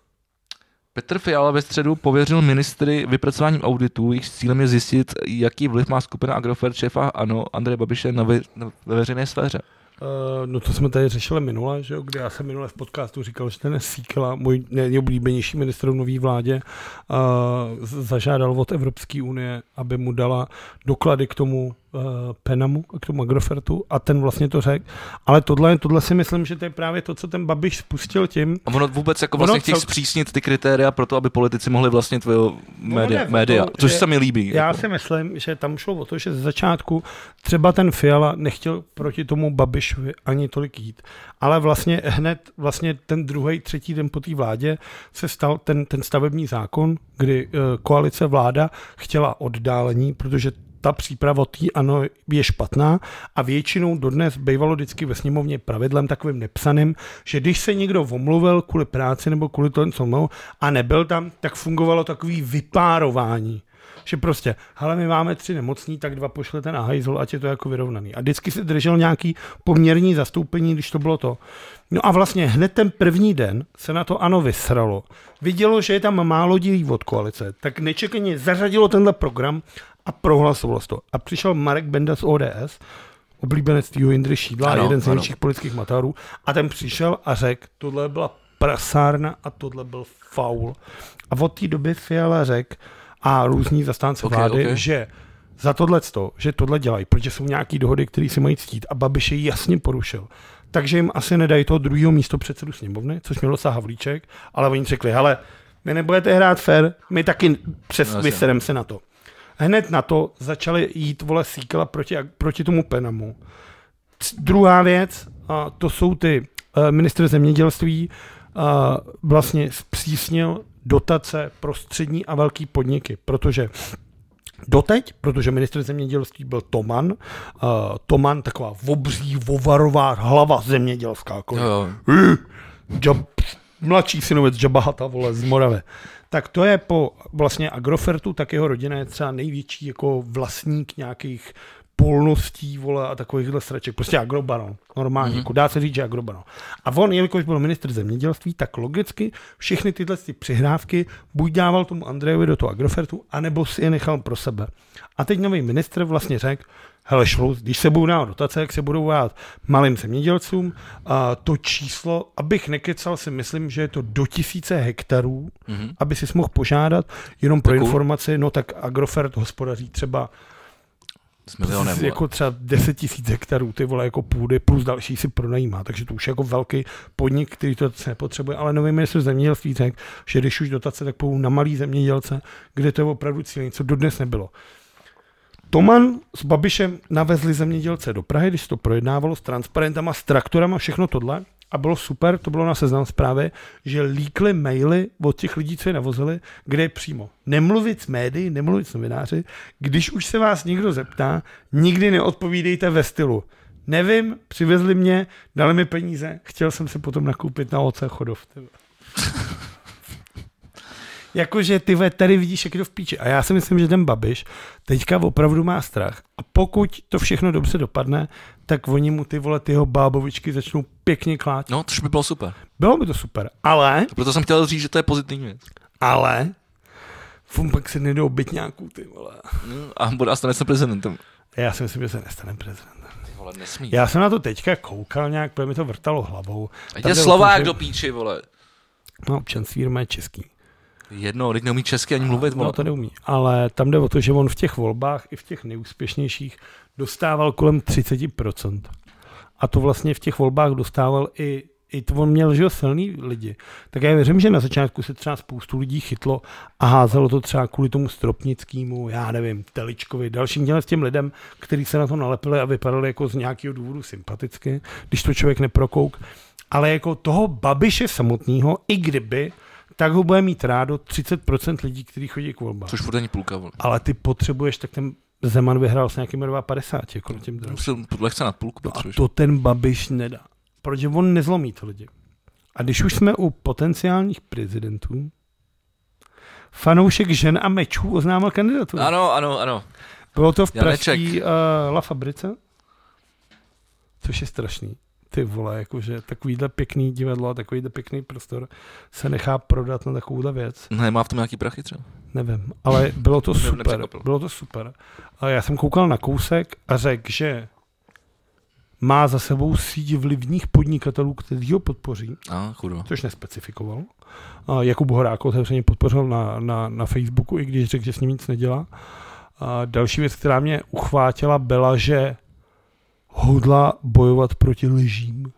Petr Fiala ve středu pověřil ministry vypracováním auditů, jejich cílem je zjistit, jaký vliv má skupina Agrofert šéfa ANO Andreje Babiše na, vy, na ve veřejné sféře. Uh, no to jsme tady řešili minule, že jo, kdy já jsem minule v podcastu říkal, že ten Síkela, můj nejoblíbenější ministr v nový vládě, uh, zažádal od Evropské unie, aby mu dala doklady k tomu uh, Penamu, k tomu Agrofertu a ten vlastně to řekl. Ale tohle, tohle si myslím, že to je právě to, co ten Babiš spustil tím. A ono vůbec jako vlastně chtějí cel... zpřísnit ty kritéria pro to, aby politici mohli vlastnit tvého média, no, média to, což se mi líbí. Já jako. si myslím, že tam šlo o to, že z začátku třeba ten Fiala nechtěl proti tomu Babišovi ani tolik jít, ale vlastně hned vlastně ten druhý, třetí den po té vládě se stal ten, ten stavební zákon, kdy uh, koalice vláda chtěla oddálení, protože ta příprava tý ANO je špatná a většinou dodnes bývalo vždycky ve sněmovně pravidlem takovým nepsaným, že když se někdo omluvil kvůli práci nebo kvůli tomu a nebyl tam, tak fungovalo takový vypárování. Že prostě, hele, my máme tři nemocní, tak dva pošlete na hajzl, ať je to jako vyrovnaný. A vždycky se držel nějaký poměrný zastoupení, když to bylo to. No a vlastně hned ten první den se na to ANO vysralo. Vidělo, že je tam málo dílí od koalice, tak nečekaně zařadilo tenhle program a prohlasovalo to. A přišel Marek Benda z O D S, oblíbenec týho Jindry Šídla, ano, jeden z největších politických matárů, a ten přišel a řekl, tohle byla prasárna a tohle byl faul. A od té doby Fiala řekl, a různí zastánci okay, vlády, okay. že za tohleto, že tohle dělají, protože jsou nějaký dohody, které si mají ctít a Babiš je jasně porušil. Takže jim asi nedají toho druhého místo předsedu sněmovny, což měl docela Havlíček, ale oni řekli, hele, my nebudete hrát fair, my taky přes no, vysedem se na to. Hned na to začali jít, vole, Síkela proti, proti tomu Penamu. Druhá věc, a to jsou ty uh, ministr zemědělství, uh, vlastně zpřísnil dotace pro střední a velký podniky, protože doteď, protože ministr zemědělství byl Toman, uh, Toman taková obří, vovarová hlava zemědělská, jako Džab, mladší synovec Džabahata, vole, z Moravy. Tak to je po vlastně Agrofertu, tak jeho rodina je třeba největší jako vlastník nějakých polností, vole, a takovýchhle sraček. Prostě agrobaron. Normálně. Mm-hmm. Jako dá se říct, že agrobaron. A on, jelikož byl ministr zemědělství, tak logicky všechny tyhle ty přihrávky buď dával tomu Andrejovi do toho Agrofertu, anebo si je nechal pro sebe. A teď nový ministr vlastně řekl, hele šluz, když se budou dávat dotace, jak se budou dát malým zemědělcům, a to číslo, abych nekecal, si myslím, že je to do tisíce hektarů, mm-hmm. aby si mohl požádat, jenom pro Děkuju. informaci, no tak Agrofert hospodaří třeba s milionem, jako třeba deset tisíc hektarů, ty vole, jako půdy, plus další si pronajímá, takže to už je jako velký podnik, který to nepotřebuje, ale nový ministr zemědělství řekl, že když už dotace, tak půjdou na malý zemědělce, kde to je opravdu cílení, co dodnes nebylo. Toman s Babišem navezli zemědělce do Prahy, když se to projednávalo s transparentama, s traktorama, všechno tohle. A bylo super, to bylo na Seznam Zprávy, že líkly maily od těch lidí, co je navozili, kde je přímo nemluvit s médií, nemluvit s novináři, když už se vás někdo zeptá, nikdy neodpovídejte ve stylu. Nevím, přivezli mě, dali mi peníze, chtěl jsem si potom nakoupit na oce Chodov. Jakože ty ve, tady vidíš, jak je to v píči. A já si myslím, že ten Babiš teďka opravdu má strach. A pokud to všechno dobře dopadne, tak oni mu ty vole, tyho bábovičky začnou pěkně klát. No, což by bylo super. Bylo by to super, ale... Proto jsem chtěl říct, že to je pozitivní věc. Ale... Fum, pak se nejdou byt nějakou, ty vole. No, a bude a stane se prezidentem. Já si myslím, že se nestane prezidentem. Ty vole, nesmí. Já jsem na to teďka koukal nějak, protože mi to vrtalo hlavou. A je Slovák do píči, vole. No, občanství má český. Jedno, teď neumí česky ani mluvit. No, to neumí. Ale tam jde o to, že on v těch volbách i v těch nejúspěšnějších dostával kolem třicet procent. A to vlastně v těch volbách dostával i i to on měl, že jo, silný lidi, tak já věřím, že na začátku se třeba spoustu lidí chytlo a házelo to třeba kvůli tomu Stropnickému, já nevím, Teličkovi, dalším těm s těm lidem, kteří se na to nalepili a vypadali jako z nějakého důvodu sympaticky, když to člověk neprokouk. Ale jako toho Babiše samotného, i kdyby, tak ho bude mít rádo třicet procent lidí, kteří chodí k volbám. Což furt není půlka, vole. Ale ty potřebuješ, tak ten Zeman vyhrál s nějakými padesát, jako na těm dalším. Lehce nad půlku no potřebuješ. A to ten Babiš nedá. Protože on nezlomí to lidi. A když už jsme u potenciálních prezidentů, fanoušek žen a mečů oznámil kandidaturu. Ano, ano, ano. Bylo to v pražské uh, La Fabrice, což je strašný. Ty vole, jakože takovýhle pěkný divadlo a takovýhle pěkný prostor se nechá prodat na takovouhle věc. Ne, má v tom nějaký prachy třeba? Nevím, ale bylo to super. Bylo to super. A já jsem koukal na kousek a řekl, že má za sebou síť vlivných podnikatelů, kteří ho podpoří, a, chudva. Což nespecifikoval. A Jakub Horák otevřeně podpořil na, na, na Facebooku, i když řekl, že s ním nic nedělá. A další věc, která mě uchvátila, byla, že hodlá bojovat proti lžím.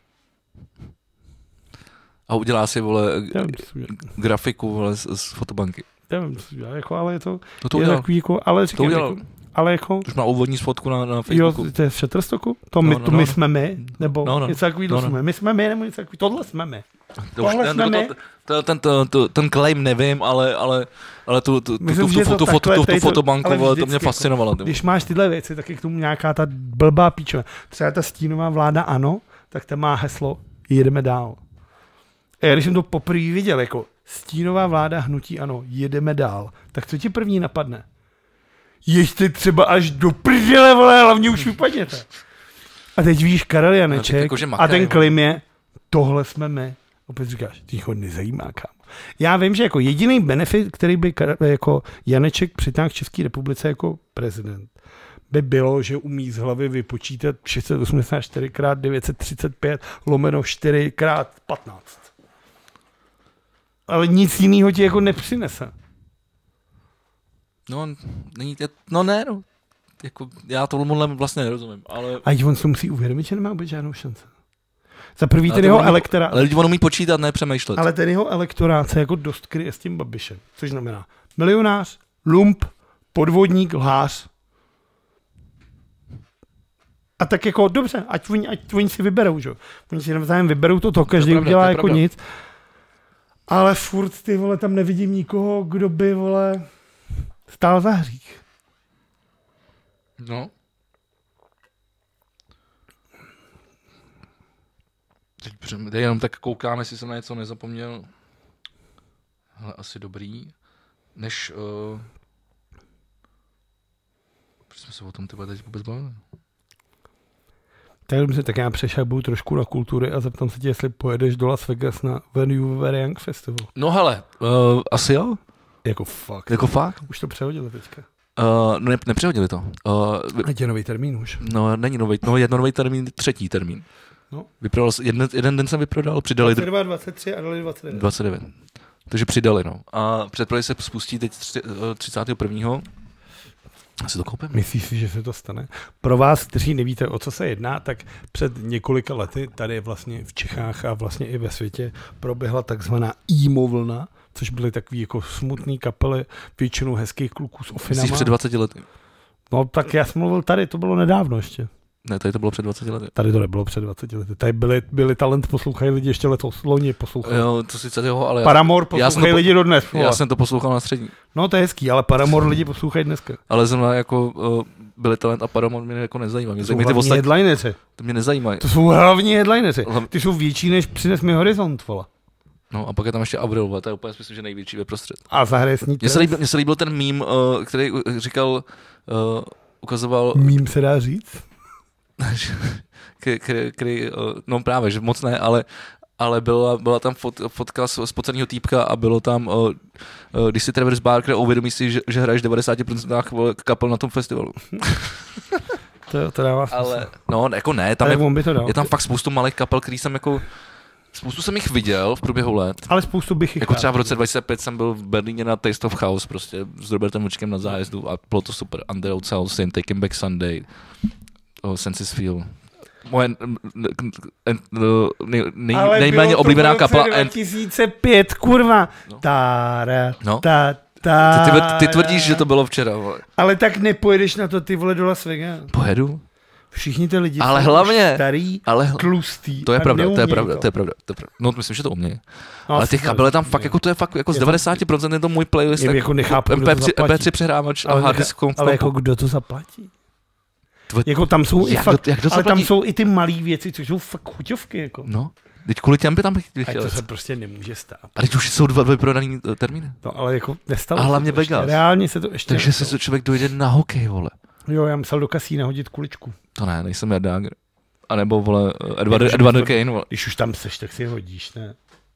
A udělá si, vole, Nevím, grafiku, vole, z, z fotobanky. Nevím, jako, ale je to, to, to je udělal. takový, jako, ale říkám, to jako, ale jako... Už má úvodní fotku na, na Facebooku. Jo, to je v Shutterstocku? To, my, no, no, to my no. jsme my? Nebo no, no. něco takového no, no. jsme? My jsme my, nebo něco takového? Tohle jsme my. To už, ten, to, to, ten, to, to, ten claim nevím, ale, ale, ale tu, tu, Myslím, tu, tu, tu, tu, foto, tu, tu fotobanku, vole, to mě fascinovalo. Jako, když máš tyhle věci, tak je k tomu nějaká ta blbá píčovina. Třeba ta stínová vláda ANO, tak ta má heslo jedeme dál. A já když jsem to poprvé viděl, jako stínová vláda hnutí ANO, jedeme dál, tak co ti první napadne? Ještě třeba až do prdele, vole, hlavně už vypadněte. A teď víš Karel Janeček jako, a ten klim je, tohle jsme my. Opět říkáš, ty ho nezajímá, kámo. Já vím, že jako jediný benefit, který by jako Janeček přitáhl k České republice jako prezident, by bylo, že umí z hlavy vypočítat šest set osmdesát čtyři krát devět set třicet pět lomeno čtyři krát patnáct. Ale nic jiného ti jako nepřinese. No, není tě, no ne, no. Jako, já tomuhle vlastně nerozumím, ale... A on se musí uvědomit, že nemá vůbec žádnou šanci. Za prvý ten jeho umí, elektorát... Ale lidi on umí počítat, ne přemýšlet. Ale ten jeho elektorát se jako dost kryje s tím Babišem. Což znamená milionář, lump, podvodník, lhář. A tak jako dobře, ať oni, ať oni si vyberou, že? Oni si navzájem vyberou toto, každý udělá jako pravda. Nic. Ale furt, ty vole, tam nevidím nikoho, kdo by, vole, stál za hřích. No. Teď jenom tak koukám, jestli jsem na něco nezapomněl. Hele, asi dobrý. Než... Uh... Proč jsme se o tom tyba teď vůbec bavili? Tak, se, tak já přešabuju trošku na kultury a zeptám se tě, jestli pojedeš do Las Vegas na When You Were Young Festival. No hele, uh, asi jo. Jako fakt. Jako fakt? Už to přehodili teďka. Uh, no ne, nepřehodili to. Uh, Ať je nový termín už. No není nový, no jedno nový termín, třetí termín. No. Vyprodal, jeden, jeden den jsem vyprodal, přidali... dvacet dva, dvacet tři a dali dvacet devět. dvacet devět. Takže přidali, no. A předprodej se spustí teď třicátého prvního Asi to koupím. Myslíš si, že se to stane? Pro vás, kteří nevíte, o co se jedná, tak před několika lety tady vlastně v Čechách a vlastně i ve světě proběhla takzvaná emo vlna, což byly takový jako smutný kapely, většinou hezkých kluků s ofinama. Myslíš před dvaceti lety? No tak já jsem mluvil tady, to bylo nedávno ještě. Ne, tady to bylo před dvaceti lety. Tady to nebylo před dvaceti lety. Tady byli, byli talent, poslouchají lidi ještě letos, loni poslouchají. Jo, to sice jo, ale... Paramore poslouchají lidi do dnes. Já jsem to poslouchal na střední. No to je hezký, ale Paramore lidi poslouchají dneska. Ale zrovna jako uh, byli talent a Paramore mě jako nezajímá. Mě to jsou hlavní ostat... headlineři. To mě nezajímají. To jsou hlavní headlineři. Ty jsou větší než Přines mi horizont, vole. No a pak je tam ještě Avril, to je úplně myslím, že největší ve prostřed. A zahraje s ní. Mně se líbil, mně se líbil ten mím, uh, který říkal, uh, ukazoval... Mím se dá říct? který, který, no právě, že moc ne, ale, ale byla, byla tam fot, fotka z spoceného týpka a bylo tam, uh, uh, když si Travis Barker uvědomí si, že, že hraješ devadesát procent kapel na tom festivalu. to, to dává smysl. Ale, no, jako ne, tam je, je tam fakt spoustu malých kapel, který jsem jako, spoustu jsem jich viděl v průběhu let. Ale spoustu bych jich jako třeba v roce dvacet pět jsem byl v Berlíně na Taste of House prostě s Robertem Vlčkem na zájezdu a bylo to super. Under Old South Sin, Taking Back Sunday, oh, Senses Feel. moje nej, nej, nejméně oblíbená kapela. dva tisíce pět, kurva. No. Tára, No. ta, ta, ty, ty, ty tvrdíš, že to bylo včera, vole. Ale tak nepojedeš na to, ty vole, do Las Vegas. Pojedu. Všichni ty lidi Ale jsou hlavně, starý, ale hl- tlustý. To je a pravda, to je neumějí pravda, to je pravda, to je pravda. No, myslím, že to umějí. No, Ale ty kapely tam fakt, jako to je fakt, jako z devadesát procent je to můj playlist. Já jako nechápu, kdo to M P tři, zaplatí. M P tři přehrávač a ale, hard necha- disk v ale jako kompu. kdo to zaplatí? Tvo- Jako tam jsou i Jak fakt, do- jak to ale tam zaplatí? jsou i ty malé věci, což jsou fakt chuťovky, jako. No, teď kvůli těm by tam bych A chtěl. to se prostě nemůže stát. A teď už jsou dva vyprodaný eh, termíny. No, ale jako nestalo A se hlavně to ještě. Vegas. Reálně se to ještě Takže nestalo. si člověk dojde na hokej, vole. Jo, já musel do kasína hodit kuličku. To ne, nejsem Jardáger. A nebo, vole, Edward, Jakože Edward to- Kane, vole. Když už tam seš, tak si hodíš, ne?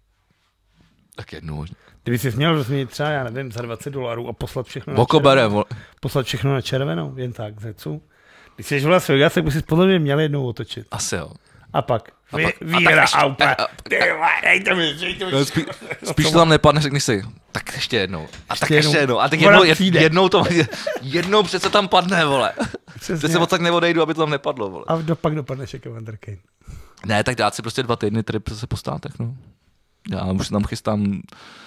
Tak jednou. Kdyby jsi měl rozměnit třeba, já nevím, za dvacet dolarů a poslat všechno na Boko bere, červenou. vole. Poslat všechno na červenou, jen tak, zecu. Když jsi v Las Vegas, tak by si podle mě měl jednou otočit. Asi jo. A pak A vy, pak- a víra tak ještě- a úplně, a- ty vole, dejte mi, dejte mi. No, spí, spíš to tam nepadne, řekni si, tak ještě jednou. A tak jednou. ještě jednou. A tak Ona jednou, jed, přijde. jednou to, jednou přece tam padne, vole. Přesně. Teď se moc tak neodejdu, aby to tam nepadlo, vole. A do, pak dopadneš jako Evander Kane. Ne, tak dát si prostě dva týdny trip zase po státech, no. Já už se tam chystám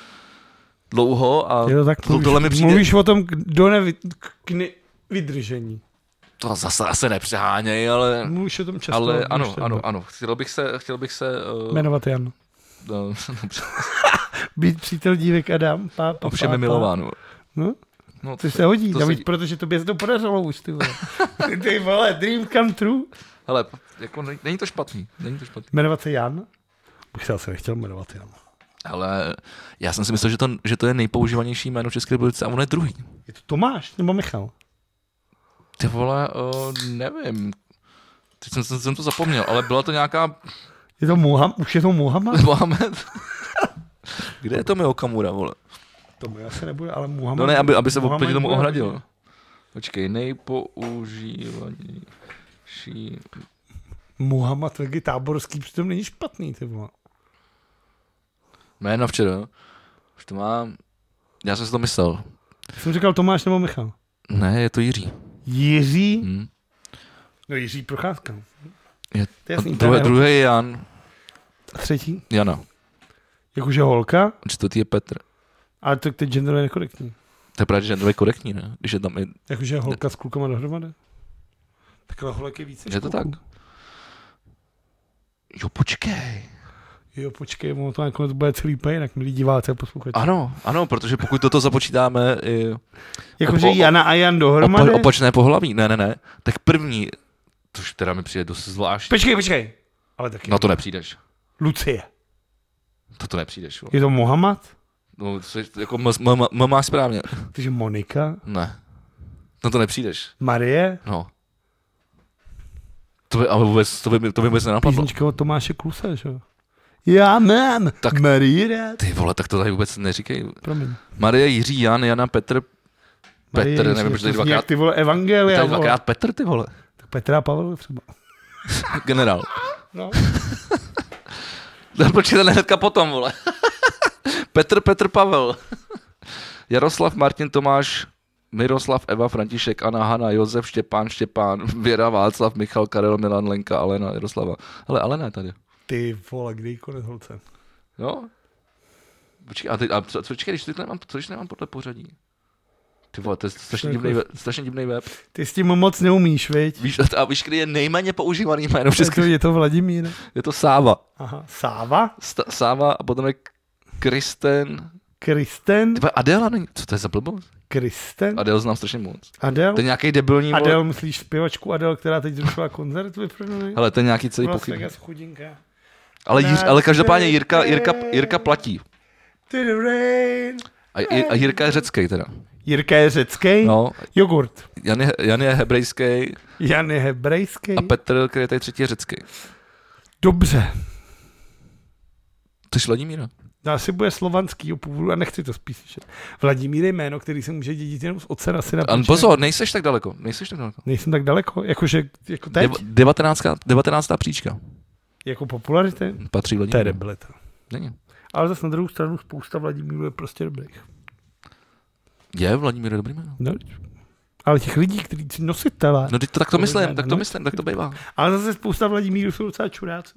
dlouho a Je to tak, to, mluvíš, tohle mi přijde, mluvíš o tom, kdo nevy, k nevydržení. to zase asi nepřeháněj, ale, Mluvíš o tom často. ale mluvíš ano, ten ano, bod. ano. Chtěl bych se, chtěl bych se, uh, Jmenovat Jan. no, Být přítel dívek Adam. Pá, pá, ovšem pá, je pá. milován, vole. No, No, což se hodí, to navíc, se- protože tobě se to podařilo už, ty vole. Ty vole, dream come true. hele, jako ne- není to špatný, není to špatný. Jmenovat se Jan? Bych se asi nechtěl jmenovat Jan. Ale já jsem si myslel, že to, že to je nejpoužívanější jméno v České republice a on je druhý. Je to Tomáš nebo Michal? Ty vole, uh, nevím. Teď jsem, jsem, jsem to zapomněl, ale byla to nějaká Je to Muham, už je to Muhammad? Mohamed. Kde je to mi Okamura, vole? To mi asi nebude, ale Muhammad. No ne, aby, aby se Muhammad proti tomu bude ohradil. hodně. Počkej, nejpoužívanější... Muhammad Vegi Táborský, přitom není špatný, ty vole. Jméno včera. Už to mám... Já jsem si to myslel. Jsem říkal Tomáš nebo Michal? Ne, je to Jiří. Jiří? Hm. No Jiří Procházka. Je, To je jasný, druhé, to je- druhý je Jan. A třetí? Jana. Jakože holka, Čtvrtý je Petr. ale to teď gender je nekorektní. To je právě genderově korektní, ne? Když je tam i... Jakože holka s klukama dohromady. Takhle holek je víc než Je to tak? kluků. Jo, počkej. Jo, počkej, ono to nakonec bude celý úplně jinak, milí diváci a posluchači. Ano, ano, protože pokud toto započítáme i Jakože o- o- Jana a Jan dohromady. opa, opačné pohlaví, ne, ne, ne, tak první, což teda mi přijde dost zvláštní. Počkej, počkej. Ale taky. Na to nepřijdeš. Lucie. To to nepřijdeš. Jo. Je to Mohamed? No, jsi, jako m, m, m, máš správně. Takže Monika? Ne. Na to nepřijdeš. Marie? No. To by, ale vůbec, to by, to by vůbec nenapadlo. Písnička od Tomáše Kluse, že jo? Já mám Tak- Marie rád. Ty vole, tak to tady vůbec neříkej. Promiň. Marie, Jiří, Jan, Jana, Petr, Marie, Petr, Jiří, nevím, proč to tady zní jak dvakrát, ty vole evangelia. tady vole. dvakrát Petr, ty vole. Tak Petra a Pavel třeba. Generál. No. Proč je to hnedka potom, vole? Petr, Petr, Pavel. Jaroslav, Martin, Tomáš, Miroslav, Eva, František, Anna, Hana, Josef, Štěpán, Štěpán, Věra, Václav, Michal, Karel, Milan, Lenka, Alena, Jaroslava. Ale Alena je tady. Ty vole, kdy konec holce. Jo? Počkej, a, teď, a co, co, počkej, když, teď nemám, co, když nemám podle pořadí? Ty vole, to je strašně divný, web, strašně divný web. Ty s tím moc neumíš, viď? Víš, a víš, kdy je nejméně používaný jméno v Je České? to, je to Vladimír. Je to Sáva. Aha. Sáva? Sta, Sáva a potom je Kristen. Kristen? Tyba Adela není, co to je za blbost? Kristen? Adel znám strašně moc. Adel? To je nějaký debilní, vole. Adel, myslíš zpěvačku Adel, která teď zrušila koncert vyprodaný? Hele, to je nějaký celý Las pochybný. Vegas chudinka. Ale, Jir, ale každopádně Jirka, Jirka, Jirka platí. To the rain. A, a Jirka je řecký teda. Jirka je řecký? No, Jogurt. Jan je, Jan je hebrejský Jan je hebrejský. a Petr, který je tady třetí, je řecký. Dobře. To je Vladimíra. Asi bude slovanský původu a nechci to spíš slyšet. Vladimír je jméno, který se může dědit jenom z otce na syna. A pozor, nejseš tak daleko, nejseš tak daleko. Nejsem tak daleko, jakože jako teď, Dev, devatenáctá, devatenáctá příčka. jako popularity. Patří To je Vladimíra. debilita. Není. Ale zase na druhou stranu spousta Vladimírů je prostě dobrých. Je Vladimír dobrý jméno? No. ale těch lidí, kteří si nositele. No teď to tak to myslím, tak to myslím, tak to bývá. Ale zase spousta Vladimírů jsou docela čuráci.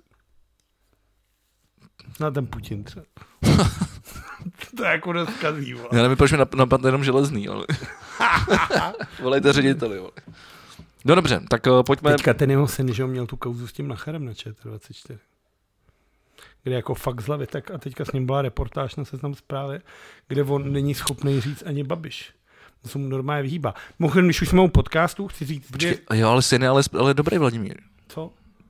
Na ten Putin třeba. To je jako rozkazí, vole. Já nevím, proč mi napadne jenom Železný, ale... Volejte řediteli, vole. No dobře, tak uh, pojďme... Teďka ten jeho syn, že on měl tu kauzu s tím Nacherem na Č T dvacet čtyři. Kde jako fakt z hlavy, tak a teďka s ním byla reportáž na Seznam Zprávy, kde on není schopný říct ani Babiš. To se mu normálně vyhýbá. Mimochodem, když už jsme u podcastu, chci říct... Počkej, jo, ale syn je ale, ale dobrý Vladimír. Co?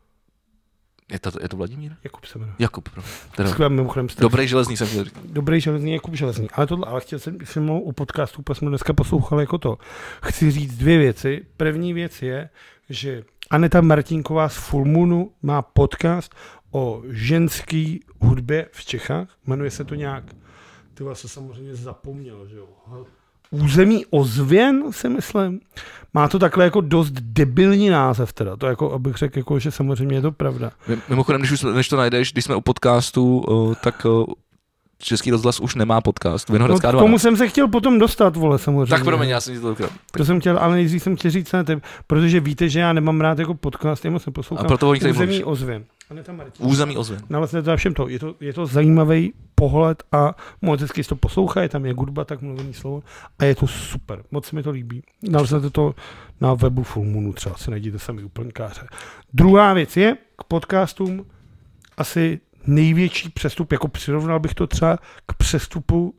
Je to, je to Vladimír? Jakub se jmenuje. Jakub, pro. Mimochodem, dobrý Železný jsem chtěl říct. Dobrý Železný, Jakub Železný. Ale tohle, ale chtěl jsem, jsem mluvil u podcastu, protože jsme dneska poslouchali jako to. Chci říct dvě věci. První věc je, že Aneta Martinková z Full Moonu má podcast o ženský hudbě v Čechách. Jmenuje se to nějak, ty se samozřejmě zapomněl, že jo. Území ozvěn, si myslím. Má to takhle jako dost debilní název teda. To jako, abych řekl, jako, že samozřejmě je to pravda. Mimochodem, když, už, než to najdeš, když jsme u podcastu, uh, tak uh, Český rozhlas už nemá podcast. Vinohradská no, k tomu jsem se chtěl potom dostat, vole, samozřejmě. Tak promiň, já jsem ti to ukradl. To jsem chtěl, ale nejdřív jsem chtěl říct na tebe, protože víte, že já nemám rád jako podcast, já jsem poslouchal. A proto o nich tady Území ozvěn. Území ozvěn. No vlastně to je všem to. Je to, je to zajímavý pohled a moc hezky si to poslouchá, je tam jak hudba, tak mluvený slovo a je to super. Moc se mi to líbí. Nalezete to na webu Full Moonu, třeba si najděte sami úplňkáře. Druhá věc je k podcastům asi největší přestup, jako přirovnal bych to třeba k přestupu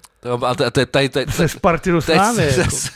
ze Sparty do Slávy.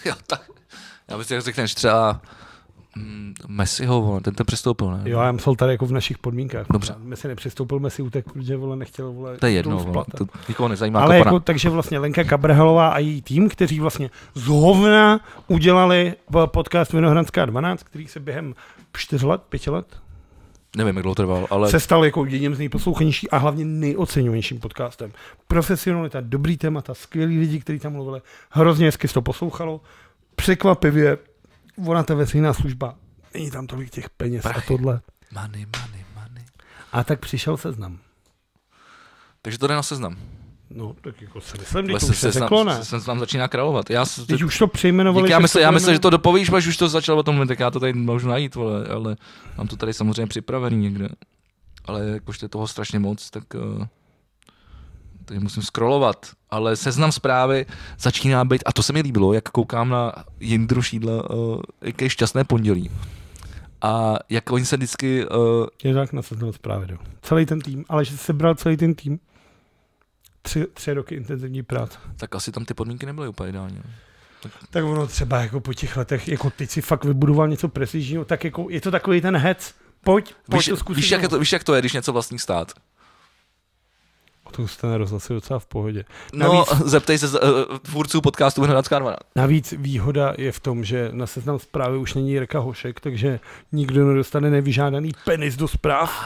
Já bych si řekneš třeba Messiho, vole, ten ten přestoupil, ne? Jo, já myslel tady jako v našich podmínkách. Dobře. Messi nepřestoupil, Messi utek, protože vole nechtěl, vole, to je jedno, vole, to nikoho nezajímá. Ale jako, takže vlastně Lenka Kabrhelová a její tým, kteří vlastně z hovna udělali podcast Vinohradská dvanáct, který se během čtyř let, pěti let, nevím, jak dlouho trval, ale... se stal jako jedním z nejposlouchanějších a hlavně nejoceňovanějším podcastem. Profesionalita, dobrý témata, skvělí lidi, kteří tam mluvili, hrozně hezky se to poslouchalo, překvapivě, ona ta veřejná služba, není tam tolik těch peněz Prachy. A tohle. Money, money, money. A tak přišel Seznam. Takže to jde na Seznam. No, tak jako se myslím, když to už se řeklo, ne? Seznam začíná královat. Já, teď už to přejmenovali. Díky, já myslím, já myslím, že to dopovíš, až už to začalo o tom, tak já to tady můžu najít, vole, ale mám to tady samozřejmě připravený někde. Ale jakož je toho strašně moc, tak uh, tady musím scrollovat. Ale Seznam Zprávy začíná být, a to se mi líbilo, jak koukám na Jindru Šídla, uh, jaké šťastné pondělí. A jak oni se vždycky... Uh, je tak na Seznam Zprávy, jo. Celý ten tým, ale že sebral celý ten tým. Tři, tři roky intenzivní práce. Tak asi tam ty podmínky nebyly úplně ideální. Tak. tak ono třeba jako po těch letech, jako teď si fakt vybudoval něco prestižního, tak jako je to takový ten hec. Pojď, pojď víš, to zkusit. Víš jak, to, víš, jak to je, když něco vlastní stát? O to jste nerozhlasili docela v pohodě. Navíc, no, zeptej se uh, tvůrců podcastu Vinohradská dvanáct. Navíc výhoda je v tom, že na Seznam Zprávy už není Jirka Hošek, takže nikdo nedostane nevyžádaný penis do zpráv.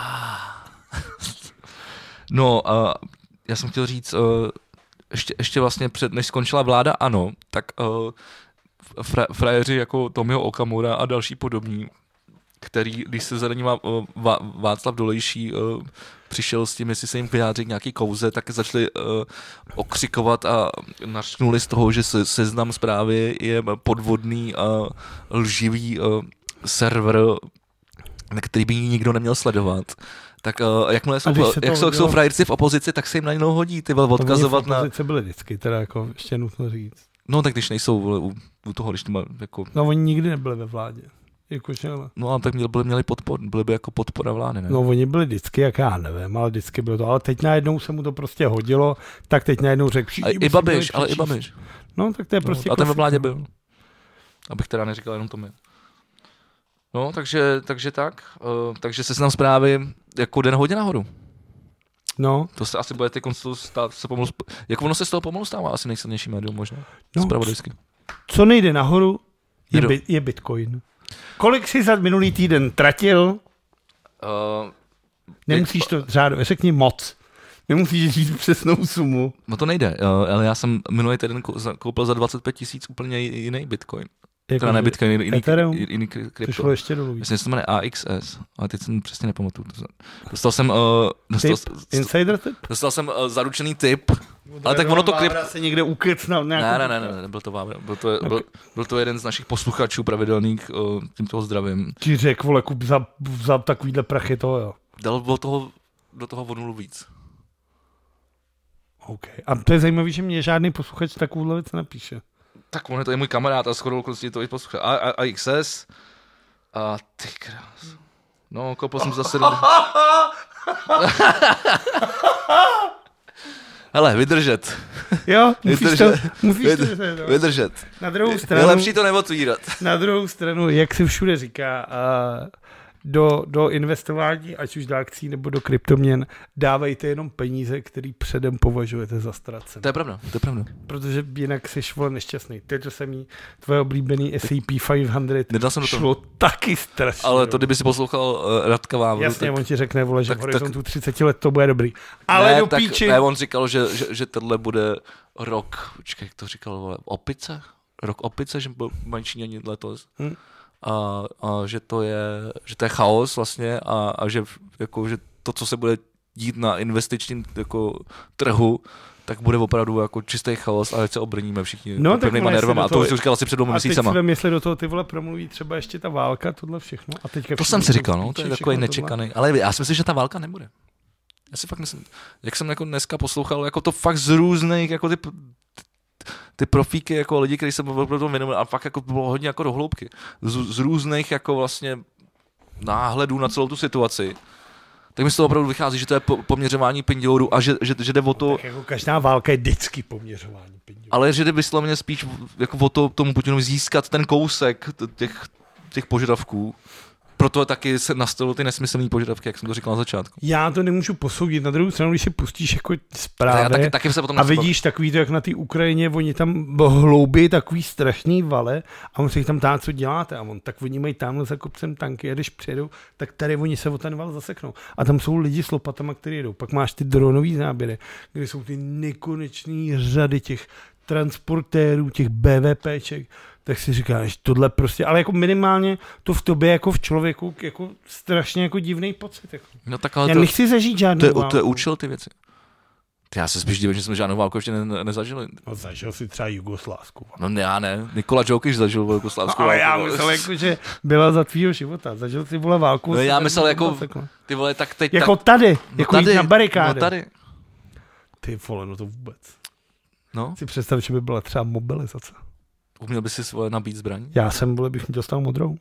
No, uh, já jsem chtěl říct, uh, ještě, ještě vlastně před, než skončila vláda ANO, tak uh, fra, frajeři jako Tomio Okamura a další podobní, který, když se za ním uh, Václav Dolejší uh, přišel s tím, jestli se jim vyjádří nějaký kouze, tak začali uh, okřikovat a nařknuli z toho, že se, Seznam Zprávy je podvodný a lživý uh, server, na který by nikdo neměl sledovat. Tak uh, jakmile jsou, jak jsou, jsou frajerci v opozici, tak se jim na něj hodí, ty vole, odkazovat na... opozice byly vždycky, teda jako ještě nutno říct. No tak když nejsou vole, u, u toho, když to má jako... No oni nikdy nebyli ve vládě. Jakože, ale... No a tak byli, měli podpor, byli by jako podpora vlády, ne? No oni byli vždycky, jak já nevím, ale vždycky bylo to. Ale teď najednou se mu to prostě hodilo, tak teď najednou řekl... I Babiš, ale i Babiš. No tak to je no, prostě... A ten ve vládě byl. Abych teda neříkal jenom to my. No, takže, takže tak. Uh, takže Seznam Zprávy jako jde hodně nahoru. No. To se asi bude teď stát se pomalu... Jak ono se z toho pomalu stává asi nejsilnější médium možná. No, zpravodajsky. Co nejde nahoru, je, je, bi- je Bitcoin. Kolik jsi za minulý týden tratil? Uh, Nemusíš to řádově, řekni moc. Nemusíš říct přesnou sumu. No to nejde, ale já jsem minulý týden koupil za dvacet pět tisíc úplně jiný Bitcoin. Jako teda ne Bitcoin, jiný, Ethereum, jiný, jiný krypto. To šlo ještě dolů. Myslím, že se to jmenuje A X S, ale teď jsem přesně nepamatuju. Dostal jsem... Uh, dostal, tip? Insider tip? Dostal jsem uh, zaručený tip Ale tak ono to klip... se někde ukecnal. Ne, ne, ne, ne, nebyl to Vávra. Byl to, okay. byl, byl to jeden z našich posluchačů pravidelných, uh, tímto zdravím. Ti řek, vole, kup za, za takovýhle prachy toho, jo. Dal do toho, do toho o nulu víc. OK. A to je zajímavé, že mě žádný posluchač takovouhle věc napíše. Tak on je to je můj kamarád a shodou okolností to i posluchač. A, a, a X S. A ty krás. No, kopl jsem zase do... Hele, vydržet. Jo, musíš vydržet. to, musíš Vydr- to vydržet. Vydržet. Na druhou stranu... Je lepší to neotvírat. Na druhou stranu, jak se všude říká, uh, do, do investování, ať už do akcí nebo do kryptoměn, dávejte jenom peníze, který předem považujete za ztracené. To je pravda, to je pravda. Protože jinak jsi šlo nešťastný. To je to samý, tvoje oblíbený S and P pět set šlo taky strašně. Ale to, kdyby si poslouchal uh, Radka Vávru. Jasně, tak, on ti řekne, vole, že tak, v horizontu tak, třicet let to bude dobrý. Ale ne, do tak, píči... Ne, on říkal, že, že, že tenhle bude rok, počkej, jak to říkal, vole, opice? Rok opice, že byl mančíně letos. Hmm. A, a že to je, že to je chaos vlastně a, a že, jako, že to, co se bude dít na investičním jako, trhu, tak bude opravdu jako čistý chaos a ať se obrníme všichni no, pevnýma nervama. A to už si říkal asi před dvěma měsícema. A teď si jestli do toho ty vole promluví třeba ještě ta válka, tohle všechno. A teďka to jsem si říkal, no, to je takový nečekaný. Tohle. Ale já si myslím, že ta válka nebude. Já si fakt myslím, jak jsem jako dneska poslouchal, jako to fakt z různých, jako ty, ty profíky, jako lidi, kteří se opravdu věnovali, a fakt jako bylo hodně jako do hloubky. Z, z různých jako vlastně náhledů na celou tu situaci. Tak mi z toho opravdu vychází, že to je po, poměřování pindourů a že, že, že jde o to... Tak jako každá válka je vždycky poměřování pindourů. Ale že jde vysloveně spíš jako o to tomu Putinovi získat ten kousek těch, těch požadavků. Proto taky se nastavily ty nesmyslné požadavky, jak jsem to říkal na začátku. Já to nemůžu posoudit. Na druhou stranu, když si pustíš jako zprávy taky, taky se potom a vidíš takový to, jak na té Ukrajině, oni tam hloubí takový strašný vale a on se jich tam ptá, co děláte. A on, tak oni mají tamhle za kopcem tanky a když přijedou, tak tady oni se o ten val zaseknou. A tam jsou lidi s lopatama, kteří jedou. Pak máš ty dronový záběry, kde jsou ty nekonečné řady těch transportérů, těch BVPček, tak si říkáš, tohle prostě, ale jako minimálně to v tobě jako v člověku jako strašně jako divný pocit. Jako. No tak ale já to, nechci zažít žádnou to je, válku. To je účel ty věci. Já se spíš divím, že jsme žádnou válku ještě ne, ne, nezažili. No zažil si třeba Jugoslávskou. No já ne, Nikola Jokic zažil Jugoslávskou no, ale válku. já myslel jako, že byla za tvýho života. Zažil si vole válku. No já myslel jako, ty vole, tak teď... Jako tak, tady, no jako tady, jít na barikády. No tady. Ty vole, no to vůbec. No. Si představ, že by byla třeba mobilizace. Uměl by si svoje nabít zbraň? Já jsem, vole, bych mi dostal modrou.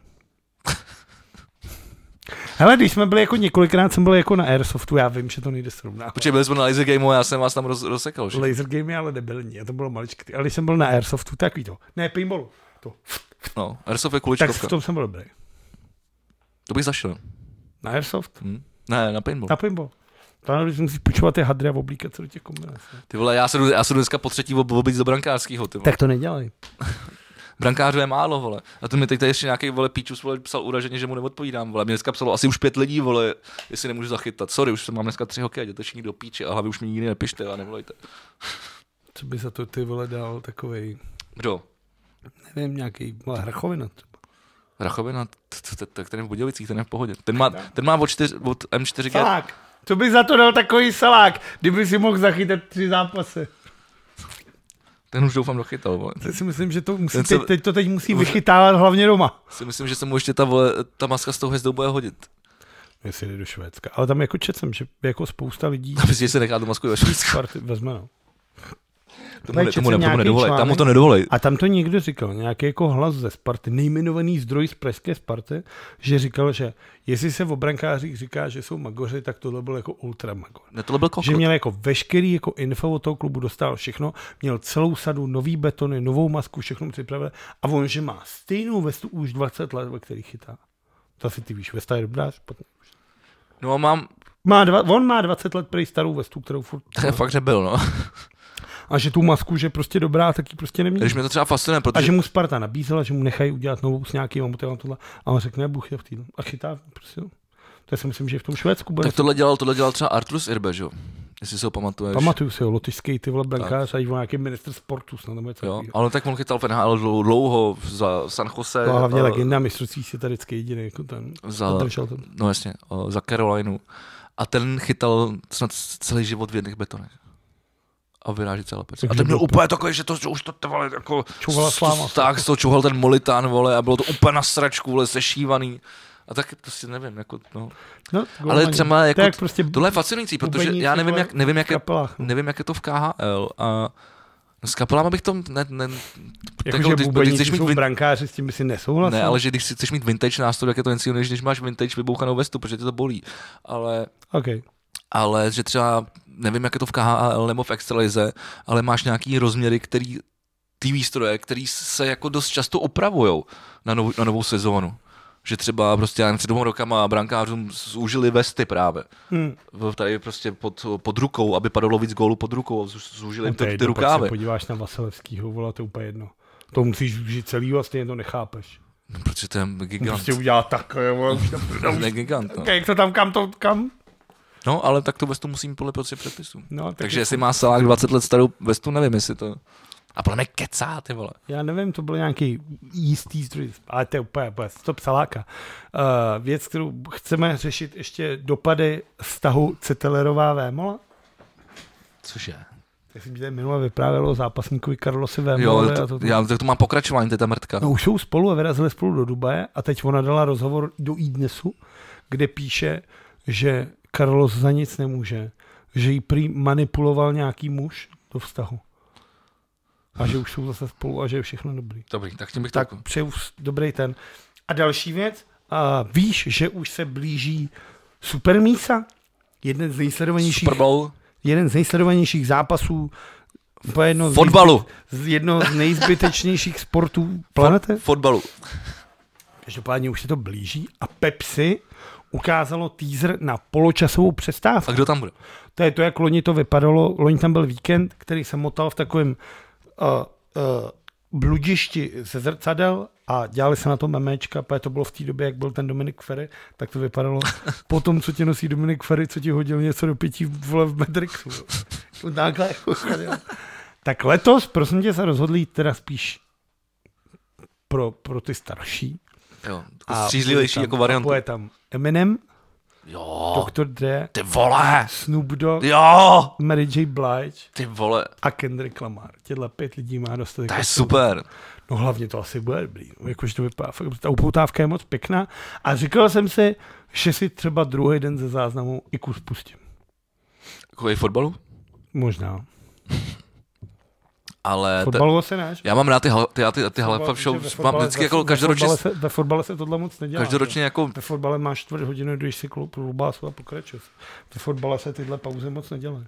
Hele, když jsme byli jako několikrát, jsem byl jako na Airsoftu, já vím, že to nejde srovnávat. Počkej, byli jsme na Laser Gameu a já jsem vás tam roz, rozsekal, že? Laser Game je ale debilní, a to bylo maličký. Ale když jsem byl na Airsoftu, takový to. Ne, paintballu. To. No, Airsoft je kuličkovka. Tak v tom jsem byl dobrý. To bych zašel. Na Airsoft? Hmm. Ne, na paintball. Na paintball. Tam když musíš půjčovat ty hadry a oblíkat se do těch kombinací. Ty vole, já se jdu, já se jdu dneska po třetí obít do brankářského, ty vole. Tak to nedělej. Brankářů je málo, vole. A to mi teď tady ještě nějaký, vole, píčus, vole, psal uraženě, že mu neodpovídám, vole. Mě dneska psalo asi už pět lidí, vole, jestli nemůžu zachytat. Sorry, už mám dneska tři hokeje, jděte všichni do píče, a hlavně už mi nikdy nepište a nevolejte. Co by za to ty, vole, dal takovej... Kdo? Nevím, nějaký, vole, Hrachovina třeba. Hrachovina, tak ten je v Budějovicích, ten je v pohodě. Ten má, ten má od, čtyř, od M čtyři G. Salák. Co by za to dal takový salák, kdyby si mohl zachytat tři zápasy? Ten už doufám dochytal, vole. To si myslím, že to musí, se... teď, teď to teď musí vychytávat hlavně doma. Si myslím, že se mu ještě ta, vole, ta maska s tou hvězdou bude hodit. Jestli jde do Švédska. Ale tam jako čet jsem, že jako spousta lidí... A myslíš, že se nechá tu masku do Švédska? Vezme, no. Tomu, ne, tomu, ne, tomu nedovolej, tam mu to nedovolej. A tam to někdo říkal, nějaký jako hlas ze Sparty, nejmenovaný zdroj z pražské Sparty, že říkal, že jestli se v obrankářích říká, že jsou magoři, tak tohle byl jako ultramagor. Ne, tohle byl kokot. Že měl jako veškerý jako info od toho klubu, dostal všechno, měl celou sadu nový betony, novou masku, všechno připravil a on, že má stejnou vestu už dvacet let, ve který chytá. To si ty víš, vesta je dobrá, špatně. No mám... Má dva, on má dvacet let prej starou vestu, kterou furt... To je fakt nebyl, no. A že tu masku, že prostě dobrá, tak ji prostě neměl. Když mě to třeba fascinuje, protože... A že mu Sparta nabízela, že mu nechají udělat novou s nějakým motivem tohle. A on řekne, Bůh je v týdnu. A chytá prostě. To si myslím, že v tom Švédsku bude. Tak tohle dělal, tohle dělal třeba Arturus Irbe, že jo? Jestli si ho pamatuješ. Pamatuju si ho, lotyšský ty vole brankář a i nějaký ministr sportu snad nebo něco. Jo, ale tak on chytal v N H L dlouho za San Jose. To hlavně a... legenda mistrovství světa vždycky jediný jako ten. Za, no jasně, za Carolinu. A ten chytal snad celý život v jedných betonech. a vyráží celé pece. A to měl úplně takové, že to že už to vole, jako... Čouhala sláma. Tak, z toho čouhal ten molitán, vole, a bylo to úplně na sračku, vole, sešívaný. A tak prostě nevím, jako, no. no ale třeba, jako, to prostě tohle je fascinující, protože já nevím, jak, nevím, jak, je, nevím, jak je to v K H L a s kapelama bych to, ne, ne, jako, že bubeníci jsou vin... brankáři, s tím by si nesouhlasil. Ne, ale že když chceš mít vintage nástroj, tak je to něco, než když máš vintage vybouchanou vestu, protože tě to bolí. Ale, okay. ale že třeba, nevím, jak je to v K H L nebo v Extralize, ale máš nějaký rozměry, který, ty výstroje, který se jako dost často opravujou na, nov, na novou sezónu. Že třeba prostě, já nevím, před dvěma rokama brankářům zúžili vesty právě. Hmm. Tady prostě pod, pod rukou, aby padalo víc gólů pod rukou, zúžili jim no ty, ty rukávy. Pak se podíváš na Vasilevskýho, vola, to je úplně jedno. To musíš žít celý, vlastně to nechápeš. No, protože to je gigant. On prostě udělá takové, vole. To je gigant, no. Jak to tam, kam to, kam? No, ale tak to vestu musím podle prostě předpisů. No, tak takže jestli má Salák dvacet let starou vestu, nevím, jestli to... A podle mě kecá, ty vole. Já nevím, to byl nějaký jistý zdroj, ale to je úplně, úplně stop Saláka. Uh, věc, kterou chceme řešit, ještě dopady vztahu Cetelerová Vémola. Cože? Tak jsem ti tady minule vyprávěl o zápasníkovi Carlosi Vémolovi. Jo, to, a to, to... já tak to mám pokračování, to je ta mrtka. No už jsou spolu a vyrazili spolu do Dubaje a teď ona dala rozhovor do iDnesu, kde píše, že Carlos za nic nemůže, že jí prý manipuloval nějaký muž do vztahu. A že už jsou zase spolu a že je všechno dobrý. Dobrý, tak tím bych tak to... přeju dobrý ten. A další věc, a víš, že už se blíží Super Mísa? Jeden z nejsledovanějších... Super Bowl? Jeden z nejsledovanějších zápasů jedno fotbalu. Z jedno z nejzbytečnějších sportů planety. Fotbalu. Každopádně už se to blíží a Pepsi ukázalo teaser na poločasovou přestávku. A kdo tam bude? To je to, jak loni to vypadalo. Loni tam byl víkend, který se motal v takovém uh, uh, bludišti ze zrcadel a dělali se na to memečka, protože to bylo v té době, jak byl ten Dominik Ferry, tak to vypadalo po tom, co tě nosí Dominik Ferry, co ti hodil něco do pití vole v Matrixu. Tak letos, prosím tě, se rozhodli jít teda spíš pro, pro ty starší. Jo, střízlivější jako variantu. Je tam Eminem, jo, doktor Dre, ty vole, Snoop Dogg, jo, Mary J. Blige, ty vole, a Kendrick Lamar. Těhle pět lidí má dostatek. To je super. No hlavně to asi bude dobrý. No, jakože to vypadá, fakt, ta upoutávka je moc pěkná. A říkal jsem si, že si třeba druhý den ze záznamu i kus pustím. Jako fotbalu? Možná. Ale fotbalu asi ne. Já mám rád ty, ty, ty, ty Half show, mám vždycky jako každoročně... Ve fotbale se tohle moc nedělá. Každoročně jako... Ve fotbale máš čtvrt hodinu, když si klub klubásu a pokračuješ. Ve fotbale se tyhle pauzy moc nedělají.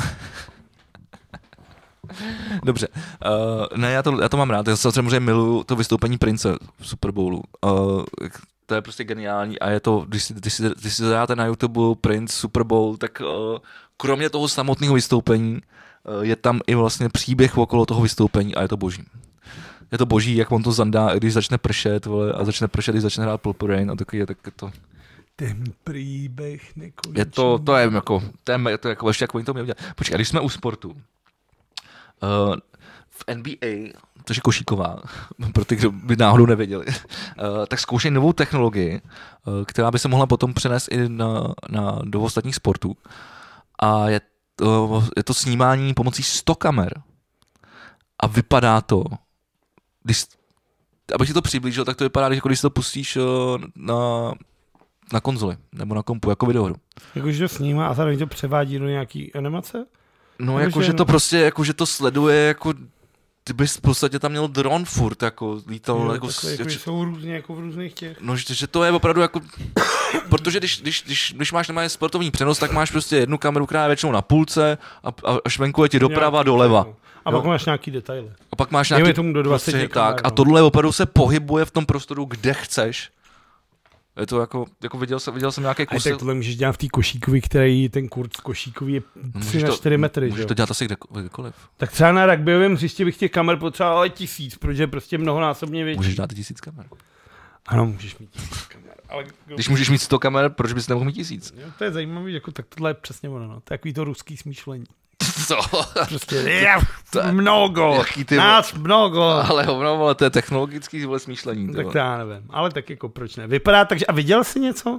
Dobře. Uh, ne, já to, já to mám rád. Já samozřejmě miluju to vystoupení Prince v Super Bowlu. Uh, to je prostě geniální a je to, když si, když si, když si zadáte na YouTube Prince Super Bowl, tak uh, kromě toho samotného vystoupení uh, je tam i vlastně příběh okolo toho vystoupení a je to boží. Je to boží, jak on to zandá, když začne pršet, vole, a začne pršet, když začne hrát Purple Rain a taky, tak je to... Ten příběh nekonečný. Je to, to je jako, to je, to je jako, ještě jak oni to měli dělat. Počkej, a když jsme u sportu, uh, v N B A, což je košíková, pro ty, kdo by náhodou nevěděli, uh, tak zkoušejí novou technologii, uh, která by se mohla potom přenést i na, na, do ostatních sportů. A je to, je to snímání pomocí sto kamer. A vypadá to, když, abych ti to přiblížil, tak to vypadá, jako když to pustíš uh, na, na konzoli nebo na kompu, jako videohru. Jakože to snímá a zároveň to převádí do nějaký animace? No, jakože to prostě, jakože to sleduje, jako ty bys v podstatě tam měl dron furt, jako lítal, jo, jako... Takhle, jako jsou různě, jako v různých těch... No, že, že to je opravdu jako... Protože když, když, když, když máš normálně sportovní přenos, tak máš prostě jednu kameru, která je většinou na půlce a, a švenkuje ti doprava, nějaký doleva. A pak jo? máš nějaký detaily. A pak máš nějaký... tomu do dvacet prostě, tak, a tohle opravdu se pohybuje v tom prostoru, kde chceš. Je to jako, jako viděl, jsem, viděl jsem nějaké kusy. A tak tohle můžeš dělat v té košíkovi, který ten kurz košíkový je tři na čtyři metry. Můžeš to dělat asi kde, kdekoliv. Tak třeba na rugbyovém hřišti bych těch kamer potřeboval ale tisíc, protože prostě mnohonásobně větší. Můžeš dát tisíc kamer. Ano, můžeš mít tisíc kamer. Ale když můžeš mít sto kamer, proč bys nemohl mít tisíc? Jo, to je zajímavé, jako, tak tohle je přesně ono. No. To je takový to ruský smýšlení. Co? Prostě je, mnoho, nás mnoho. Ale hovno, ale to je technologický smýšlení. Tak to já nevím, ale tak jako proč ne. Vypadá tak, že... A viděl jsi něco?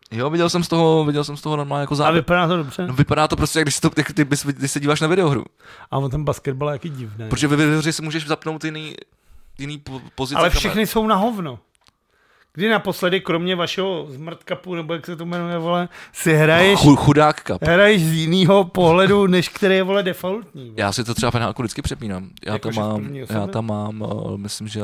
Jo, viděl jsem z toho, viděl jsem z toho normálně jako záběr. A vypadá to dobře? No, vypadá to prostě, jak když, to, jak ty, když se díváš na videohru. A on ten basketbal je jaký divný. Protože ve videohře si můžeš zapnout jiný, jiný pozice. Ale všechny kamer. jsou na hovno. Kdy naposledy, kromě vašeho zmrtkapu, nebo jak se to jmenuje, vole, si hraješ, Ch- chudák kap. hraješ z jiného pohledu, než který je, vole, defaultní. Vole. Já si to třeba penálku vždycky přepínám. Já Jako, tam že v mám, první já osobě? tam mám, uh, myslím, že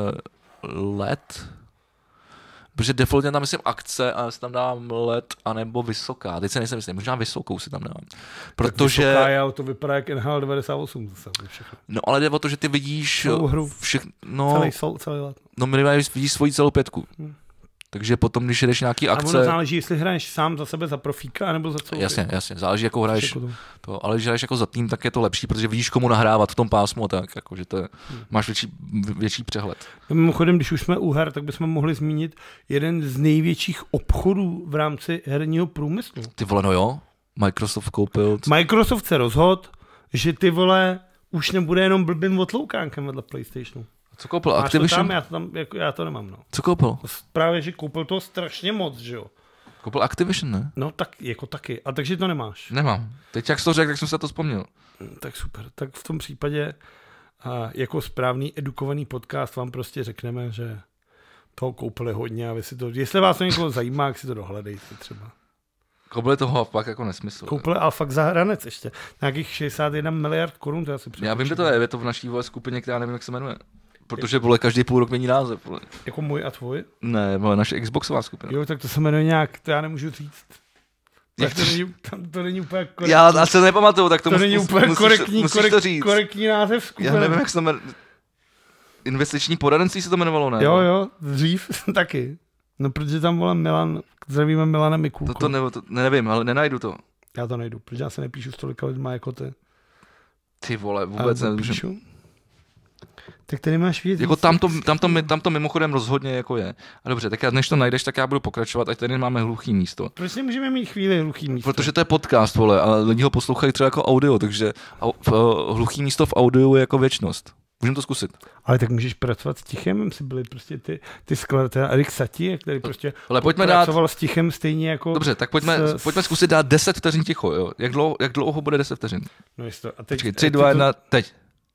led. Protože defaultně tam myslím akce a já si tam dávám led anebo vysoká. Teď se nejsem myslím, možná vysokou si tam dávám. Protože... Tak vysoká, já, to vypadá jak N H L devadesát osm zase. Všechno. No ale jde o to, že ty vidíš Celou hru. všechno, no, Celý, sol, celý let. no minimálně vidíš svoji celou pětku. Hmm. Takže potom, když jdeš nějaký akce... A ono záleží, jestli hraješ sám za sebe, za profíka, anebo za celou. Jasně, jasně, záleží, jakou hraješ. Jako To, ale když hraješ jako za tým, tak je to lepší, protože vidíš, komu nahrávat v tom pásmu a tak, jako, že to je, hmm. máš větší, větší přehled. Mimochodem, když už jsme u her, tak bychom mohli zmínit jeden z největších obchodů v rámci herního průmyslu. Ty vole, no jo, Microsoft koupil... Microsoft se rozhodl, že ty vole už nebude jenom blbým otloukánkem vedle PlayStationu. Co koupil? Máš Activision? to tam, já to, tam, jako, já to nemám, no. Co koupil? Právě, že koupil to strašně moc, že jo. Koupil Activision, ne? No tak, jako taky. A takže to nemáš. Nemám. Teď jak jsi to řekl, tak jsem se na to vzpomněl. Tak super. Tak v tom případě a jako správný edukovaný podcast vám prostě řekneme, že toho koupili hodně a vy si to, jestli vás to někoho zajímá, jak si to dohledejte třeba. Koupili toho pak jako nesmysl. Koupili, ale fakt za hranec ještě. Nějakých šedesát jedna miliard korun, to já si Já vím, že to je, je to v naší vole skupině, která nevím, jak se jmenuje. Protože vole, každý půl rok mění název. Vole. Jako můj a tvůj? Ne, vole, naše Xboxová skupina. Jo, tak to se jmenuje nějak, to já nemůžu říct. Tak to není, tam to není úplně korektní. Já a se nepamatuju, tak to, to mus, není mus, úplně musíš, korektní, musíš korekt, to říct. korektní název skupiny. Já nevím, jak se to jmenuje. Investiční poradenství se to jmenovalo, ne? Jo, jo, dřív taky. No, protože tam volám Milan, zdravíme Milana Mikulku. To, to, ne, to nevím, ale nenajdu to. Já to nejdu, protože já se nepíšu s tolika lidma jako ty. Ty vole, vůbec nepíšu. Tak tady máš věc. Jako tam to, tam, to, tam to mimochodem rozhodně jako je. A dobře, tak já, než to najdeš, tak já budu pokračovat, ať tady máme hluchý místo. Proč nemůžeme mít chvíli hluchý místo? Protože to je podcast, vole, a lidi ho poslouchají třeba jako audio, takže au, v, uh, hluchý místo v audiu je jako věčnost. Můžeme to zkusit. Ale tak můžeš pracovat s tichem, si byli prostě ty, ty skladatelé, Erik Satie, který prostě Ale pojďme pracoval dát... s tichem stejně jako... Dobře, tak pojďme, s, pojďme zkusit dát deset vteřin ticho, jo? Jak dlouho, jak dlouho bude deset vteřin? No jisto. A teď, Počkej, tři, dva, jedna, teď.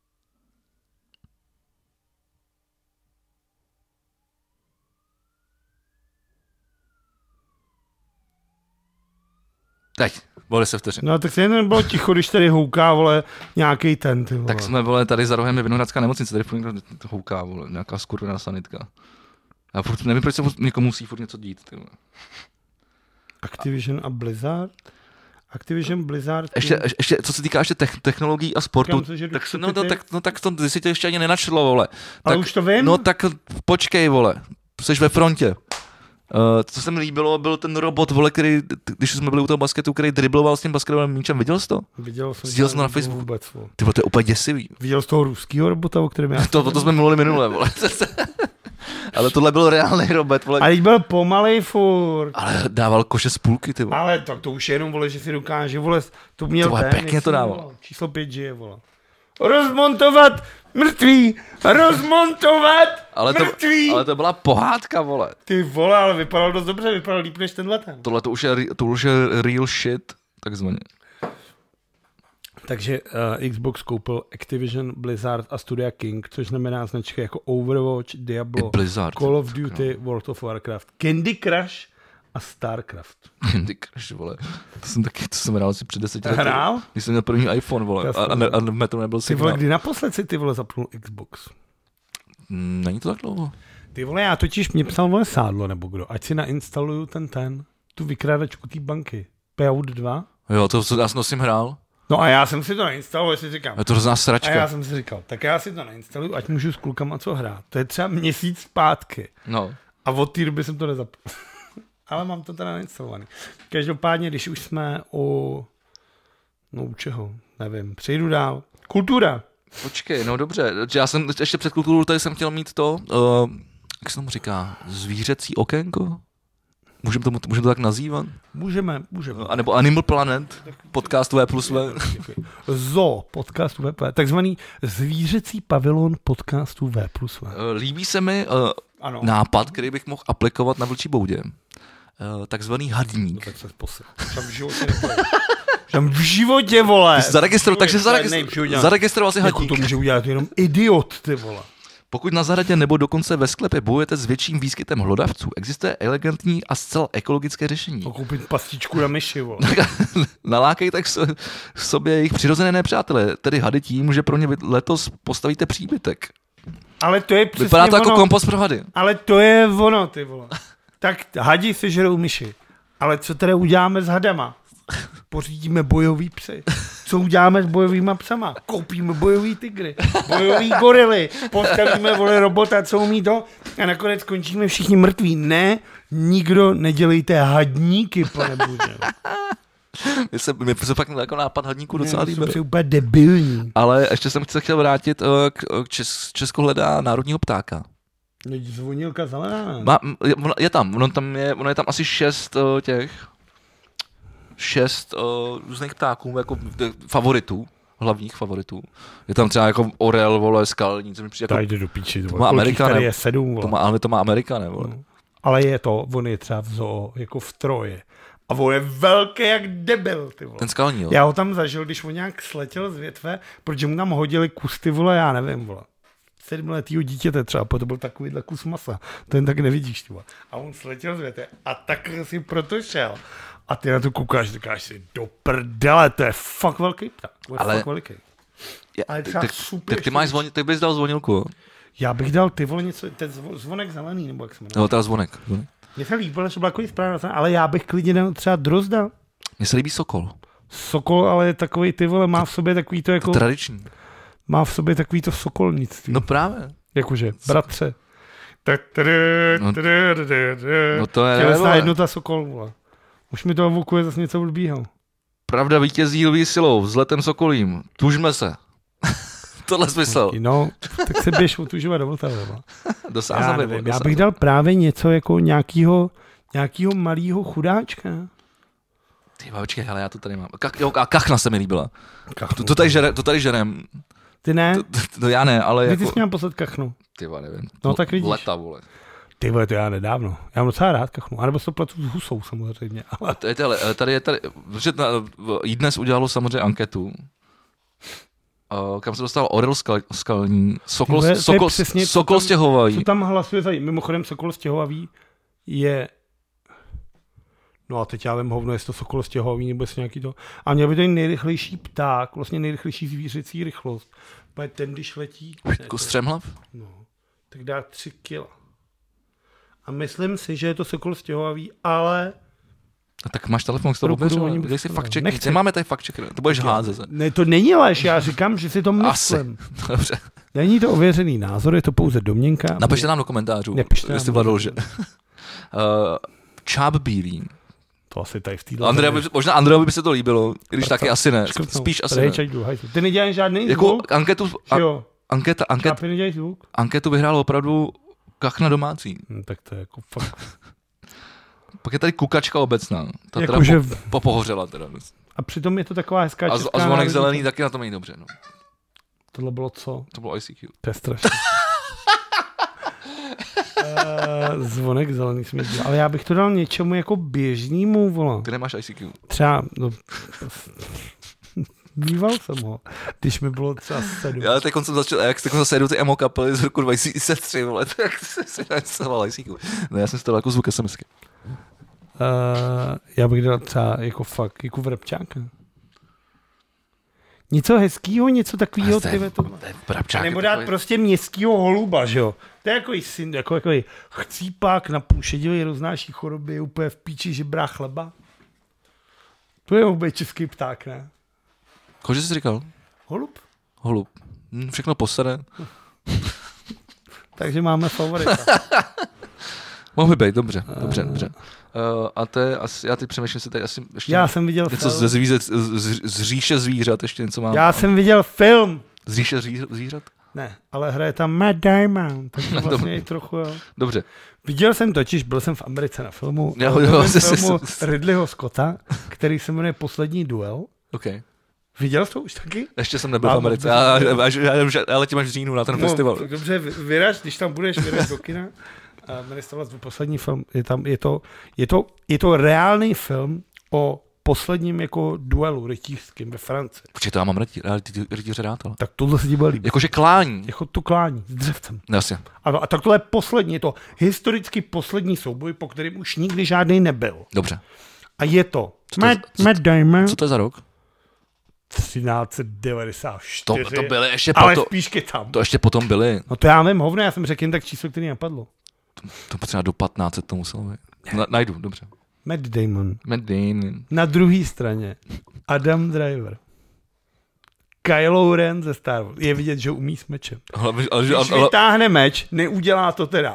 Teď, bylo deset vteřin. No tak se jen bylo ticho, když tady houká, vole, nějaký ten, ty vole. Tak jsme, vole, tady za rohem je Vinohradská nemocnice, tady furt někdo houká, vole, nějaká skurvená sanitka. Já furt nevím, proč se někomu musí furt něco dít, ty vole. Activision a Blizzard? Activision, Blizzard... Ještě, ještě, co se týká ještě te- technologií a sportu, Říkám, že tak, no, no, tak, no tak to, ty si to ještě ani nenačilo, vole. Ale tak, už to vím. No tak počkej, vole, jsi ve frontě. Uh, co se mi líbilo, byl ten robot, vole, který, když jsme byli u toho basketu, který dribloval s tím basketovým míčem, viděl jsi to? Viděl jsem Viděl jsem to na Facebooku. Vůbec, vole. Ty vole, to je úplně děsivý. Viděl jsi toho ruskýho robota, o kterém já... to, to jsme mluvili minule, vole. Ale tohle byl reálný robot, vole. Ale byl pomalej furt. Ale dával koše z půlky, ty vole. Ale tak to už je jenom, vole, že si dokáže, vole, to měl to ten, pěkně to dával. Vole, číslo pět žije, vole. Rozmontovat mrtvý, rozmontovat ale to, mrtvý. ale to byla pohádka, vole. Ty vole, ale vypadal dost dobře, vypadal líp než tenhle ten. Tohle to už je, to už je real shit, takzvaně. Takže uh, Xbox koupil Activision, Blizzard a Studia King, což znamená značky jako Overwatch, Diablo, Blizzard, Call of Duty, no. World of Warcraft, Candy Crush a Starcraft. Candy Crush, vole. To jsem taky, to jsem hrál asi před deseti lety. Hrál? Když jsem měl první iPhone, vole. A, a, a v metru nebyl Ty signál. vole, kdy naposled si ty vole zapnul Xbox? Mm, není to tak dlouho. Ty vole, já totiž mě psal vole Sádlo nebo kdo, ať si nainstaluju ten ten, tu vykrádačku té banky. Payout dva. Jo, to, to já jsem to s tím hrál. No a já jsem si to nainstaloval, jestli říkám. Je to hrozná sračka. A já jsem si říkal, tak já si to nainstaluju, ať můžu s klukama co hrát. To je třeba měsíc zpátky. No. A od té doby jsem to nezapnul. Ale mám to teda nainstalovaný. Každopádně, když už jsme u... No u čeho? Nevím. Přejdu dál. Kultura. Počkej, no dobře. Já jsem ještě před kulturou tady jsem chtěl mít to, uh, jak se tomu říká, zvířecí okénko? Můžeme to, můžeme to tak nazývat? Můžeme, můžeme. A nebo Animal Planet, podcast V plus V. Zoo podcastu V plus V. Takzvaný zvířecí pavilon podcastu V plus V. Líbí se mi uh, ano. nápad, který bych mohl aplikovat na Vlčí boudě. uh, takzvaný hadník. No, tak se posil. Tam v životě nepojde. Tam v životě, vole. Zaregistroval, takže zaregistroval, zaregistroval si hadník. Jako to může udělat jenom idiot, ty vole. Pokud na zahradě nebo dokonce ve sklepě bojujete s větším výskytem hlodavců, existuje elegantní a zcela ekologické řešení. Koupit pastičku na myši, vole. Nalákejte k sobě jejich přirozené nepřátelé, tedy hady tím, že pro ně letos postavíte příbytek. Ale to je přesně Vypadá to ono. jako kompost pro hady. Ale to je ono, ty vole. Tak hadi se žerou myši. Ale co teda uděláme s hadama? Pořídíme bojový psy. Co uděláme s bojovýma psama? Koupíme bojový tygry, bojový gorily, postavíme, vole, robota, co umí to a nakonec skončíme všichni mrtví. Ne, nikdo nedělejte hadníky, pane bože. Mně se, mě se fakt jako nápad hadníku docela líbil. To je úplně debilní. Ale ještě jsem se chtěl vrátit uh, k, k Čes, Česko hledá národního ptáka. No, zvonilka zelená. Má, je, je tam, ono, tam je, ono je tam asi šest uh, těch, šest uh, různých ptáků, jako favoritů, hlavních favoritů. Je tam třeba jako orel, vole, skalní, co mi přijde jako... Tady jde do píči, to má Amerika, ne? Je sedm, to má, ale to má Amerika, ne, vole. No. Ale je to, on je třeba v zoo, jako v Troje. A on je velký jak debil, ty vole. Ten skalní, jo. Já ho tam zažil, když on nějak sletěl z větve, protože mu tam hodili kus, ty vole, já nevím, vole. sedmiletýho dítěte třeba, to byl takovýhle kus masa. Ten tak nevidíš, ty vole. A on sletěl z větve a tak si proto šel. A ty na to koukáš, říkáš si, do prdele, to je fakt velký pták. To je ale... fakt veliký. Je, ale třeba tak, super. tak ty máš zvonil, ty bys dal zvonilku, jo? Já bych dal, ty vole, něco, ten zvonek zelený, nebo jak se jmenuje. No, teda zvonek. zvonek. Mně se líbilo, že byla takový správná, ale já bych klidně dal třeba drozda. Mně se líbí sokol. Sokol, ale je takový, ty vole, má v sobě takový to jako... To tradiční. Má v sobě takový to sokolnictví. No právě. Jakože, bratře. No, no to je... Tělesná jednota sokol, vole. Už mi to evokuje zase něco blbýho. Pravda vítězí lví silou, vzletem sokolím. Tužme se. Tohle smysl. No, tak se běž otužovat do Vltavy. Já, nevím, já bych dal právě něco jako nějakýho, nějakýho malýho chudáčka. Ty počkej, hele, já to tady mám. Kach, jo, a kachna se mi líbila. Kachnu, to, to, tady žere, to tady žerem. Ty ne? To, to, to já ne, ale Kdy jako... ty jsi měl poslat kachnu? Ty vole, nevím. No tak vidíš. Leta, vole. Ty vole, to já nedávno. Já mám docela rád kachnu. A nebo se platu s husou samozřejmě. Ale... Tady, tady, tady je tady, protože jí dnes udělalo samozřejmě anketu, kam se dostal orel skal, skalní, sokol, Tyhle, sokol, přesně, sokol co stěhovavý. Co tam hlasuje za mimochodem sokol stěhovavý je... No a teď já vím hovno, jestli to sokol stěhovavý nebo jestli nějaký to... A měl by to nejrychlejší pták, vlastně nejrychlejší zvířecí rychlost. Protože ten, když letí... Jako střemhlav? No, tak dá tři kila. A myslím si, že je to sokol stěhovavý, ale... A tak máš telefon, s toho ověřovat. Dej si fakt check. Nechci. Nemáme tady fakt check. To budeš házet. Ne, to není lež, já říkám, že si to myslím. Asi. Dobře. Není to ověřený názor, je to pouze domněnka. Napište nám do komentářů, Nepište jestli Vlado lže. uh, Čáp bílý. To asi tady v této... Andrea by, možná Andreovi by se to líbilo, když taky asi ne. Spíš asi ne. Ty neděláš žádný jako zvuk? Anketu, a, anketa, anket, Čápy nedělají zvuk? Anketu vyhrál opravdu kachna domácí. No, tak to je jako fakt... Pak je tady kukačka obecná. Ta jako teda že... po, popohořela teda. A přitom je to taková hezká a, česká... A zvonek zelený taky na tom není dobře. No. Tohle bylo co? To bylo I C Q. To je strašné. uh, zvonek zelený jsme dělali. Ale já bych to dal něčemu jako běžnému, vole. Ty nemáš I C Q. Třeba... No, Býval jsem ho, když mi bylo třeba sedm. Já teď jsem začal, jak teď zase jedu ty emo kapely z roku dva tisíce tři, vole, tak si nainstaloval I C Q. No já jsem si to dal jako zvuk SMSky. Uh, já bych dal třeba jako fakt, jako vrabčáka. Něco hezkýho, něco takovýho. To je, to je vrabčák. Nebo dát takový... prostě městskýho holuba, že jo. To je jako syn, jako takový chcípák, napůl šedivý, roznáší choroby, úplně v píči, že brá chleba. To je obej český pták, ne? Kože jsi říkal? Holub. Holub. Hm, všechno posede. Takže máme favorita. Mohl by být, dobře, dobře, dobře. Uh, a to je asi, já teď přemýšlím si tady asi ještě já jsem viděl něco ze zvířat, z, z říše zvířat, ještě něco mám. Já jsem viděl film. Z říše zvířat? Ne, ale hraje tam Matt Damon, takže vlastně i trochu, jo. Dobře. Viděl jsem totiž, byl jsem v Americe na filmu, jo, jo, filmu Ridleyho Scotta, který se jmenuje Poslední duel. Okay. Viděl jsi to už taky? Ještě jsem nebyl v Americe, já, já, já, já letím až v říjnu na ten no, festival. Dobře, vyraž, když tam budeš, vyraž do kina. jmenuje se vlastně poslední film, je, tam, je, to, je, to, je to reálný film o posledním jako duelu rytířským ve Francii. Počkej, to já mám rytíře rád, ale. Tak tohle se ti bude líbit. Jakože klání. Jako tu klání s dřevcem. Jasně. A, a tak tohle je poslední, je to historicky poslední souboj, po kterém už nikdy žádný nebyl. Dobře. A je to Co to, Matt, co, Matt Damon. Co to je za rok? třináct set devadesát čtyři. To, to byly ještě ale potom. spíš tam. To ještě potom byly. No to já vím, hovno, já jsem řekl jen tak číslo, který napadlo. To, to potřeba do patnáct to muselo být. Na, najdu, dobře. Matt Damon. Matt Damon. Na druhé straně Adam Driver. Kylo Ren ze Star Wars. Je vidět, že umí s mečem. Ale, ale, Když ale, vytáhne meč, neudělá to teda.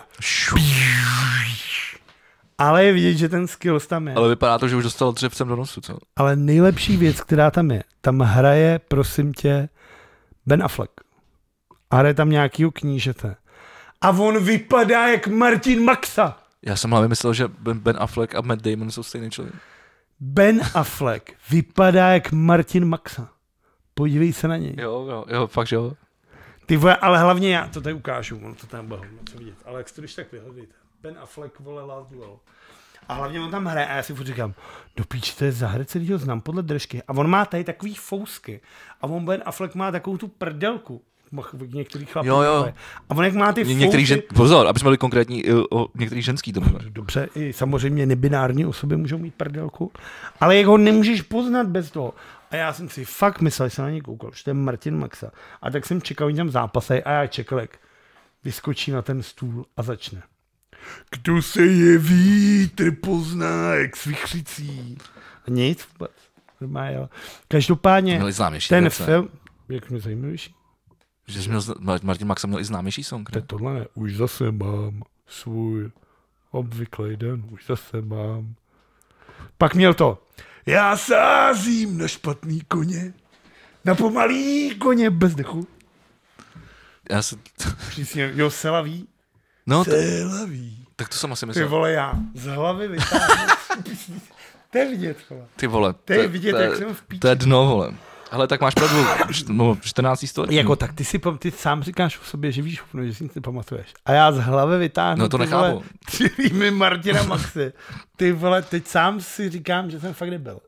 Ale je vidět, že ten skills tam je. ale vypadá to, že už dostal dřevcem do nosu, co? Ale nejlepší věc, která tam je, tam hraje, prosím tě, Ben Affleck. A hraje tam nějakýho knížete. A on vypadá jak Martin Maxa. Já jsem hlavně myslel, že Ben, Ben Affleck a Matt Damon jsou stejný člověk. Ben Affleck vypadá jak Martin Maxa. Podívej se na něj. Jo, jo, jo, fakt, že jo. Ty vole, ale hlavně já to tady ukážu, ono to tam bylo, co vidět. Ale jak to když tak vyhledejte. Ben Affleck, vole, Last Duel. A hlavně on tam hraje a já si furt říkám, do píči, to je za herce, který ho znám podle držky. A on má tady takový fousky. A on Ben Affleck má takovou tu prdelku. Některý chlapí. Jo, jo. A on jak má ty Některý fousky... žen... Pozor, aby jsme byli konkrétní, o některý ženský to mluví. Dobře, i samozřejmě nebinární osoby můžou mít prdelku. Ale jak ho nemůžeš poznat bez toho. A já jsem si fakt myslel, že jsem na něj koukal, že to je Martin Maxa. A tak jsem čekal, že tam zápasej a já čekal, jak vyskočí na ten stůl a začne. Kdo se je vítr pozná, jak s vychřicí. A nic vůbec. Normálně, každopádně ten věc, film, jak mě zajímavější. Že jsi měl, Martin Maxa měl i známější song, ne? Tohle ne, už zase mám svůj obvyklý den, už zase mám. Pak měl to. Já sázím na špatný koně, na pomalý koně bez dechu. Já se... Jo, Selaví. No, Selaví. Tak to jsem asi myslel. Ty vole, já z hlavy vytáhnu. To je vidět, vole. Ty vole. To je vidět, to, jak jsem v píči. To je dno, vole. Ale tak máš pravdu, no, čtrnáct století. Jako tak ty si ty sám říkáš o sobě, že víš, že si nic nepamatuješ. A já z hlavy vytáhnu no to ty vole, tři rýmy Martina Maxy. Ty vole, teď sám si říkám, že jsem fakt nebyl.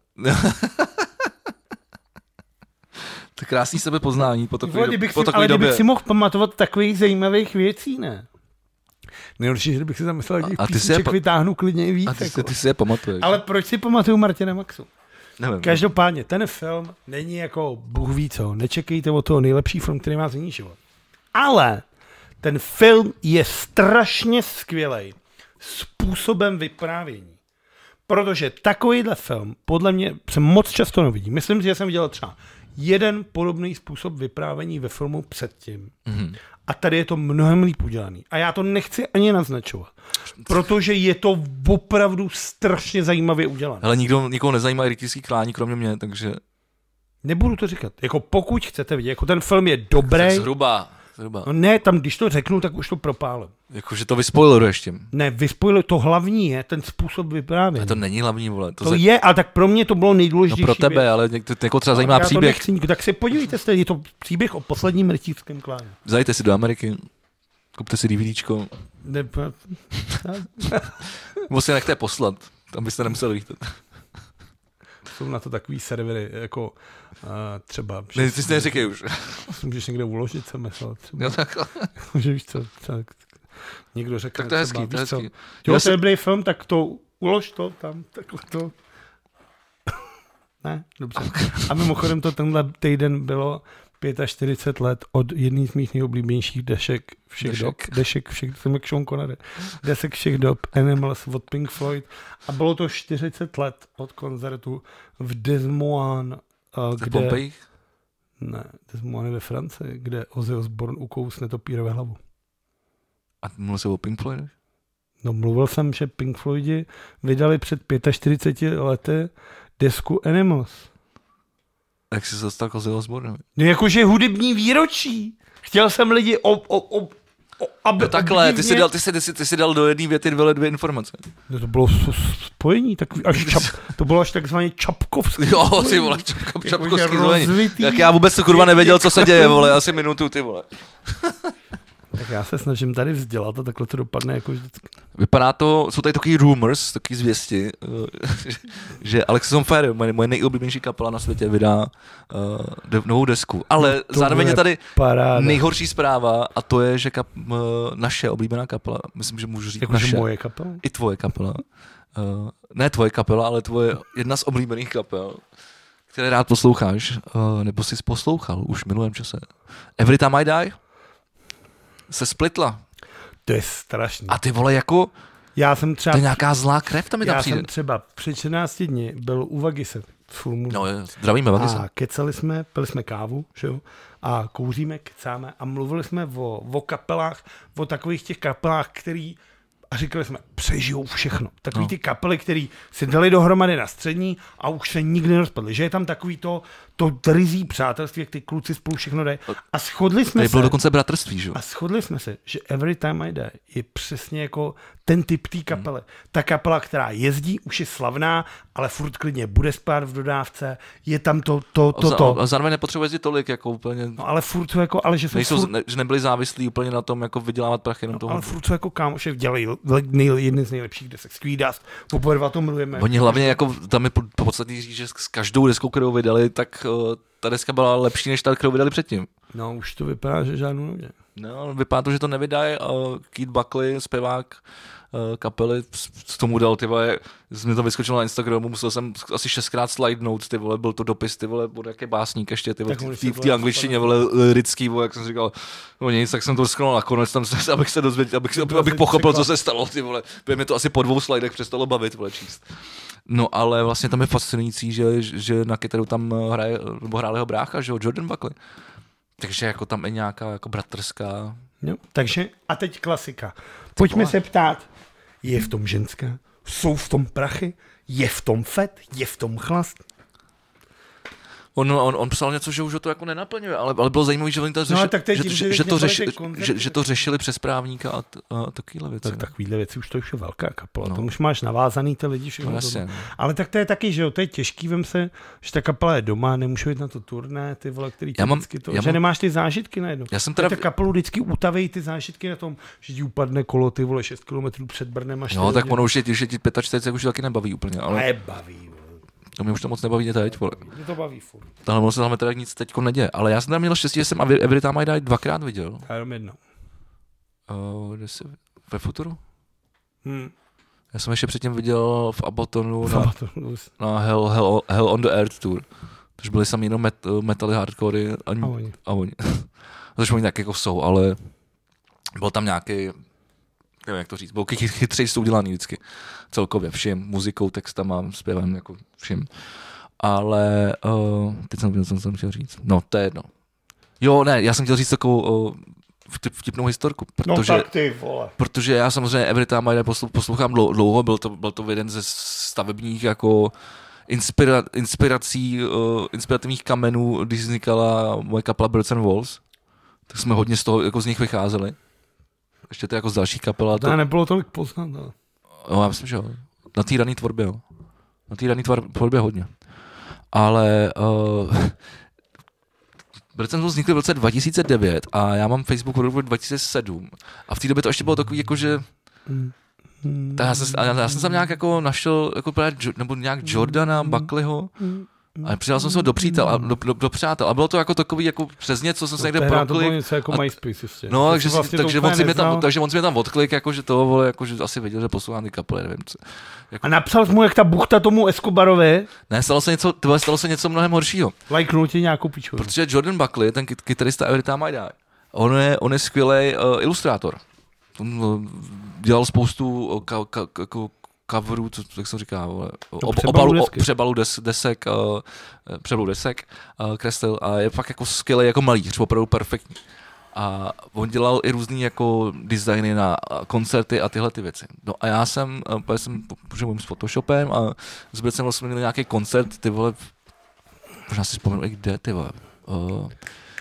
To krásný sebepoznání po takové vole, do, si, po ale době. kdybych si mohl pamatovat takových zajímavých věcí, ne? Nejhorší, že kdybych si zamyslel, že těch písniček pa... vytáhnu klidně i víc. A ty, jako. si, ty si je pamatuješ. Ale proč si pamatuju Martina Maxu? Nevím. Každopádně, ten film není jako Bůh ví co. Nečekejte o toho nejlepší film, který má změnit život. Ale ten film je strašně skvělej způsobem vyprávění. Protože takovýhle film podle mě se moc často nevidí. Myslím si, že jsem viděl třeba jeden podobný způsob vyprávění ve filmu předtím. Mm-hmm. A tady je to mnohem líp udělaný. A já to nechci ani naznačovat. Protože je to opravdu strašně zajímavě udělané. Ale nikdo, nikoho nezajímá rytířský klání, kromě mě, takže... Nebudu to říkat. Jako pokud chcete vidět, jako ten film je dobrý. Zhruba. Zhruba. No ne, tam když to řeknu, tak už to propálím. Jakože to vyspoileruješ tím. Ne, vyspoileruj, to hlavní je ten způsob vyprávění. To není hlavní, vole. To, to se... je, ale tak pro mě to bylo nejdůležitější. No pro tebe, věc. Ale někdo, někoho třeba zajímá příběh. Nechci, tak se podívejte se, je to příběh o posledním rytířském klání. Zajďte si do Ameriky, kupte si DVDčko. Ne, Nebo si nechte poslat, tam byste nemuseli lítat. Jsou na to takový servery, jako uh, třeba... Ne, ty si neříkej už. Můžeš někde uložit, jsem myslel. Třeba. Jo, tak. Že víš co, tak, někdo řekne tak to je třeba, hezký, to je hezký. Jo, to je dobrý film, tak to ulož to tam, takhle to. Ne, dobře. A mimochodem to tenhle týden bylo čtyřicet pět let od jedné z mých nejoblíbenějších dešek všech dešek. dob. Dešek všech, jsem jak Sean Connery. Desek všech dob, Animals od Pink Floyd. A bylo to čtyřicet let od koncertu v Des Moines, uh, kde... Pompejích? Ne, Des Moines ve Francii, kde Ozzy Osbourne ukousne topírové hlavu. A mluvil jsi o Pink Floyd? No mluvil jsem, že Pink Floydi vydali před čtyřiceti pěti lety desku Animals. Jak jsi se dostal k Ozzy Osbourne? No jakože hudební výročí. Chtěl jsem lidi o, o, o, o aby... No takhle, ty jsi, dal, ty, jsi, ty, jsi, ty jsi dal do jedné věty dvě, dvě informace. No to bylo spojení, takový až čap, to bylo až takzvaně čapkovský. Jo, ty vole, čapko, čapkovský spojení. Jak já vůbec to kurva nevěděl, co se děje, vole, asi minutu, ty vole. Tak já se snažím tady vzdělat a takhle to dopadne jako vždycky. Vypadá to, jsou tady takový rumors, takový zvěsti, že Alexis on Fire, moje, moje nejoblíbenější kapela na světě, vydá uh, de, novou desku. Ale to zároveň je tady paráda. nejhorší zpráva a to je, že kap, uh, naše oblíbená kapela, myslím, že můžu říct jako naše. moje kapela? I tvoje kapela. Uh, ne tvoje kapela, ale tvoje jedna z oblíbených kapel, které rád posloucháš, uh, nebo jsi poslouchal už v minulém čase. Every Time I Die se splitla. To je strašný. A ty vole, jako, já jsem třeba, to je nějaká zlá krev, tam mi tam já přijde. jsem třeba před čtrnácti dny byl u Vagise v filmu. No, zdravíme Vagise. A kecali jsme, pili jsme kávu, že jo? A kouříme, kecáme a mluvili jsme o, o kapelách, o takových těch kapelách, který a říkali jsme, přežijou všechno. Takový no. ty kapely, které si dali dohromady na střední a už se nikdy nerozpadly. Že je tam takový to, to drzí přátelství, jak ty kluci spolu všechno dají. A shodli jsme Tady se. bylo dokonce bratrství, že jo? A shodli jsme se, že Every Time I Die je přesně jako ten typ té kapely. Hmm. Ta kapela, která jezdí, už je slavná, ale furt klidně bude spát v dodávce, je tam to, to, to, to. A zároveň nepotřebuje jezdit tolik, jako úplně. No ale furt jsou jako, ale že jsou nejsou, furt, ne, že nebyli závislí úplně na tom, jako vydělávat prachy jenom no, toho. ale furt jsou jako kámoši, dělají nej, jeden z nejlepších desek. Squeedust, oba dva to milujeme. Oni hlavně jako, tam je podstatný říct, že s každou deskou, kterou vydali, tak uh, ta deska byla lepší, než ta, kterou vydali předtím. No už to vypadá, že žádnou nevě. No, vypadá to, že to nevydají. Uh, Keith Buckley, zpěvák uh, kapely, s tomu dal, ty vole, mi to vyskočilo na Instagramu, musel jsem asi šestkrát slidenout, ty vole, byl to dopis, ty vole, od jaké básník ještě, ty vole, v té angličtině, vole, lirický, vole, jak jsem říkal, no nic, tak jsem to scrollnul nakonec, tam, abych se dozvěděl, abych, abych, abych pochopil, co se stalo, ty vole, protože mě to asi po dvou slidech přestalo bavit, vole, číst. No, ale vlastně tam je fascinující, že, že na kytaru tam hraje, nebo hrál jeho brácha, že jo, Jordan Buckley. Takže jako tam je nějaká jako bratrská. No, takže a teď klasika. Pojďme se ptát, je v tom ženská? Jsou v tom prachy? Je v tom fet? Je v tom chlast? On, on, on psal něco, že už ho to jako nenaplňuje, ale, ale bylo zajímavé, že oni to řešili, no, že, že, že, to řeši, že, že to řešili přes právníka a, t, a takovýhle věci. Tak takovýhle věci už to už je velká kapela. No. To už máš navázaný ty lidi všechno. No, jasně, no. Ale tak to je taky, že jo, to je těžký, vem se, že ta kapela je doma, nemůžu jít na to turné, ty vole, který ti vždycky to, že mám, nemáš ty zážitky najednou. Já jsem teda... Ta kapelu vždycky utavejí ty zážitky na tom, že ti upadne kolo, ty vole, šest kilometrů před Brnem a no, tak ono už je, už je čtyřicet pět, už taky nebaví úplně. Ale... Nebaví. To mě už to moc nebaví teď, vole. Mě to baví furt. Tohle ono se tam teda nic teďko neděje, ale já jsem tam měl štěstí, že jsem Every Time I Die dvakrát viděl. Já jenom jednou. Uh, kde jsi, ve Futuru? Hmm. Já jsem ještě předtím viděl v Abatonu v na, Abatonu. na Hell, Hell, Hell on the Earth Tour. Tož byli sami jenom met, metaly, hardcory a, a oni. A oni. Což oni tak jako jsou, ale byl tam nějaký, nevím jak to říct, byl chyt, chytřejší to udělaný vždycky. Celkově všim, muzikou, textama, zpěvem, jako všim. Ale uh, teď jsem viděl, co jsem chtěl říct. No, to je jedno. Jo, ne, já jsem chtěl říct takovou uh, vtipnou historku, protože, no tak ty vole. Protože já samozřejmě Every Time I Die poslouchám dlouho, byl to, byl to jeden ze stavebních jako inspira, inspirací, uh, inspirativních kamenů, když vznikala moje kapela Birds and Walls, tak jsme hodně z toho, jako z nich vycházeli. Ještě to jako z další kapela. To nebylo tolik poznat, ale... No, já myslím, že jo. Na té rané tvorbě, jo. Na té rané tvorbě hodně. Ale uh, Birds and Walls vznikly v roce dva tisíce devět a já mám Facebook v roku dva tisíce sedm. A v té době to ještě bylo takový, jako že... Tak já, jsem, já jsem tam nějak jako našel, jako právě, nebo nějak Jordana, Buckleyho, a přidal jsem se ho do přítel, a do, do, do přátel. A bylo to jako takový, jako přes něco, jsem se někde proklik. To bylo něco jako MySpace ještě. No, takže, vlastně takže, on si mě tam, takže on si mě tam odklik, jako, že to, vole, jako, že asi věděl, že poslouchám ty kapely, nevím co. Jako... A napsal jsi mu, jak ta buchta tomu Escobarovi? Ne, stalo se něco, tyhle, stalo se něco mnohem horšího. Lajknul ti nějakou piču. Protože Jordan Buckley, ten kytarista Every Time I Die, on je, on je skvělej uh, ilustrátor. On uh, dělal spoustu uh, ka, ka, ka, coverů, co, jak se říká, ob, obalu, o, přebalu des, desek, uh, přebalu desek, uh, kreslil a je fakt jako skvělý jako malíř, opravdu perfektní. A on dělal i různý jako designy na koncerty a tyhle ty věci. No a já jsem, uh, jsem použil s Photoshopem a zbyl jsem vlastně měl nějaký koncert, ty vole, možná si vzpomenu i kde, ty vole. Uh,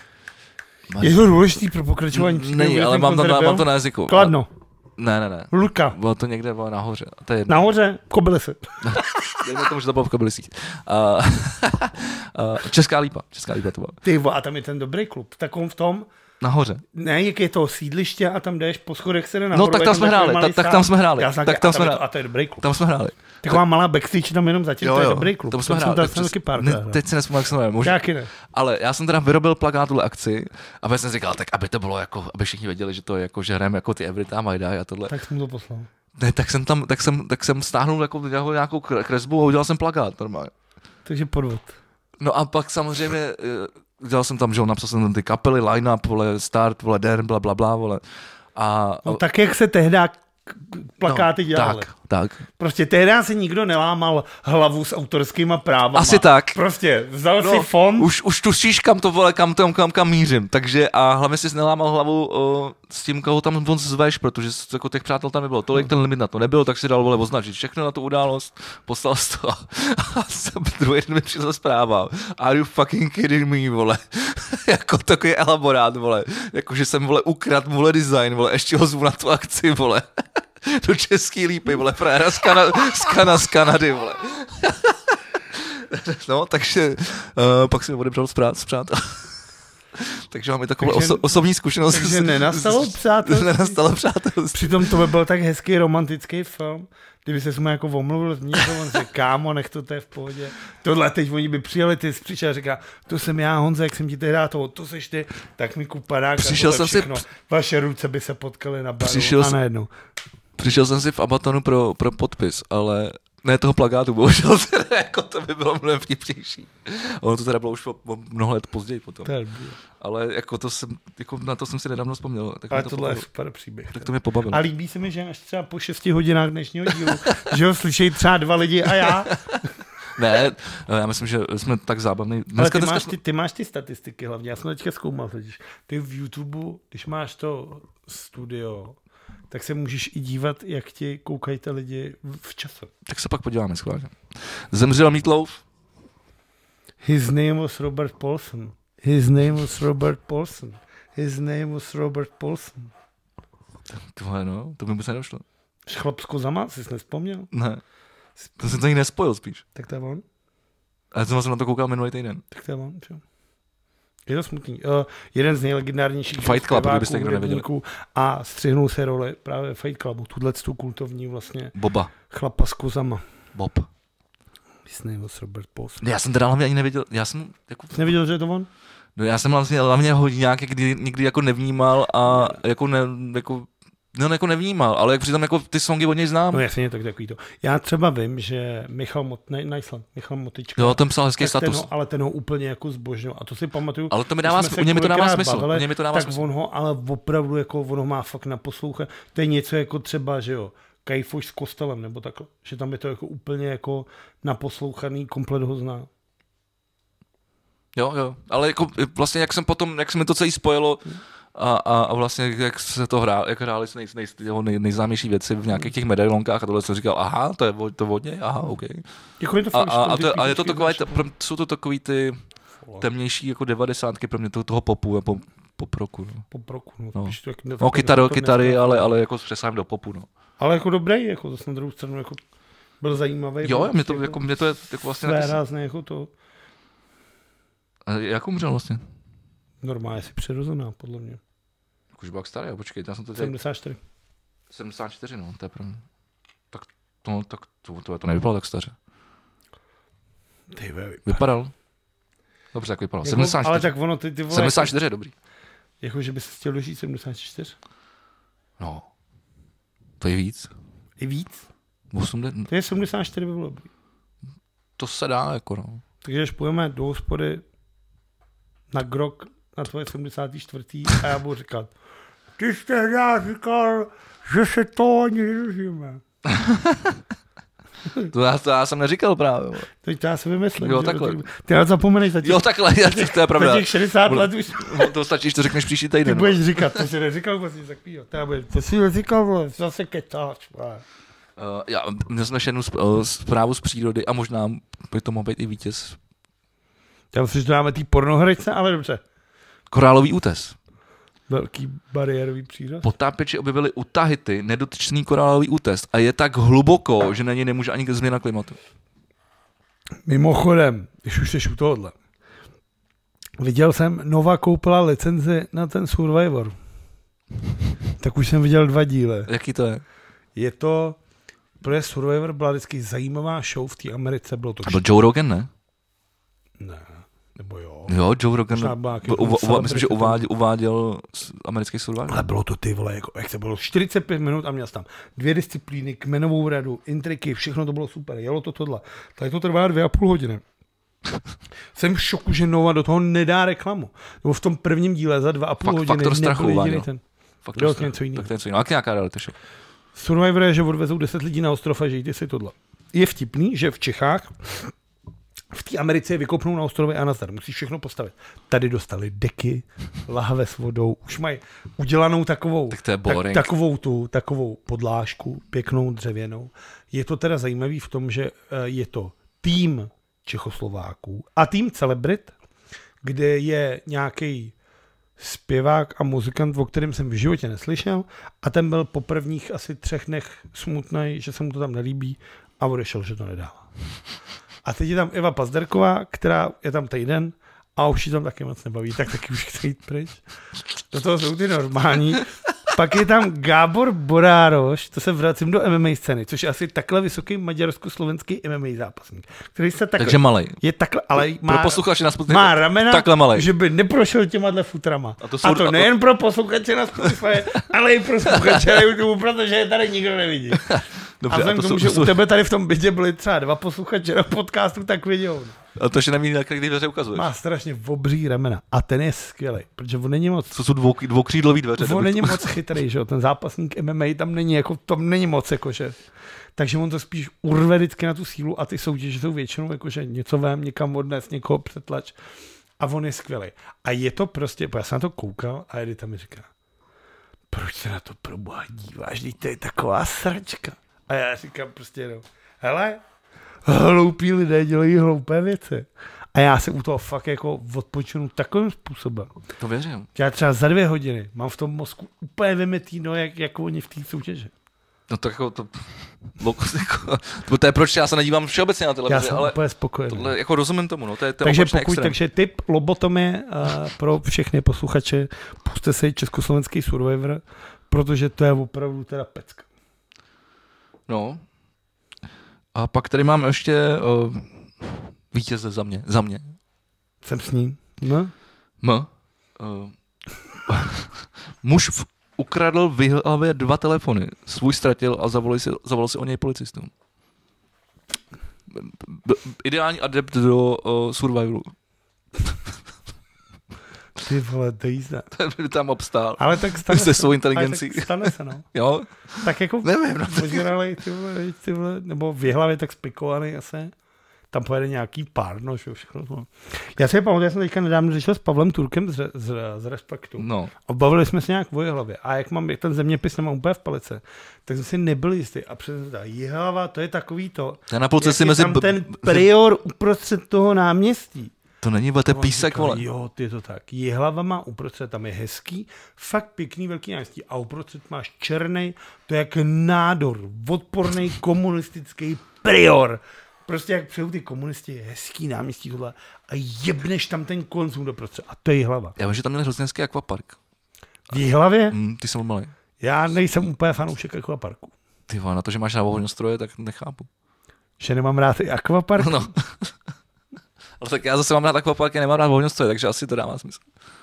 je to důležitý pro pokračování? Ne, ale mám to, na, mám to na jazyku. Kladno. Ne, ne, ne. Luka. Bylo to někde bylo nahoře. To je nahoře? Kobylisy. Dejme tomu, že to bylo v Kobylisích. Uh, uh, Česká lípa. Česká lípa to byla. Ty a tam je ten dobrý klub. Tak on v tom, Nahoře. Ne, jak je to sídliště a tam jdeš po schodech se jde nahoru. No tak tam jsme hráli, tak, tak tam jsme hráli. Já jsem, tak tam a, jsme to, a to je dobrý klub. Tam jsme hráli. Taková malá backstage tam jenom zatím, jo, to je jo, dobrý klub. Tam jsme tam hráli. jsem taky pár. Ne, teď si nespomínám, jak se jmenuje. Možná, ne. Ale já jsem teda vyrobil plakát tuhle akci a jsem říkal, tak aby to bylo jako, aby všichni věděli, že to je jako, že hrajeme jako ty Everytime I Die a tohle. Tak jsem mu to poslal. Ne, tak jsem tam, tak jsem, tak jsem stáhnul jako nějakou kresbu a udělal jsem plakát normálně. Takže podvod. No a pak samozřejmě dělal jsem tam, že napsal jsem tam ty kapely, line-up, vole, start, vole, den, bla, bla, bla, vole. A, no tak jak se tehdy plakáty no, dělaly. Tak, tak. Prostě tehdy si nikdo nelámal hlavu s autorskýma právama. Asi tak. Prostě vzal no, si fond. Už, už tušíš, kam to vole, kam, tam, kam, kam mířím. Takže a hlavně jsi nelámal hlavu o, s tím, koho tam von zveš, protože jako těch přátel tam nebylo. Tolik ten limit na to nebylo, tak si dal vole označit všechno na tu událost, poslal z toho a druhý den mi přišla zpráva. Are you fucking kidding me, vole? Jako takový elaborát, vole. Jako, že jsem, vole, ukradl, vole, design, vole, ještě ho zvu na tu akci, vole. Do český lípy, vole, fréra z, Kana- z, Kana- z Kanady, vole. No, takže uh, pak si mi odebral z přátel. Takže máme takovou oso- osobní zkušenost. Takže nenastalo přátelství. Nenastalo přátelství. Přitom to by byl tak hezký romantický film, kdyby se mu jako omluvil, zmínil, on se kámo, nech to, to je v pohodě. Tohle teď oni by přijeli, ty jsi přišel a říká, to jsem já, Honza, jak jsem ti tehdy to, to seš ty, tak mi kupadák. Přišel jsem všechno. si... Vaše ruce by se potkaly na baru Přišel a najednou. Přišel jsem si v Abatonu pro, pro podpis, ale ne toho plakátu, bohužel, teda, jako to by bylo mnohem vtipnější. Ono to teda bylo už mnoho let později potom. Ale jako to jsem, jako na to jsem si nedávno vzpomněl. Tak ale to tohle pobavilo. je super příběh. Tak to mě pobavilo. A líbí se mi, že až třeba po šesti hodinách dnešního dílu, že ho slyšejí třeba dva lidi a já. Ne, já myslím, že jsme tak zábavný. Dneska, ale ty, dneska... máš ty, ty máš ty statistiky hlavně, já jsem teďka zkoumal, totiž. Ty v YouTube, když máš to studio, tak se můžeš i dívat, jak ti koukají ty lidi v čase. Tak se pak podíváme schválně. Zemřel Meatloaf? His name was Robert Paulson. His name was Robert Paulson. His name was Robert Paulson. Tohle no, to by vůbec nedošlo. Chlap s kozama, jsi jsi nespomněl? Ne, to jsem to ani nespojil spíš. Tak to je on. Ale jsem vlastně na to koukal minulý týden. Tak to je on, čo? Je to smutný. Uh, jeden z nejlegendárnějších Fight Club, kdybyste někdo nevěděli. A střihnul se roli právě Fight Clubu. Tuhle tu kultovní vlastně Boba. Chlapa s kozama. Bob. His name was Robert Paulson. Já jsem teda hlavně ani nevěděl, já jsem jako... Jsi nevěděl, že je to on? No já jsem vlastně hlavně ho nějak nikdy, nikdy jako nevnímal a jako ne, jako... No, jako nevnímal, ale jak přitom jako ty songy od něj znám. No jasně, tak takový to. Já třeba vím, že Michal Mot, ne, Najsland, Michal Motička. Jo, ten psal hezký status. Ten ho, ale ten ho úplně jako zbožňoval. A to si pamatuju. Ale to mi dává, u něj mi to dává smysl. Bavili, u něj mi to dává tak smysl. on ho, ale opravdu jako on ho má fakt na poslouche. To je něco jako třeba, že jo, Kajfoš s Kostelem, nebo takhle. Že tam je to jako úplně jako naposlouchaný, komplet ho zná. Jo, jo, ale jako vlastně jak jsem potom, jak se mi to celé spojilo, A, a, a vlastně jak se to hrál, jak hráli se nej, nej, nej, nejznámější věci v nějakých těch medailonkách a tohle jsem říkal, aha, to je to vodně, aha, OK. Jako je to a, fakt, a, a, to, a je to takové, jsou to takový ty temnější jako devadesátky pro mě toho, toho popu a pop, pop rocku. No, pop rocku, no. No, to, jak, no kytaro, kytary, ale, ale jako přesám do popu, no. Ale jako dobrý, jako zase na druhou stranu, jako byl zajímavý. Jo, mě to, jako, jako, mě to je jako vlastně... Své rázné, jako to. A jak umřel vlastně? Normálně si přirozená, podle mě. Už byl starý, počkej, já jsem to... sedmdesát čtyři. sedmdesát čtyři, no, to je pro mě. Tak to, tak to, to, to nevypadalo tak staře. Ty vypadal. Vypadal. Dobře, tak vypadal. Jako, sedmdesát čtyři. Ale tak ono, ty, ty vole, sedmdesát čtyři je dobrý. Jako, že by se chtěl dožít sedmdesát čtyři? No. To je víc. I víc? osmdesát. To je sedmdesát čtyři by bylo dobrý. To se dá, jako no. Takže až půjdeme do hospody na grok na tvoje sedmdesát čtyři a já budu říkat, ty jste já říkal, že se to ani nedožijeme. to, já, to já jsem neříkal právě. Teď já si vymyslím. Jo, takhle. Ty nás zapomeneš za těch, jo, takhle, to je pravda. za těch šedesát let už. To stačí, že to řekneš příští týden. Ty no. budeš říkat, to si neříkal vlastně takovýho. To si neříkal, vole, zase ketáč. Uh, já, měl jsme jednu zprávu z přírody a možná by to mohl být i vítěz. Já myslím, že to dáme tý pornohračce, ale dobře. Korálový útes. Velký bariérový přírost. Potápěči objevili u Tahiti nedotyčný korálový útes a je tak hluboko, že na něj nemůže ani změna klimatu. Mimochodem, když už jsi u tohohle, viděl jsem, Nova koupila licenzi na ten Survivor. Tak už jsem viděl dva díly. Jaký to je? Je to, protože Survivor byla vždycky zajímavá show v té Americe. Bylo to... A byl Joe Rogan, ne? Ne, nebo jo. Jo, Joe Rogan, byl, uva, uva, myslím, že uváděl, uváděl americký Survivor. Ale bylo to ty vole, jako, jak to bylo čtyřicet pět minut a měl jsi tam dvě disciplíny, kmenovou radu, intriky, všechno to bylo super, jelo to tohle. Tady to trvá dvě a půl hodiny. Jsem v šoku, že Nova do toho nedá reklamu. Nebo v tom prvním díle za dva a půl Fak, hodiny faktor strachu uváděl. ten. Faktor Jo, strachu. něco jiného. Tak to je něco jiného. A nějaká reality show. Survivor je, že odvezou deset lidí na ostrov a žijte si tohle. Je vtipný, že v Čechách v té Americe je vykopnou na ostrově a nazdar. Musíš všechno postavit. Tady dostali deky, lahve s vodou, už mají udělanou takovou, tak to je tak, takovou tu, takovou podlážku, pěknou dřevěnou. Je to teda zajímavý v tom, že je to tým Čechoslováků a tým celebrit, kde je nějaký zpěvák a muzikant, o kterém jsem v životě neslyšel a ten byl po prvních asi třech dnech smutnej, že se mu to tam nelíbí a odešel, že to nedává. A teď je tam Eva Pazderková, která je tam týden a už ji tam taky moc nebaví, tak taky už chce jít pryč. Do toho jsou ty normální. Pak je tam Gábor Borároš, to se vracím do M M A scény, což je asi takhle vysoký maďarsko-slovenský M M A zápasník, který se takhle... Takže malej. Je takhle, ale má, pro posluchače na Spotify, má ramena, takhle malej. Že by neprošel těma futrama. A to, jsou, a to a to nejen pro posluchače na Spotify, ale i pro posluchače na YouTube, protože je tady nikdo nevidí. Dobře, a vzhledem k tomu, že jsou... u tebe tady v tom bytě byli třeba dva posluchače na podcastu, tak viděl. A to, že neví, na který dveře ukazuješ. Má strašně obří ramena. A ten je skvělý, protože on není moc... To jsou dvou, dvoukřídlový dveře. On není moc chytrý, že jo, ten zápasník M M A tam není, jako, tam není moc, jakože... Takže on to spíš urve vždycky na tu sílu a ty soutěže jsou většinou jakože něco vem, někam odnes, někoho přetlač. A on je skvělý. A je to prostě, já jsem na to koukal a Edita mi říká, proč se na to proboha díváš, to je taková sračka. A já říkám prostě jenom, hele, hloupí lidé dělají hloupé věci. A já se u toho fakt jako odpočinu takovým způsobem. To věřím. Já třeba za dvě hodiny mám v tom mozku úplně vymetý, no, jak, jako oni v té soutěži. No tak jako to, jako, to je proč já se nedívám všeobecně na televizi, já jsem ale úplně spokojený. Tohle, jako rozumím tomu, no, to je ten takže opačný pokud, extrém. takže tip lobotomie uh, pro všechny posluchače, puste si československý Survivor, protože to je opravdu teda pecka. No. A pak tady mám ještě uh, vítěze za mě, za mě. Jsem s ním. No? M. Uh, muž v, ukradl v Jihlavě dva telefony, svůj ztratil a zavolal si, zavolal si o něj policistům. B- ideální adept do uh, Survivoru. Ty vole, to jízda. Ten by tam obstál. Ale tak stane se se. svou inteligencí. Tak stane se, no. Jo? Tak jako nevím, no. Možná, ty vole, ty vole, nebo v Jihlavě tak spikovaný asi. Tam pojede nějaký pár, no, všechno to. Já si pamatuju, já jsem teďka nedávno řešil s Pavlem Turkem z, z, z Respektu. No. A bavili jsme se nějak o Jihlavě. A jak mám, jak ten zeměpis nemám úplně v palice, tak jsem si nebyl jistý. A přesně tak, Jihlava, to je takový to. Já na půlce si mezi... tam ten prior uprostřed toho náměstí. To není, to je písek, vole. Jo, ty je to tak. Jihlava má uprostřed, tam je hezký, fakt pěkný velký náměstí. A uprostřed máš černý, to je jak nádor, odporný komunistický prior. Prostě jak přejou ty komunisti, je hezký náměstí tohle a jebneš tam ten konzum doprostřed. A to je Jihlava. Já vím, že tam měli hrozně hezký akvapark. V Jihlavě? Mm, ty jsem malý. Já nejsem úplně fanoušek akvaparku. Ty vole, na to, že máš na ohňostroje, tak nechápu. Že nemám rád i akvapark? No. Ale tak já zase mám rád akvapark a nemám rád ohňostroje, takže asi to dává smysl.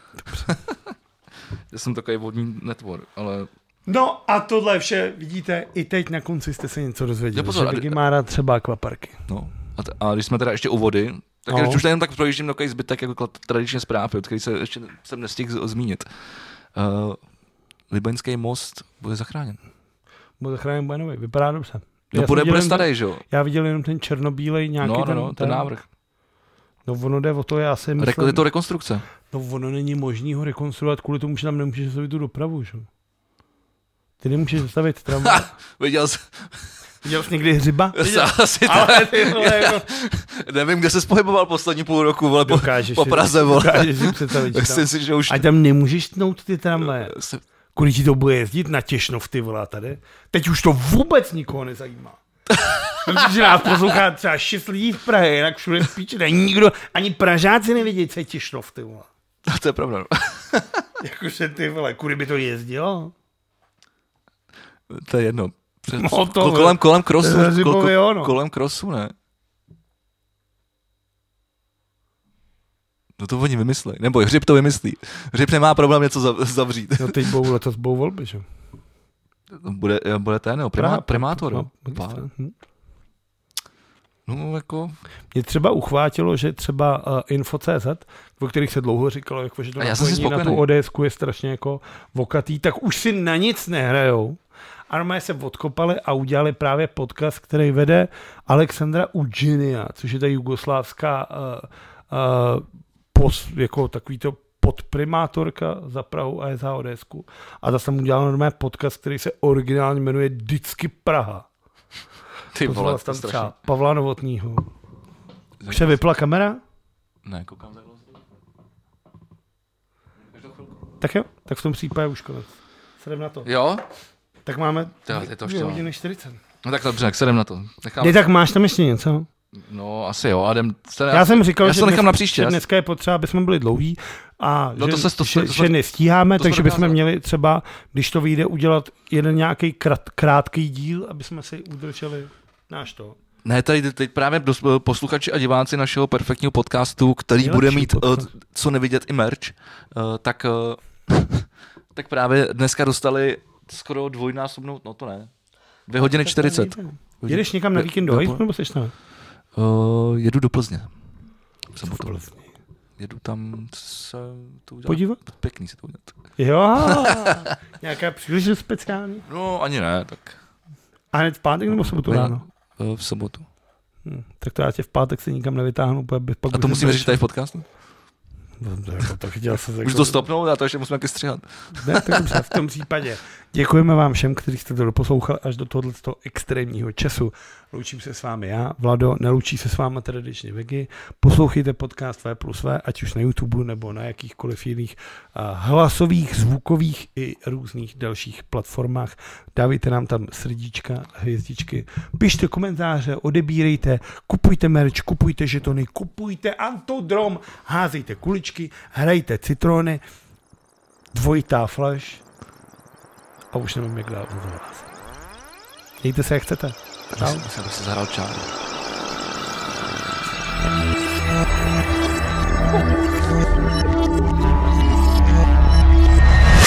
Já jsem takový vodní netvor, ale... No a tohle vše, vidíte, i teď na konci jste se něco dozvěděli, pozor, že Vicky má rád třeba akvaparky. No, a, t- a když jsme teda ještě u vody, tak no. Už jenom tak projíždím takový zbytek jako tradičně zprávy, od který se ještě jsem nestihl z- zmínit. Uh, Libeňský most bude zachráněn. Bude zachráněn, bude nový, vypadá dobře. No bude, bude starý, že jo? Já viděl jenom ten černobílej nějaký no, no, ten, no, ten, ten návrh. No ono jde o to, já si myslím... Re- je to rekonstrukce. No ono není možný ho rekonstruovat kvůli tomu, že tam nemůžeš zastavit tu dopravu, že? Ty nemůžeš zastavit tramvaj. Viděl jsi... Viděl jsi někdy hřiba? Asi ale ty vole, jako... Nevím, kde se pohyboval poslední půl roku, vole, po, po si, Praze, vole. Dokážeš si představit, že tam... si, že už... A tam nemůžeš tnout ty tramvaje. Kvůli ti to bude jezdit na Těšnov, ty vole, tady. Teď už to vůbec nikoho nezajímá. Protože nás poslouchá třeba šest lidí v Praze, jinak všude v píči, není nikdo, ani Pražáci nevědí, co je Tišnov, ty vole. No, to je pravda. Jakože ty vole, kudy by to jezdilo? To je jedno. Před, No to, kol, kolem, kolem krosu, to kol, kol, jo, no. kolem krosu, ne? No to oni vymyslí. Nebo Hřib to vymyslí. Hřib nemá problém něco zavřít. No teď budou letos budou volby, že? Bude, bude ten, nebo primá, primátor. No, no, jako... Mě třeba uchvátilo, že třeba uh, info tečka cé zet, o kterých se dlouho říkalo, jako, že to napojení na tu ODSku je strašně jako vokatý, tak už si na nic nehrajou. A normálně se odkopali a udělali právě podcast, který vede Alexandra Udžinia, což je ta jugoslávská uh, uh, pos, jako takovýto podprimátorka za Prahu a je za ODSku. A ta jsem udělala normálně podcast, který se originálně jmenuje Vždycky Praha. Ty vole, tam třeba Pavla Novotnýho. Už se vypla kamera? Ne, koukám takhle. Tak jo, tak v tom případě už konec. Sedem na to. Jo? Tak máme dvě hodiny čtyřicet. No tak dobře, tak sedem na to. Nechám... Je, tak máš tam ještě něco? No asi jo, a jdem... Já, já jsem říkal, já že, to nechám dnes, na příště, že dneska je potřeba, aby jsme byli dlouhý a no že, to se to, že, to, že nestíháme, to takže bychom měli třeba, když to vyjde, udělat jeden nějaký krát, krátký díl, aby jsme si udrželi náš to. Ne, tady teď právě posluchači a diváci našeho perfektního podcastu, který Nejlepší bude mít uh, co nevidět i merch, uh, tak, uh, tak právě dneska dostali skoro dvojnásobnou, no to ne, dvě hodiny čtyřicet. Jedeš někam na víkend do Hejtu, nebo seš tam? Uh, jedu do Plzně. Jedu tam se to udělat. Podívat? Pěkný se to udělat. Jo, nějaká příležitost speciální? No, ani ne, tak. A hned v pátek nebo v sobotu ráno? V sobotu. Hm, tak to já tě v pátek se nikam nevytáhnu. Pak a to musíme říct tady v podcastu? Tak chtěl se už to stopnout a to ještě musíme taky stříhat. Ne, tak dobře, v tom případě. Děkujeme vám všem, kteří jste to doposlouchali až do tohoto extrémního času. Loučím se s vámi já, Vlado, neloučí se s vámi tradičně Vegy. Poslouchejte podcast V plus V, ať už na YouTube nebo na jakýchkoliv jiných uh, hlasových, zvukových i různých dalších platformách. Dávejte nám tam srdíčka, hvězdičky, pište komentáře, odebírejte, kupujte merch, kupujte žetony, kupujte Antodrom, házejte kuličky, hrajte citrony, dvojitá flash a už nevím, jak dál to vás. Mějte se, jak chcete. Já jsem se zahrál čáru. Oh.